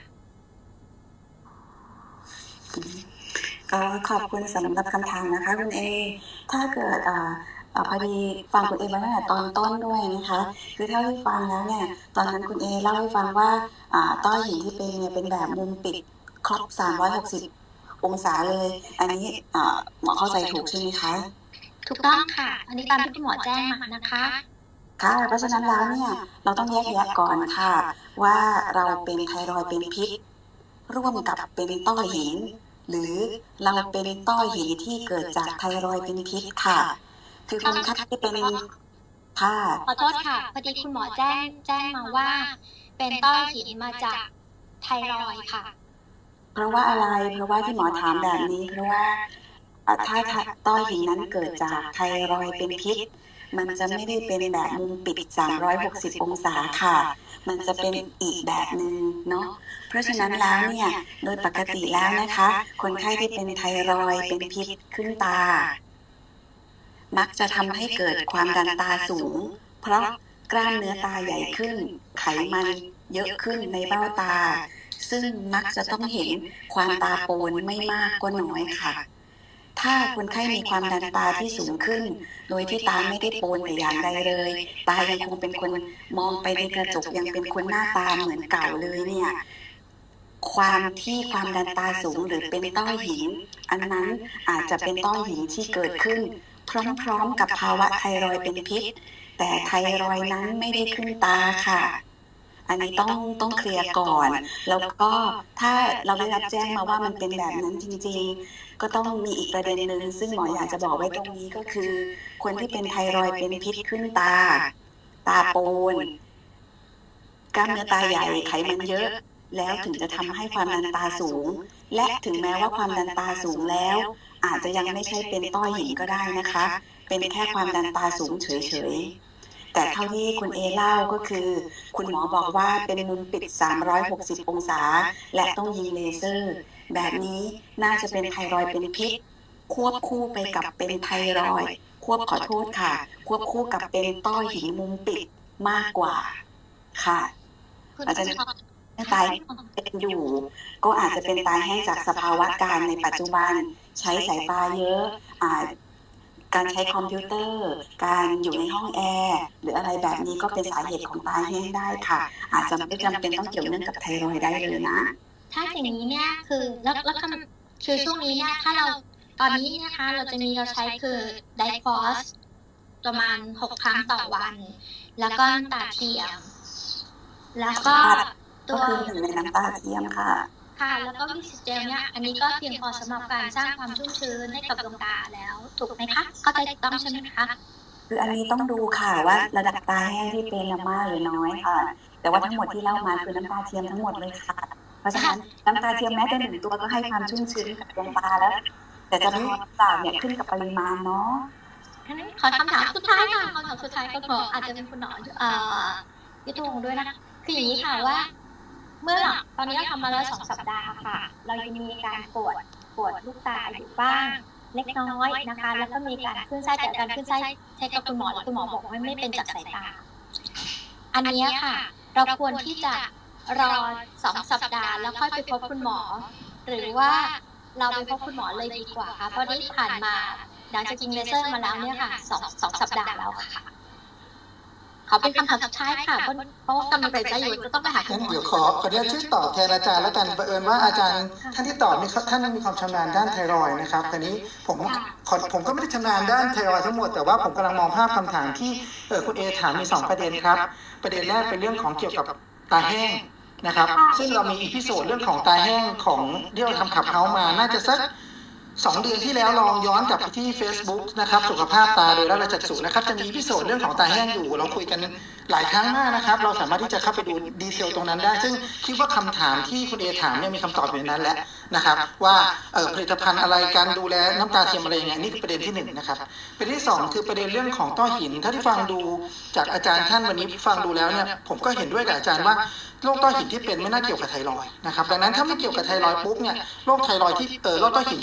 G: ก็ขอบคุณสำหรับคำถามนะคะคุณเอถ้าเกิดอ่าพอดีฟังคุณเอมาตั้งแต่ตอนต้นด้วยนะคะคือเท่าที่ฟังแล้วเนี่ยตอนนั้นคุณเอเล่าให้ฟังว่าอ่าต้อหินที่เป็นเนี่ยเป็นแบบมุมปิดครบสามร้อยหกสิบองศาเลยอันนี้อ่าหมอเข้าใจถูกใช่ไหมคะ
E: ถูกต้องค่ะอันนี้ตามที่คุณหมอแจ้งมานะคะ
G: ค่ะเพราะฉะนั้นแล้วเนี่ยเราต้องแยกแยะก่อนค่ะว่าเราเป็นไทรอยด์เป็นพิษร่วมกับเป็นต้อหินหรือเราเป็นต้อหินที่เกิดจากไทรอยด์เป็นพิษค่ะคือคนไข้ที่เป็นค่ะ
E: ขอโทษค่ะพอดีคุณหมอแจ้งแจ้งมาว่าเป็นต้อหินมาจากไทรอยด์ค่ะ
G: เพราะว่าอะไรเพราะว่าที่หมอถามแบบนี้เพราะว่าถ้าต้อหินนั้นเกิดจากไทรอยด์เป็นพิษมันจะไม่ได้เป็นแบบมุมปิดสามร้อยหกสิบองศาค่ะมันจะเป็นอีกแบบนึงเนาะเพราะฉะนั้นแล้วเนี่ยโดยปกติแล้วนะคะคนไข้ที่เป็นไทรอยด์เป็นพิษขึ้นตามักจะทำให้เกิดความดันตาสูงเพราะกล้ามเนื้อตาใหญ่ขึ้นไขมันเยอะขึ้นในเบ้าตาซึ่งมักจะต้องเห็นความตาโปนไม่มากก็น้อยค่ะถ้าคนไข้มีความดันตาที่สูงขึ้นโดยที่ตาไม่ได้โปนแต่อย่างใดเลยตายังคงเป็นคนมองไปในกระจกยังเป็นคนหน้าตาเหมือนเก่าเลยเนี่ยความที่ความดันตาสูงหรือเป็นต้อหินอันนั้นอาจจะเป็นต้อหินที่เกิดขึ้นพร้อมๆกับภาวะไทรอยด์เป็นพิษแต่ไทรอยด์นั้นไม่ได้ขึ้นตาค่ะอันนี้ต้องต้องเคลียร์ก่อนแล้วก็ถ้าเราได้รับแจ้งมาว่ามันเป็นแบบนั้นจริงๆก็ต้องมีอีกประเด็นหนึ่งซึ่งหมออยากจะบอกไว้ตรงนี้ก็คือคนที่เป็นไทรอยด์เป็นพิษขึ้นตาตาโปนกล้ามเนื้อตาใหญ่ไขมันเยอะแล้วถึงจะทำให้ความดันตาสูงและถึงแม้ว่าความดันตาสูงแล้วอาจจะยังไม่ใช่เป็นต้อหินก็ได้นะคะเป็นแค่ความดันตาสูงเฉยๆแต่เท่าที่คุณเอเล่าก็คือคุณหมอบอกว่าเป็นมุมปิดสามร้อยหกสิบองศาและต้องยิงเลเซอร์แบบนี้น่าจะเป็นไทรอยด์เป็นพิษควบคู่ไปกับเป็นไทรอยด์ควบขอโทษค่ะควบคู่กับเป็นต้อหินมุมปิดมากกว่าค่ะอาจารย์ตายเป็นอยู่ก็อาจจะเป็นตายแห้งจากสภาวะการในปัจจุบันใช้สายตาเยอะการใช้คอมพิวเตอร์การอยู่ในห้องแอร์หรืออะไรแบบนี้ก็เป็นสาเหตุของตายแห้งได้ค่ะอาจจะไม่จำเป็นต้องเกี่ยวเนื่องกับไทรอยด์ได้เลยนะ
E: ถ้าอย่างนี้เนี่ยคือแล้วแล้วคือช่วงนี้เนี่ยถ้าเราตอนนี้นะคะเราจะมีเราใช้คือไดฟอสประมาณหกครั้งต่อวันแล้วก็น้ำตาเทียมแล้วก็
G: ตัวคือหนึ่งในน้ำตาเทียมค่ะ
E: ค่ะแล้วก็วิสิเจลเนี่ยอันนี้ก็เพียงพอสำหรับการสร้างความชุ่มชื้นให้กับดวงตาแล้วถูกไหมคะเข้าใจถูกต้องใช่ไหมคะ
G: คืออันนี้ต้องดูค่ะว่าระดับตาแห้งที่เป็นมากหรือน้อยค่ะแต่ว่าทั้งหมดที่เล่ามาคือน้ำตาเทียมทั้งหมดเลยค่ะเพราะฉะนั้นน้ำตาเทียมแม้แต่หนึ่งตัวก็ให้ความชุ่มชื้นกับดวงตาแล้วแต่จะพอตาเนี่ยขึ้นกับปริมาณเนาะ
E: ขอคำถามสุดท้ายค่ะคำถามสุดท้ายก็ขออาจจะเป็นคุณหมอเอ่อยุทธวงศ์ด้วยนะคืออย่างนี้ค่ะว่าเมื่อตอนนี้เราทำมาแล้วสองสัปดาห์ค่ะเรายังมีการปวดปวดลูกตาอยู่บ้างเล็กน้อยนะคะแล้วก็มีการขึ้นไส้แต่การขึ้นไส้ใช้กับคุณหมอแล้วคุณหมอบอกว่าไม่เป็นจากสายตาอันนี้ค่ะเราควรที่จะรอสองสัปดาห์แล้วค่อยไปพบคุณหมอหรือว่าเราไปพบคุณหมอเลยดีกว่าค่ะเพราะที่ผ่านมาหลังจากยิงเลเซอร์มาแล้วเนี่ยค่ะสองสองสัปดาห์แล้วค่ะขอเป็นคำถามสุดท้ายค่ะเพราะเพราะกำลังใจใจอยู่จะต้องไปหาคุณหมอ
I: เดี๋ยวขอขออนุญาตช่วยตอบแทนอาจารย์แล้วกันบังเอิญว่าอาจารย์ท่านที่ตอบนี่ท่านมีความชำนาญด้านไทรอยด์นะครับทีนี้ผมผมก็ไม่ได้ชำนาญด้านไทรอยด์ทั้งหมดแต่ว่าผมกำลังมองภาพคำถามที่เออคุณเอถามมีสองประเด็นครับประเด็นแรกเป็นเรื่องของเกี่ยวกับตาแห้งนะครับซึ่งเรามีอีพิโซดเรื่องของตาแห้งของที่เราทำขับเฮ้ามาน่าจะสักสองเดือนที่แล้วลองย้อนกลับไปที่ Facebook นะครับสุขภาพตาโดยราชจักษุนะครับจะมีอีพิโซดเรื่องของตาแห้งอยู่เราคุยกันหลายครั้งมากนะครับเราสามารถที่จะเข้าไปดูดีเทลตรงนั้นได้ซึ่งคิดว่าคำถามที่คุณเอถามเนี่ยมีคำตอบอยู่ในนั้นแล้วนะครับว่าเอ่อผลิตภัณฑ์อะไรการดูแลน้ำตาเทียมอะไรอย่างเงี้ยนี่คือประเด็นที่หนึ่งนะครับประเด็นที่สองคือประเด็นเรื่องของต้อหินถ้าที่ฟังดูจากอาจารย์ท่านวันนี้ฟังดูแล้วเนี่ยผมก็เห็นด้วยกับอาจารย์ว่าโรคต้อหินที่เป็นไม่น่าเกี่ยวกับไทรอยด์นะครับดังนั้นถ้าไม่เกี่ยวกับไทรอยด์ปุ๊บเนี่ยโรคไทรอยด์ที่เอ่อโรคต้อหินที่เป็นเนี่ย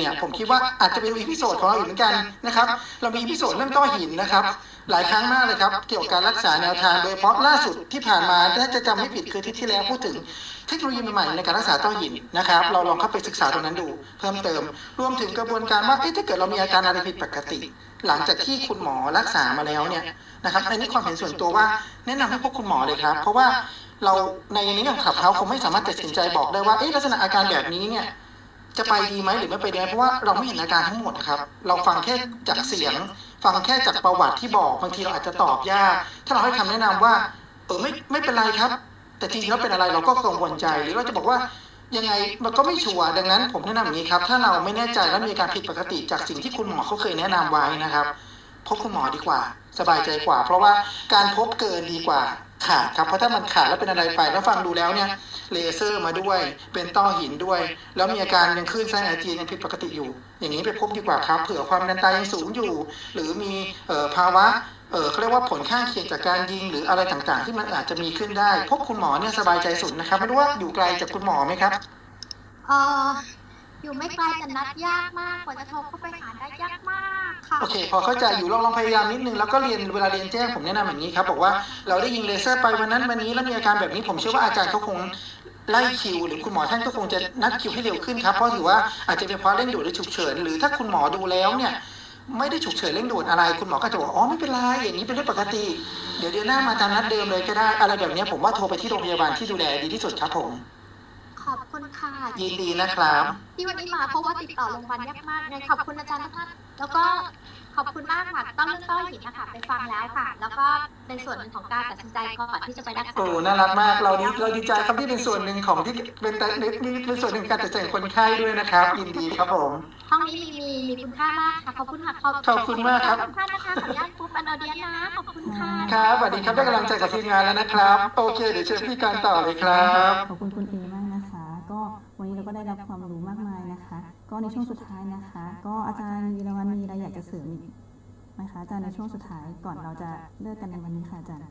I: เนี่ยผมคิดว่าอาจจะเป็นอีพิโซดของเราอีกเหมือนกันนะครับเรามีอีพิโซดเรื่องต้อหินนะครับหลายครั้งมากเลยครับเกี่ยวกับการรักษาแนวทางโดยเฉพาะล่าสุดที่ผ่านมาถ้าจะจำไม่ผิดคือที่ที่แล้วพูดถึงเทคโนโลยีใหม่ๆในการรักษาต้อหินนะครับเราลองเข้าไปศึกษาตรงนั้นดูเพิ่มเติมรวมถึงกระบวนการว่าถ้าเกิดเรามีอาการอะไรผิดปกติหลังจากที่คุณหมอรักษามาแล้วเนี่ยนะครับอันนี้ความเห็นส่วนตัวว่าแนะนำให้พบคุณหมอเลยครับเพราะว่าเราในนี้อย่างขับเขาคงไม่สามารถตัดสินใจบอกได้ว่าลักษณะอาการแบบนี้เนี่ยจะไปดีไหมหรือไม่ไปดีเพราะว่าเราไม่เห็นอาการทั้งหมดครับเราฟังแค่จากเสียงฟังแค่จากประวัติที่บอกบางทีเราอาจจะตอบยากถ้าเราให้คำแนะนำว่าเออไม่ไม่เป็นไรครับแต่จริงๆแล้วเป็นอะไรเราก็กังวลใจหรือเราจะบอกว่ายังไงมันก็ไม่ชัวร์ดังนั้นผมแนะนำอย่างนี้ครับถ้าเราไม่แน่ใจแล้วมีการผิดปกติจากสิ่งที่คุณหมอเขาเคยแนะนำไว้นะครับพบคุณหมอดีกว่าสบายใจกว่าเพราะว่าการพบเกินดีกว่าขาดครับเพราะถ้ามันขาดแล้วเป็นอะไรไปแล้วฟังดูแล้วเนี่ยเลเซอร์มาด้วยเป็นต้อหินด้วยแล้วมีอาการยังคลื่นไส้อาเจียนยังผิดปกติอยู่อย่างนี้ไปพบดีกว่าครับเผื่อความดันไตยังสูงอยู่หรือมีเอ่อภาวะเออเขาเรียกว่าผลข้างเคียงจากการยิงหรืออะไรต่างๆที่มันอาจจะมีขึ้นได้พบคุณหมอเนี่ยสบายใจสุดนะครับไม่รู้ว่าอยู่ไกลจากคุณหมอไหมครับ
E: เอออยู่ไม่ไกลแต่นัดยากมากกว่าจะโทรเข้าไปหาได้ยากมากค่ะ
I: โอเคพอเข้าใจอยู่ลองลองพยายามนิดนึงแล้วก็เรียนเวลาเรียนแจ้งผมแนะนำอย่างนี้ครับบอกว่าเราได้ยิงเลเซอร์ไปวันนั้นวันนี้แล้วมีอาการแบบนี้ผมเชื่อว่าอาจารย์เขาคงไล่คิวหรือคุณหมอท่านก็คงจะนัดคิวให้เร็วขึ้นครับเพราะถือว่าอาจจะเป็นเพราะเร่งด่วนหรือฉุกเฉินหรือถ้าคุณหมอดูแล้วเนี่ยไม่ได้ฉุกเฉินเร่งด่วนอะไรคุณหมอก็จะบอกอ๋อไม่เป็นไรอย่างนี้เป็นเรื่องปกติเดี๋ยวเดือนหน้ามาตามนัดเดิมเลยก็ได้อะไรแบบนี้ผมว่าโทรไปที่โรงพยาบาลที่ดูแลดีที่สุดครับผม
E: ขอบคุณค่ะ
I: ยินดีนะครับ
E: ที่วันนี้มาเพราะว่าติดต่อโรงพยาบาลยากมากเลยขอบคุณอาจารย์ทุกท่านแล้วก็ขอบคุณมากค่ะต้องเรื่องต้อหินนะคะไปฟังแล้วค่ะแล้วก็เป็นส่วนหนึ่งของการตัดสินใจก่อนที่จะไปรักษา
I: โอ้น่ารักมากเราดีเราดีใจครับที่เป็นส่วนหนึ่งของที่เป็นนี่เป็นส่วนหนึ่งการตัดสินใจคนไข้ด้วยนะครับยินดีครับผม
E: ห้องนี้มีมีมีคุณค่ามากค่ะขอบคุณค่ะ
I: ขอบคุณมากครับ
E: ขอบคุณนะคะขออนุญาตปุ๊บอโนเดียนะขอบคุณค่ะ
I: ครับสวัสดีครับได้กำลังใจกับทีมงานแล้วนะครับโอเคเดี๋ยวเชิญพี่การต่อเลยครับ
A: ขอบคุณคุณเอมากนะคะก็วันนี้เราก็ได้รับความรู้มากมายนะคะก็ในช่วงสุดท้ายนะคะก็อาจารย์วีรวรรณมีอะไรอยากจะเสริมอีกไหมคะอาจารย์ในช่วงสุดท้ายก่อนเราจะเลิกกันในวันนี้ค่ะอาจารย์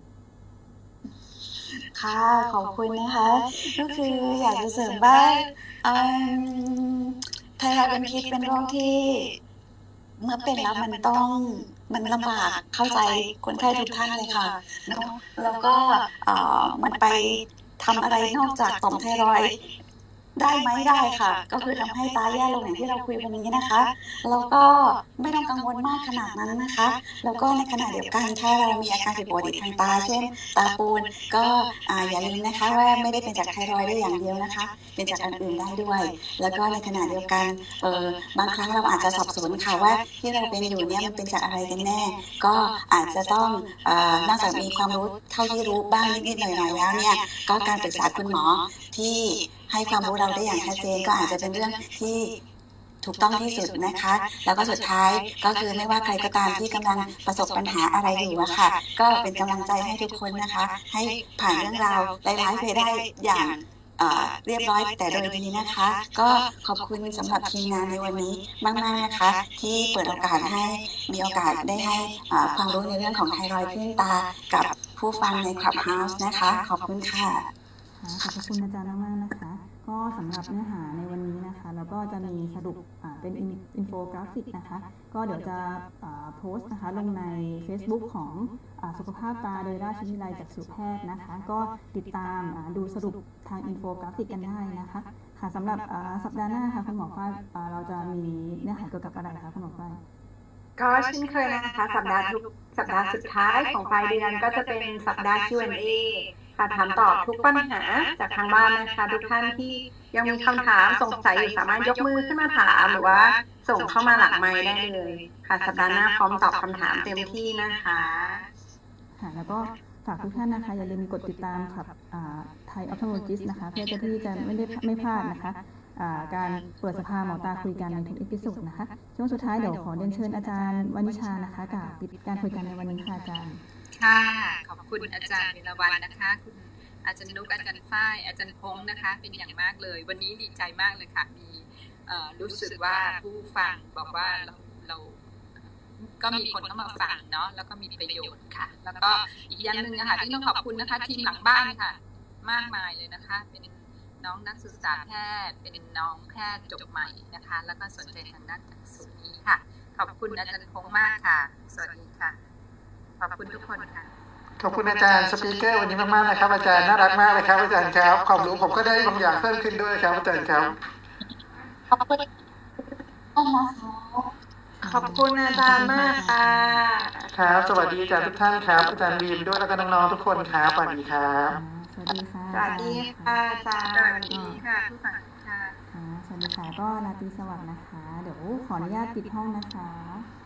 G: ค่ะขอบคุณนะคะก็คืออยากจะเสริมว่าไทรอยด์เป็นพิษเป็นโรคที่เมื่อเป็นแล้วมันต้องมันลำบากเข้าใจคนไข้ทุกท่านเลยค่ะเนาะแล้วก็มันไปทำอะไรนอกจากต่อมไทรอยด์ได้ไหมได้ค่ะก็คือทำให้ตาแย่ลงอย่างที่เราคุยวันนี้นะคะแล้วก็ไม่ต้องกังวลมากขนาดนั้นนะคะแล้วก็ในขณะเดียวกันถ้าเรามีอาการผิดปกติทางตาเช่นตาปูนก็อย่าลืมนะคะว่าไม่ได้เป็นจากไทรอยด์ได้อย่างเดียวนะคะเป็นจากอันอื่นได้ด้วยแล้วก็ในขณะเดียวกันเออบางครั้งเราอาจจะสับสนค่ะว่าที่เราเป็นอยู่เนี่ยมันเป็นจากอะไรกันแน่ก็อาจจะต้องนอกจากมีความรู้เท่าที่รู้บ้างนิดๆหน่อยๆแล้วเนี่ยก็การปรึกษาคุณหมอที่ให้ความรู้เราได้อย่างชัดเจนก็อาจจะเป็นเรื่องที่ถูกต้องที่สุดนะคะแล้วก็สุดท้ายก็คือไม่ว่าใครก็ตามที่กำลังประสบปัญหาอะไรอยู่อะค่ะก็เป็นกำลังใจให้ทุกคนนะคะให้ผ่านเรื่องราวหลายๆไปได้อย่างเรียบร้อยแต่โดยดีนะคะก็ขอบคุณสำหรับทีมงานในวันนี้มากๆนะคะที่เปิดโอกาสให้มีโอกาสได้ให้ความรู้ในเรื่องของไทรอยด์ขึ้นตากับผู้ฟังใน Clubhouse นะคะขอบคุณค่ะ
A: ขอบคุณอาจารย์มากๆนะคะก็สำหรับเนื้อหาในวันนี้นะคะแล้วก็จะมีสรุปเป็นอินโฟกราฟิกนะคะก็เดี๋ยวจะโพสต์นะคะลงใน Facebook ของสุขภาพตาโดยราชวิทยาลัยจักษุแพทย์นะคะก็ติดตามดูสรุปทางอินโฟกราฟิกกันได้นะคะค่ะสำหรับสัปดาห์หน้าค่ะคุณหมอฝ้ายเราจะมีเนื้อหาเกี่ยวกับอะไรคะคุณหมอฝ้าย
C: ก็เช่นเคยนะคะสัปดาห์ทุกสัปดาห์สุดท้ายของปลายเดือนก็จะเป็นสัปดาห์ คิว แอนด์ เอ ค่ะถามตอบทุกปัญหาจากทางบ้านนะคะทุกท่านที่ยังมีคำถามสงสัยอยู่สามารถยกมือขึ้นมาถามหรือว่าส่งเข้ามาหลังไมค์ได้เลยค่ะสัปดาห์หน้าพร้อมตอบคำถามเต็มที่นะคะ
A: ค่ะแล้วก็ฝากทุกท่านนะคะอย่าลืมกดติดตามค่ะไทยออฟทอโลจิสต์นะคะเพื่อที่จะไม่ได้ไม่พลาดนะคะการเปิดสภาหมอตาคุยกันในทุกเอพิโซดนะคะช่วงสุดท้ายเดี๋ยวขอเรียนเชิญอาจารย์วณิชานะคะกับปิดการคุยกันในวันนี้ค่ะอาจารย์
F: ค่ะขอบคุณอาจารย์วีรวรรณนะคะคุณอาจารย์นุกอาจารย์ฝ้ายอาจารย์พงษ์นะคะเป็นอย่างมากเลยวันนี้ดีใจมากเลยค่ะมีรู้สึกว่าผู้ฟังบอกว่าเราเราก็มีคนเข้ามาฟังเนาะแล้วก็มีประโยชน์ค่ะแล้วก็อีกอย่างหนึ่งนะคะที่ต้องขอบคุณนะคะทีมหลังบ้านค่ะมากมายเลยนะคะเป็นน้องนักศึกษาแพทย์เป็นน้องแพทย์จบใหม่นะคะแล้วก็สนใจทางด้านหลักสูตรนี้ค่ะขอบคุณอาจารย์พงษ์มากค่ะสวัสดีค่ะขอบคุณทุกคนค่ะ
I: ขอบคุณอาจารย์สปีกเกอร์วันนี้มากๆนะครับอาจารย์น่ารักมากเลยครับอาจารย์ครับความรู้ผมก็ได้บางอย่างเพิ่มขึ้นด้วยครับอาจารย์ครับ
E: ขอบคุณ
C: ขอบคุณอาจารย์มากค่ะ
I: ครับสวัสดีอาจารย์ทุกท่านครับอาจารย์บีมด้วยแล้วก็น้องๆทุกคนครับสวัสดีครับ
A: สวัสดีค่ะ
C: สวัสดีค่ะอาจารย์
F: สวัสดีค่ะผู้ฟังค่ะ
A: สวัสดีค่ะก็ราตรีสวัสดิ์นะคะเดี๋ยวขออนุญาตปิดห้องนะคะ